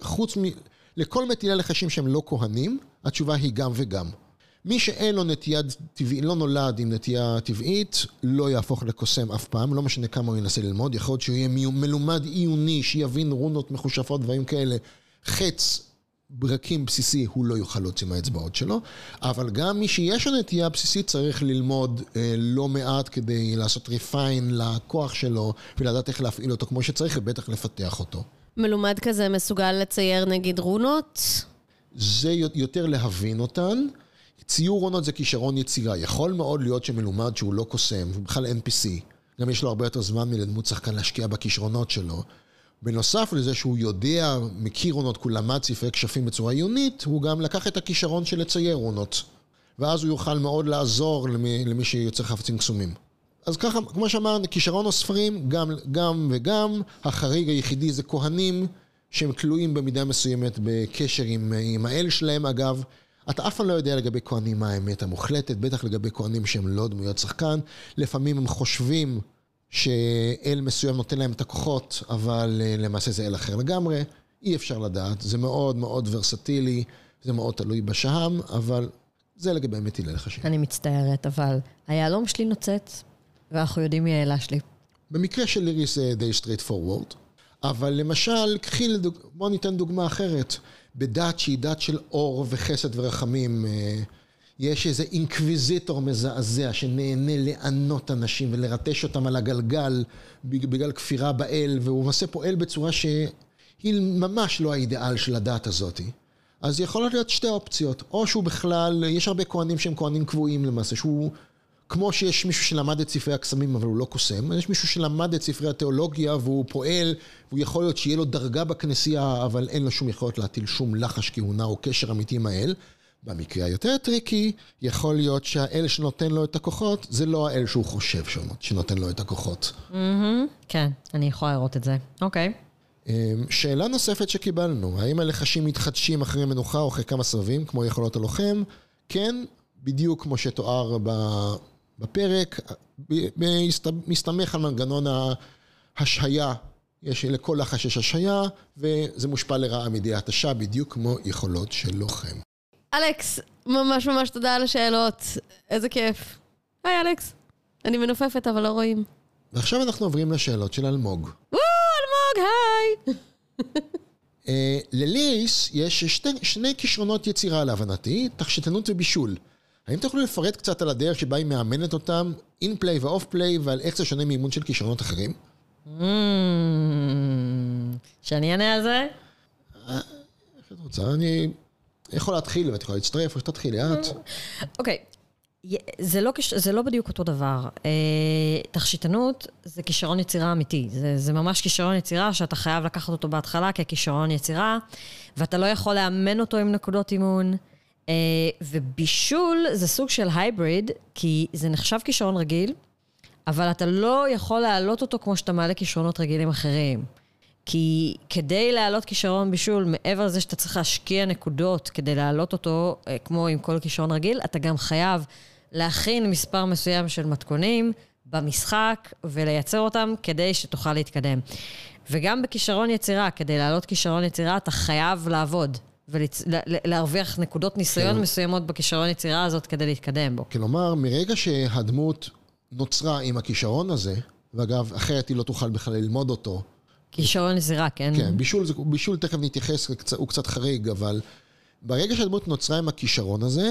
לכל מטילי לחשים שהם לא כהנים, התשובה היא גם וגם. מי שאין לו נטייה טבעית, לא נולד עם נטייה טבעית, לא יהפוך לקוסם אף פעם, לא משנה כמה הוא ינסה ללמוד, יכול להיות שהוא יהיה מלומד עיוני, שיבין רונות מחושפות, דברים כאלה, חץ ברקים בסיסי, הוא לא יוכל להוציא מהאצבעות שלו, אבל גם מי שיש לו נטייה בסיסית צריך ללמוד לא מעט כדי לעשות ריפיין לכוח שלו, ולדעת איך להפעיל אותו כמו שצריך, ובטח לפתח אותו. מלומד כזה מסוגל לצייר נגיד רונות? זה יותר להבין אותן. ציור רונות זה כישרון יצירה. יכול מאוד להיות שמלומד שהוא לא קוסם, הוא בכלל NPC. גם יש לו הרבה יותר זמן מלדמות שחקן להשקיע בכישרונות שלו. בנוסף לזה שהוא יודע, מכיר רונות, הוא למד ספרי כשפים בצורה עיונית, הוא גם לקח את הכישרון של לצייר רונות. ואז הוא יוכל מאוד לעזור למי שיוצר חפצים קסומים. אז ככה, כמו שאמרנו, כישרון או ספרים, גם וגם. החריג היחידי זה כהנים, שהם תלויים במידה מסוימת בקשר עם האל שלהם. אגב, אתה אף פעם לא יודע לגבי כהנים מה האמת המוחלטת, בטח לגבי כהנים שהם לא דמויות שחקן. לפעמים הם חושבים שאל מסוים נותן להם את הכוחות, אבל למעשה זה אל אחר לגמרי. אי אפשר לדעת, זה מאוד מאוד ורסטילי, זה מאוד תלוי בשהם, אבל זה לגבי מטילי לחשים. אני מצטערת, אבל היהלום שלי נוצץ, ואנחנו יודעים מי האלה שלי. במקרה של ליריס זה די straight forward, אבל למשל, בוא ניתן דוגמה אחרת. בדת שהיא דת של אור וחסד ורחמים, יש איזה אינקוויזיטור מזעזע שנהנה לענות אנשים ולרטש אותם על הגלגל בגלל כפירה באל, והוא עושה פועל בצורה שהיא ממש לא האידיאל של הדת הזאת. אז יכולות להיות שתי אופציות, או שהוא בכלל, יש הרבה כהנים שהם כהנים קבועים למעשה, שהוא כמו שיש מישהו שלמד את ספרי הקסמים אבל הוא לא קוסם, יש מישהו שלמד את ספרי התיאולוגיה והוא פועל, והוא יכול להיות שיהיה לו דרגה בכנסייה, אבל אין לו שום יכולת להטיל שום לחש כהונה או קשר אמיתי עם האל. במקרה היותר טריקי, יכול להיות שהאל שנותן לו את הכוחות, זה לא האל שהוא חושב שנותן לו את הכוחות. כן, אני יכולה לראות את זה. אוקיי. שאלה נוספת שקיבלנו, האם הלחשים מתחדשים אחרי מנוחה או אחרי כמה סבבים, כמו יכולות הלוחם? כן, בדיוק כמו שתואר בפרק, מסתמך על מנגנון ההשהיה, לכל לחש יש השהיה, וזה מושפע לרעה מדי התשה, בדיוק כמו יכולות של לוחם. אלכס, ממש ממש תודה על השאלות. איזה כיף. היי אלכס. אני מנופפת אבל לא רואים. ועכשיו אנחנו עוברים לשאלות של אלמוג. אלמוג, היי. לליריס יש שני כישרונות יצירה להבנתי, תכשיטנות ובישול. האם תוכלו לפרט קצת על הדרך שבה היא מאמנת אותם, אין-פליי ואוף-פליי, ועל איך זה שונה מאימון של כישרונות אחרים? שאני אענה על זה? איך את רוצה? אני יכול להתחיל, ואת יכולה להצטרף, או שתתחילי את. אוקיי. זה לא בדיוק אותו דבר. תכשיטנות זה כישרון יצירה אמיתי. זה ממש כישרון יצירה שאתה חייב לקחת אותו בהתחלה ככישרון יצירה, ואתה לא יכול לאמן אותו עם נקודות אימון. ובישול זה סוג של הייבריד, כי זה נחשב כישרון רגיל, אבל אתה לא יכול להעלות אותו כמו שאתה מעלה כישרונות רגילים אחרים. כי כדי להעלות כישרון בישול, מעבר לזה שאתה צריך להשקיע נקודות כדי להעלות אותו, כמו עם כל כישרון רגיל, אתה גם חייב להכין מספר מסוים של מתכונים במשחק, ולייצר אותם כדי שתוכל להתקדם. וגם בכישרון יצירה, כדי להעלות כישרון יצירה, אתה חייב לעבוד, ולהרוויח נקודות ניסיון מסוימות בכישרון יצירה הזאת כדי להתקדם בו. כלומר, מרגע שהדמות נוצרה עם הכישרון הזה, ואגב, אחרת היא לא תוכל בכלל ללמוד אותו, כישרון יצירה, כן? כן, בישול תכף נתייחס, הוא קצת חריג, אבל ברגע שהדמות נוצרה עם הכישרון הזה,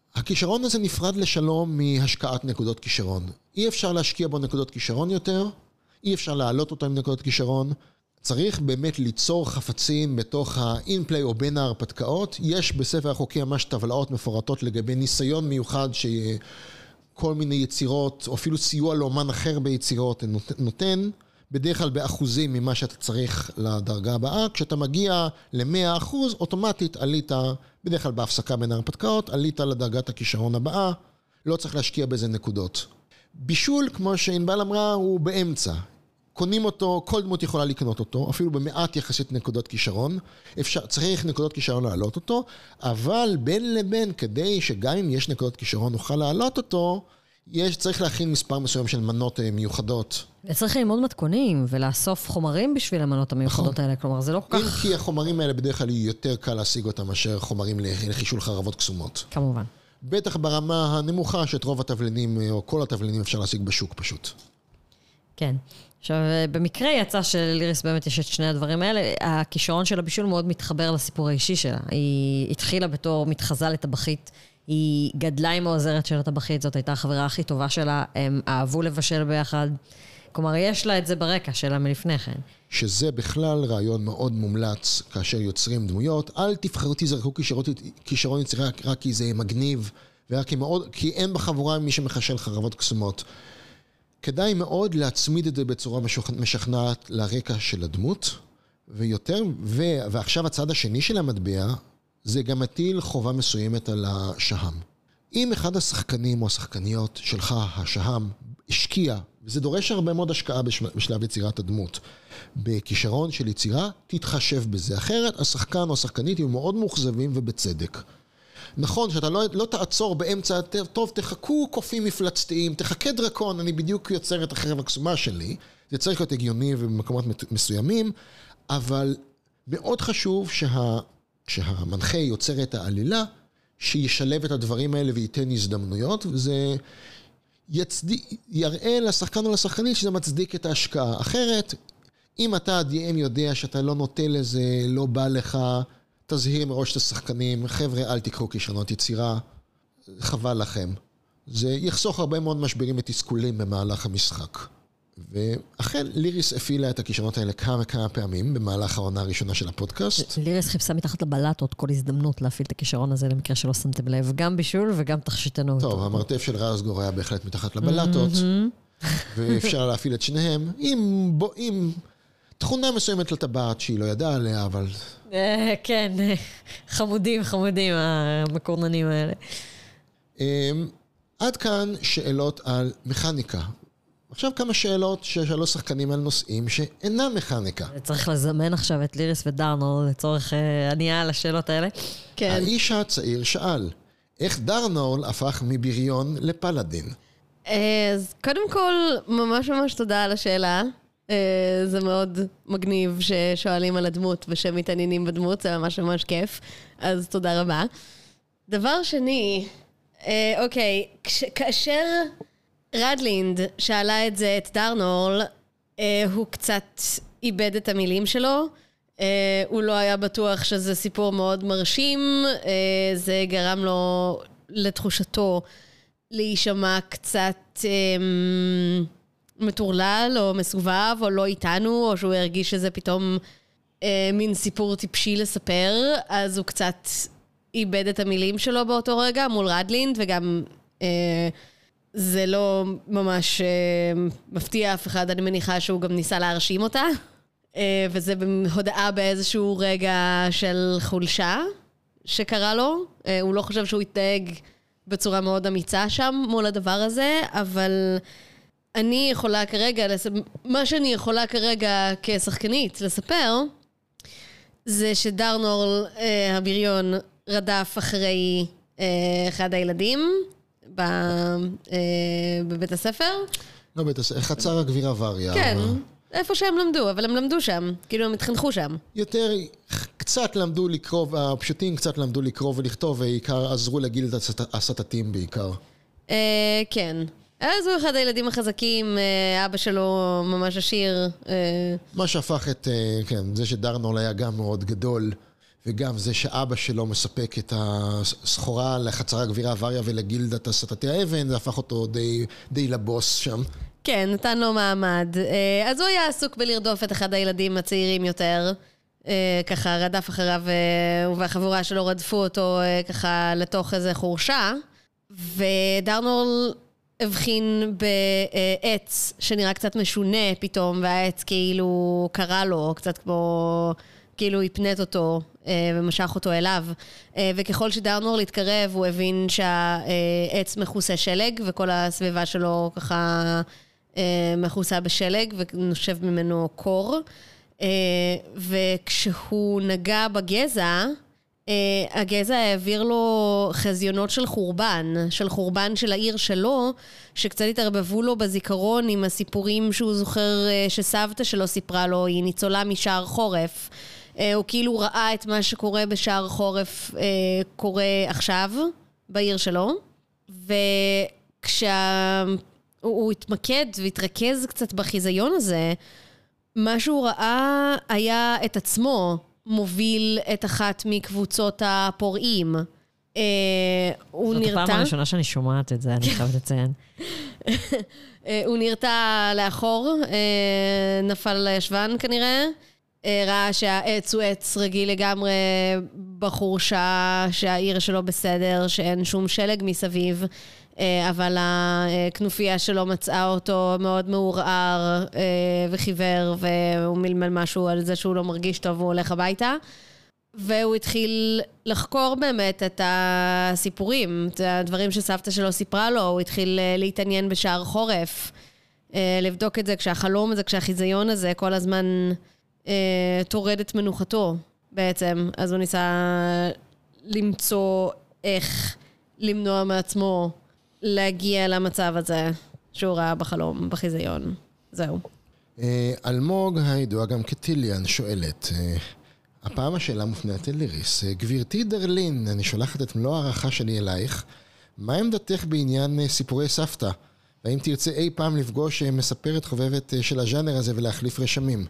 הכישרון הזה נפרד לשלום מהשקעת נקודות כישרון. אי אפשר להשקיע בו נקודות כישרון יותר, אי אפשר להעלות אותו עם נקודות כישרון. צריך באמת ליצור חפצים בתוך ה-in-play או בין ההרפתקאות. יש בספר החוקים ממש טבלאות מפורטות לגבי ניסיון מיוחד שכל מיני יצירות, או אפילו סיוע לאומן אחר ביצירות נותן, בדרך כלל באחוזים ממה שאתה צריך לדרגה הבאה. כשאתה מגיע ל-100%, אוטומטית עלית, בדרך כלל בהפסקה בין ההרפתקאות, עלית לדרגת הכישרון הבאה, לא צריך להשקיע בזה נקודות. בישול, כמו שענבל אמרה, הוא באמצע. קונים אותו, כל דמות יכולה לקנות אותו, אפילו במעט יחסית נקודות כישרון. צריך נקודות כישרון להעלות אותו, אבל בין לבין, כדי שגם אם יש נקודות כישרון נוכל להעלות אותו, צריך להכין מספר מסוים של מנות מיוחדות. צריך ללמוד מתכונים ולאסוף חומרים בשביל המנות המיוחדות האלה, כלומר זה לא כל כך... כי החומרים האלה בדרך כלל יותר קל להשיג אותם מאשר חומרים לחישול חרבות קסומות. כמובן. בטח ברמה הנמוכה שאת רוב התבלינים או כל התבלינים אפשר להשיג בשוק פשוט. כן. עכשיו, במקרה יצא שלליריס באמת יש את שני הדברים האלה, הכישרון של הבישול מאוד מתחבר לסיפור האישי שלה. היא התחילה בתור מתחזה לטבחית, היא גדלה עם העוזרת של הטבחית, זאת הייתה החברה הכי טובה שלה, הם אהבו לבשל ביחד. כלומר, יש לה את זה ברקע שלה מלפני כן. שזה בכלל רעיון מאוד מומלץ כאשר יוצרים דמויות. אל תבחרו, תזרקו כישרון יצירה רק כי זה מגניב, כי אין בחבורה מי שמחשל חרבות קסומות. כדאי מאוד להצמיד את זה בצורה משכנעת לרקע של הדמות, ועכשיו הצד השני של המטבע, זה גם מטיל חובה מסוימת על השהם. אם אחד השחקנים או השחקניות שלך, השהם, השקיע, וזה דורש הרבה מאוד השקעה בשלב יצירת הדמות, בכישרון של יצירה, תתחשב בזה. אחרת, השחקן או השחקנית יהיו מאוד מוחזבים ובצדק. נכון שאתה לא תעצור באמצע, טוב, תחכו קופים מפלצתיים, תחכה דרקון, אני בדיוק יוצר את החרב הקסומה שלי, זה צריך להיות הגיוני ובמקומות מסוימים, אבל מאוד חשוב שהמנחה יוצר את העלילה, שישלב את הדברים האלה וייתן הזדמנויות, וזה יראה לשחקן או לשחקנית שזה מצדיק את ההשקעה. אחרת, אם אתה DM יודע שאתה לא נוטה לזה, לא בא לך, תזהיר מראש את השחקנים, חבר'ה, אל תקחו כישרונות יצירה, חבל לכם. זה יחסוך הרבה מאוד משברים ותסכולים במהלך המשחק. ואכן, ליריס הפעילה את הכישרונות האלה כמה פעמים במהלך העונה הראשונה של הפודקאסט. ליריס חיפשה מתחת לבלטות כל הזדמנות להפעיל את הכישרון הזה למקרה שלא שמתם לב, גם בישול וגם תכשיטנות. טוב, המרתף של רזגור היה בהחלט מתחת לבלטות, ואפשר להפעיל את שניהם, עם תכונה מסוימת לטבעת שהיא לא ידעה עליה, אבל... כן, חמודים, המקורננים האלה. עד כאן שאלות על מכניקה. עכשיו כמה שאלות ששאלו שחקנים על נושאים שאינם מכניקה. צריך לזמן עכשיו את ליריס ודרנול לצורך ענייה על השאלות האלה. כן. האיש הצעיר שאל, איך דרנול הפך מבריון לפלדין? אז קודם כל, ממש תודה על השאלה. זה מאוד מגניב ששואלים על הדמות ושמתעניינים בדמות, זה ממש כיף. אז תודה רבה. דבר שני, אוקיי, כאשר רדלינד שאלה את זה את דרנול, הוא קצת איבד את המילים שלו, הוא לא היה בטוח שזה סיפור מאוד מרשים, זה גרם לו לתחושתו להישמע קצת מטורלל או מסובב או לא איתנו, או שהוא הרגיש שזה פתאום מין סיפור טיפשי לספר, אז הוא קצת איבד את המילים שלו באותו רגע מול רדלינד, וגם זה לא ממש מפתיע אף אחד, אני מניחה שהוא גם ניסה להרשים אותה, וזה בהודעה באיזשהו רגע של חולשה שקרה לו. הוא לא חושב שהוא יתנהג בצורה מאוד אמיצה שם מול הדבר הזה, אבל אני יכולה כרגע, מה שאני יכולה כרגע כשחקנית לספר, זה שדרנול הבריון רדף אחרי אחד הילדים בבית הספר. לא בית הספר, חצר הגבירה וריה. כן, איפה שהם למדו, אבל הם למדו שם, כאילו הם התחנכו שם. יותר, קצת למדו לקרוא, הפשוטים קצת למדו לקרוא ולכתוב, ועיקר עזרו לגיל את הסטטים בעיקר. כן. אז הוא אחד הילדים החזקים, אבא שלו ממש עשיר. מה שהפך את, כן, זה שדרנול היה גם מאוד גדול, וגם זה שאבא שלו מספק את הסחורה לחצר הגבירה אבריה ולגילדת הסטתי האבן, זה הפך אותו די לבוס שם. כן, נתן לו מעמד. אז הוא היה עסוק בלרדוף את אחד הילדים הצעירים יותר, ככה רדף אחריו, והחבורה שלו רדפו אותו ככה לתוך איזה חורשה, ודרנול הבחין בעץ שנראה קצת משונה פתאום, והעץ כאילו קרא לו, קצת כמו, כאילו הפנט אותו ומשך אותו אליו. וככל שדרנול התקרב, הוא הבין שהעץ מכוסה שלג, וכל הסביבה שלו ככה מכוסה בשלג, ונושב ממנו קור. וכשהוא נגע בגזע, הגזע העביר לו חזיונות של חורבן של העיר שלו, שקצת התערבבו לו בזיכרון עם הסיפורים שהוא זוכר שסבתא שלו סיפרה לו, היא ניצולה משער חורף. הוא כאילו ראה את מה שקורה בשער חורף קורה עכשיו בעיר שלו, וכשהוא התמקד והתרכז קצת בחיזיון הזה, מה שהוא ראה היה את עצמו מוביל את אחת מקבוצות הפורעים. זאת הפעם הראשונה שאני שומעת את זה, אני חייבת לציין. הוא נרתע לאחור, נפל לישבן כנראה, ראה שהעץ הוא עץ רגיל לגמרי, בחורשה שהעיר שלו בסדר, שאין שום שלג מסביב, אבל הכנופיה שלו מצאה אותו מאוד מעורער וחיוור, והוא מלמל משהו על זה שהוא לא מרגיש טוב, הוא הולך הביתה. והוא התחיל לחקור באמת את הסיפורים, את הדברים שסבתא שלו סיפרה לו, הוא התחיל להתעניין בשער חורף, לבדוק את זה כשהחלום הזה, כשהחיזיון הזה כל הזמן תורד את מנוחתו בעצם. אז הוא ניסה למצוא איך למנוע מעצמו להגיע למצב הזה שהוא ראה בחלום, בחיזיון. זהו. אלמוג, הידוע גם כטיליאן, שואלת, הפעם השאלה מופנית אל ליריס. גבירתי דרלין, אני שולחת את מלוא הערכה שלי אלייך. מה עמדתך בעניין סיפורי סבתא? והאם תרצה אי פעם לפגוש מספרת חובבת של הז'אנר הזה ולהחליף רשמים?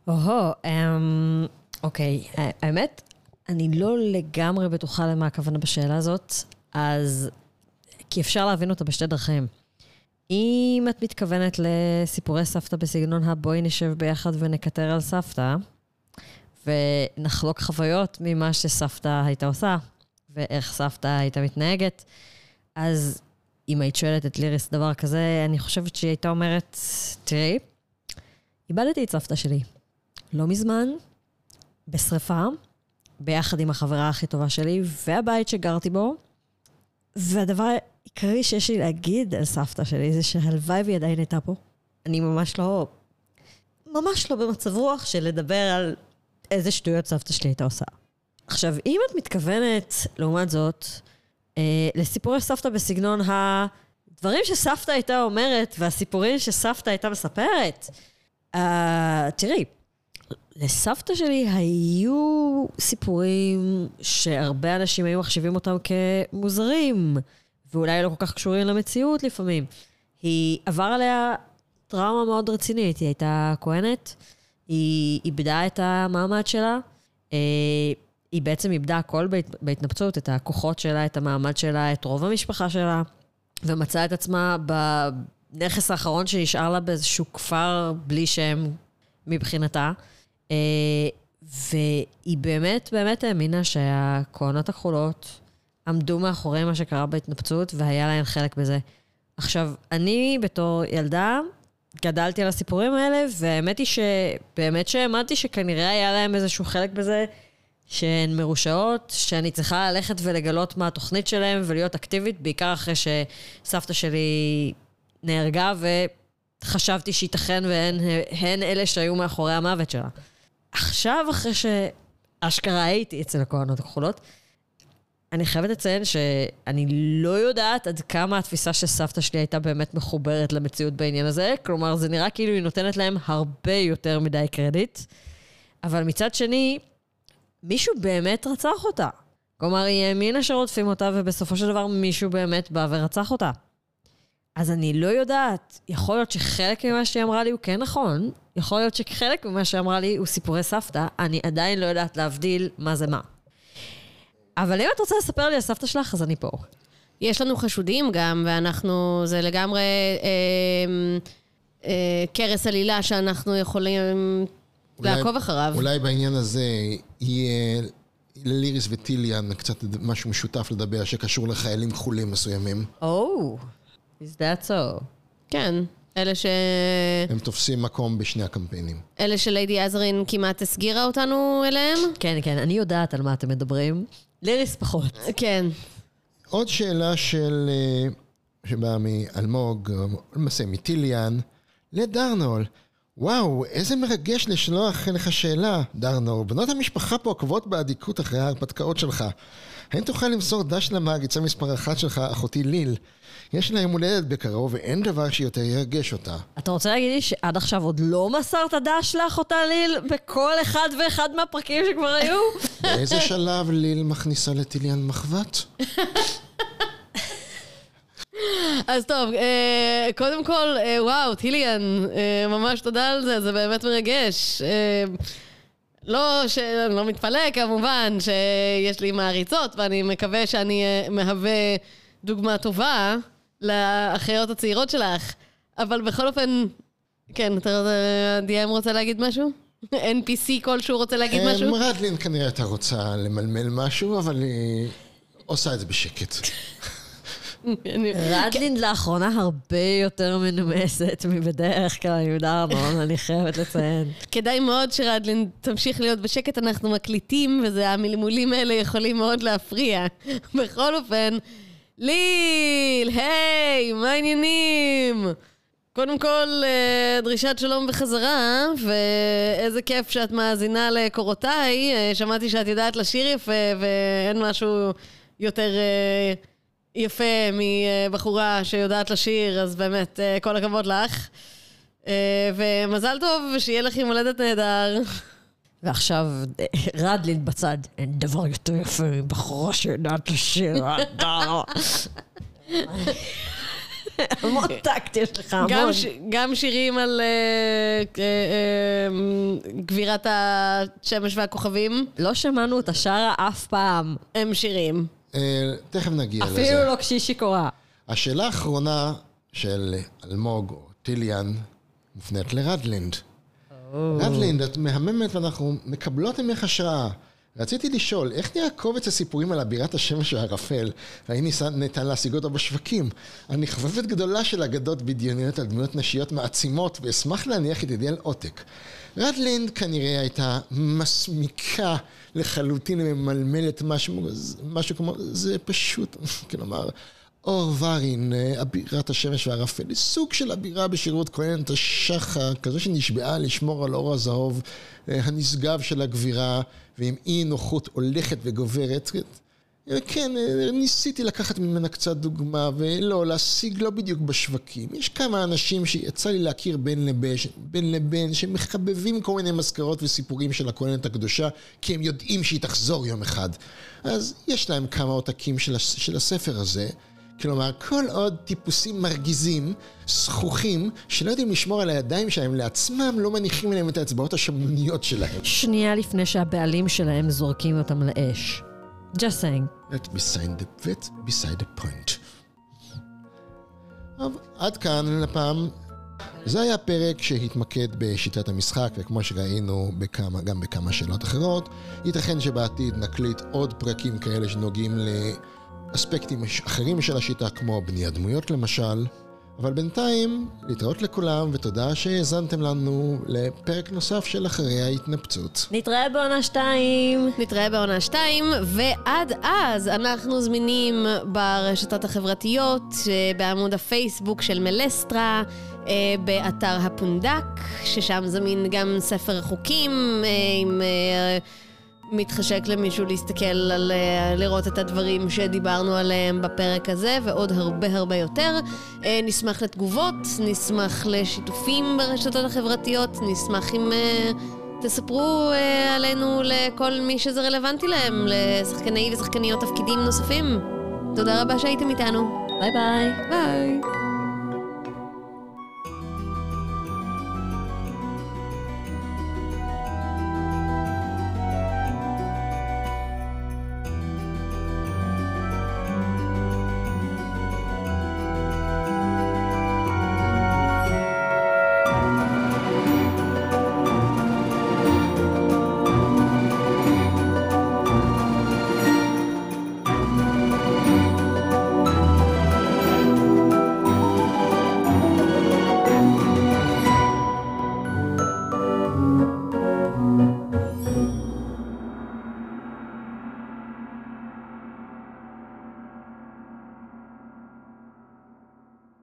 אוקיי. האמת, אני לא לגמרי בטוחה למה הכוונה בשאלה הזאת, אז כי אפשר להבין אותה בשתי דרכים. אם את מתכוונת לסיפורי סבתא בסגנון הבואי נשב ביחד ונקטר על סבתא, ונחלוק חוויות ממה שסבתא הייתה עושה, ואיך סבתא הייתה מתנהגת, אז אם היית שואלת את ליריס דבר כזה, אני חושבת שהיא הייתה אומרת, תראי, איבדתי את סבתא שלי. לא מזמן, בשריפה, ביחד עם החברה הכי טובה שלי, והבית שגרתי בו, והדבר העיקרי שיש לי להגיד על סבתא שלי, זה שהלוואי והיא עדיין הייתה פה. אני ממש לא במצב רוח של לדבר על איזה שטויות סבתא שלי הייתה עושה. עכשיו, אם את מתכוונת, לעומת זאת, לסיפורי סבתא בסגנון הדברים שסבתא הייתה אומרת, והסיפורים שסבתא הייתה מספרת, תראי, לסבתא שלי היו סיפורים שהרבה אנשים היו מחשיבים אותם כמוזרים, ואולי לא כל כך קשורים למציאות לפעמים. היא עבר עליה טראומה מאוד רצינית, היא הייתה כהנת, היא איבדה את המעמד שלה, היא בעצם איבדה הכל בהתנפצות, את הכוחות שלה, את המעמד שלה, את רוב המשפחה שלה, ומצאה את עצמה בנכס האחרון שנשאר לה באיזשהו כפר בלי שם מבחינתה, והיא באמת האמינה שהכהנות הכחולות עמדו מאחורי מה שקרה בהתנפצות, והיה להן חלק בזה. עכשיו, אני בתור ילדה גדלתי על הסיפורים האלה, והאמת היא שבאמת שהאמנתי שכנראה היה להם איזשהו חלק בזה, שהן מרושעות, שאני צריכה ללכת ולגלות מה התוכנית שלהם, ולהיות אקטיבית, בעיקר אחרי שסבתא שלי נהרגה, וחשבתי שייתכן, והן אלה שהיו מאחורי המוות שלה. עכשיו, אחרי שאשכרה הייתי אצל הכהנות הכחולות, אני חייבת לציין שאני לא יודעת עד כמה התפיסה שסבתא שלי הייתה באמת מחוברת למציאות בעניין הזה, כלומר, זה נראה כאילו היא נותנת להם הרבה יותר מדי קרדיט, אבל מצד שני, מישהו באמת רצח אותה. כלומר, היא האמינה שרודפים אותה, ובסופו של דבר מישהו באמת בא ורצח אותה. אז אני לא יודעת, יכול להיות שחלק ממה שהיא אמרה לי הוא כן נכון, יכול להיות שחלק ממה שאמרה לי הוא סיפורי סבתא, אני עדיין לא יודעת להבדיל מה זה מה. אבל אם את רוצה לספר לי על סבתא שלך, אז אני פה. יש לנו חשודים גם, ואנחנו, זה לגמרי קרס עלילה שאנחנו יכולים לעקוב אחריו. אולי בעניין הזה יהיה לליריס וטיליאן קצת משהו משותף לדבר שקשור לחיילים כחולים מסוימים. Is that so? כן, אלה הם תופסים מקום בשני הקמפיינים. אלה שליידי עזרין כמעט הסגירה אותנו אליהם? כן, כן, אני יודעת על מה אתם מדברים. ליריס פחות. כן. עוד שאלה שבאה מאלמוג, למעשה מטיליאן, לדרנול. וואו, איזה מרגש לשלוח לך שאלה, דרנול. בנות המשפחה פה עוקבות באדיקות אחרי ההרפתקאות שלך. האם תוכל למסור דש למעריצה מספר 1 שלך, אחותי ליל? יש לה יום הולדת בקרוב ואין דבר שיותר ירגש אותה. אתה רוצה להגיד לי שעד עכשיו עוד לא מסרת דש לאחותה ליל בכל אחד ואחד מהפרקים שכבר היו? באיזה שלב ליל מכניסה לטיליאן מחבת? אז טוב, קודם כל, וואו, טיליאן, ממש תודה על זה, זה באמת מרגש. אני לא מתפלא כמובן שיש לי מעריצות, ואני מקווה שאני מהווה דוגמה טובה לאחיות הצעירות שלך, אבל בכל אופן, כן, דיאם רוצה להגיד משהו? NPC כלשהו רוצה להגיד משהו? רדלין כנראה הייתה רוצה למלמל משהו, אבל היא עושה את זה בשקט. רדלין לאחרונה הרבה יותר מנומסת מבדרך כלל עם דרנול, אני חייבת לציין. כדאי מאוד שרדלין תמשיך להיות בשקט, אנחנו מקליטים, והמלמולים האלה יכולים מאוד להפריע. בכל אופן, ליל, היי, מה העניינים? קודם כל, דרישת שלום בחזרה, ואיזה כיף שאת מאזינה לקורותיי. שמעתי שאת יודעת לשיר יפה, ואין משהו יותר יפה מבחורה שיודעת לשיר, אז באמת, כל הכבוד לך. ומזל טוב, ושיהיה לך יום הולדת נהדר. ועכשיו, רדלין בצד, אין דבר יותר יפה מבחורה שיודעת לשיר. המון טקט יש לך, המון. גם שירים על גבירת השמש והכוכבים. לא שמענו אותה שרה אף פעם. הם שירים. תכף נגיע לזה. אפילו לא כשהיא שיכורה. השאלה האחרונה של אלמוג או טיליאן מופנית לרדלינד. רדלינד, את מהממת ואנחנו מקבלות ממך השראה. רציתי לשאול, איך נראה קובץ הסיפורים על אבירת השמש והערפל, והאם ניתן להשיג אותו בשווקים? אני חובבת גדולה של אגדות בדיוניות על דמויות נשיות מעצימות, ואשמח להניח את ידי על עותק. רדלינד כנראה הייתה מסמיקה לחלוטין וממלמלת משהו כמו, זה פשוט, כלומר, אור ורין, אבירת השמש והערפל, סוג של אבירה בשירות כהנת השחר, כזו שנשבעה לשמור על אור הזהוב הנשגב של הגבירה, ועם אי נוחות הולכת וגוברת. כן, ניסיתי לקחת ממנה קצת דוגמה, ולא, להשיג לא בדיוק בשווקים. יש כמה אנשים שיצא לי להכיר בין לבין, שמחבבים כל מיני מזכרות וסיפורים של הכהנת הקדושה, כי הם יודעים שהיא תחזור יום אחד. אז יש להם כמה עותקים של הספר הזה, כלומר, כל עוד טיפוסים מרגיזים, זכוכים, שלא יודעים לשמור על הידיים שלהם לעצמם, לא מניחים להם את האצבעות השמניות שלהם. שנייה לפני שהבעלים שלהם זורקים אותם לאש. Just saying. Let beside the point. טוב, עד כאן לפעם. זה היה פרק שהתמקד בשיטת המשחק, וכמו שראינו גם בכמה שאלות אחרות, ייתכן שבעתיד נקליט עוד פרקים כאלה שנוגעים אספקטים אחרים של השיטה, כמו בניית דמויות למשל. אבל בינתיים, להתראות לכולם, ותודה שהאזנתם לנו לפרק נוסף של אחרי ההתנפצות. נתראה בעונה 2. נתראה בעונה 2, ועד אז אנחנו זמינים ברשתות החברתיות, בעמוד הפייסבוק של מלסטרה, באתר הפונדק, ששם זמין גם ספר חוקים, עם מתחשק למישהו להסתכל לראות את הדברים שדיברנו עליהם בפרק הזה, ועוד הרבה יותר. נשמח לתגובות, נשמח לשיתופים ברשתות החברתיות, נשמח אם תספרו עלינו לכל מי שזה רלוונטי להם, לשחקני ושחקניות תפקידים נוספים. תודה רבה שהייתם איתנו. ביי ביי. ביי.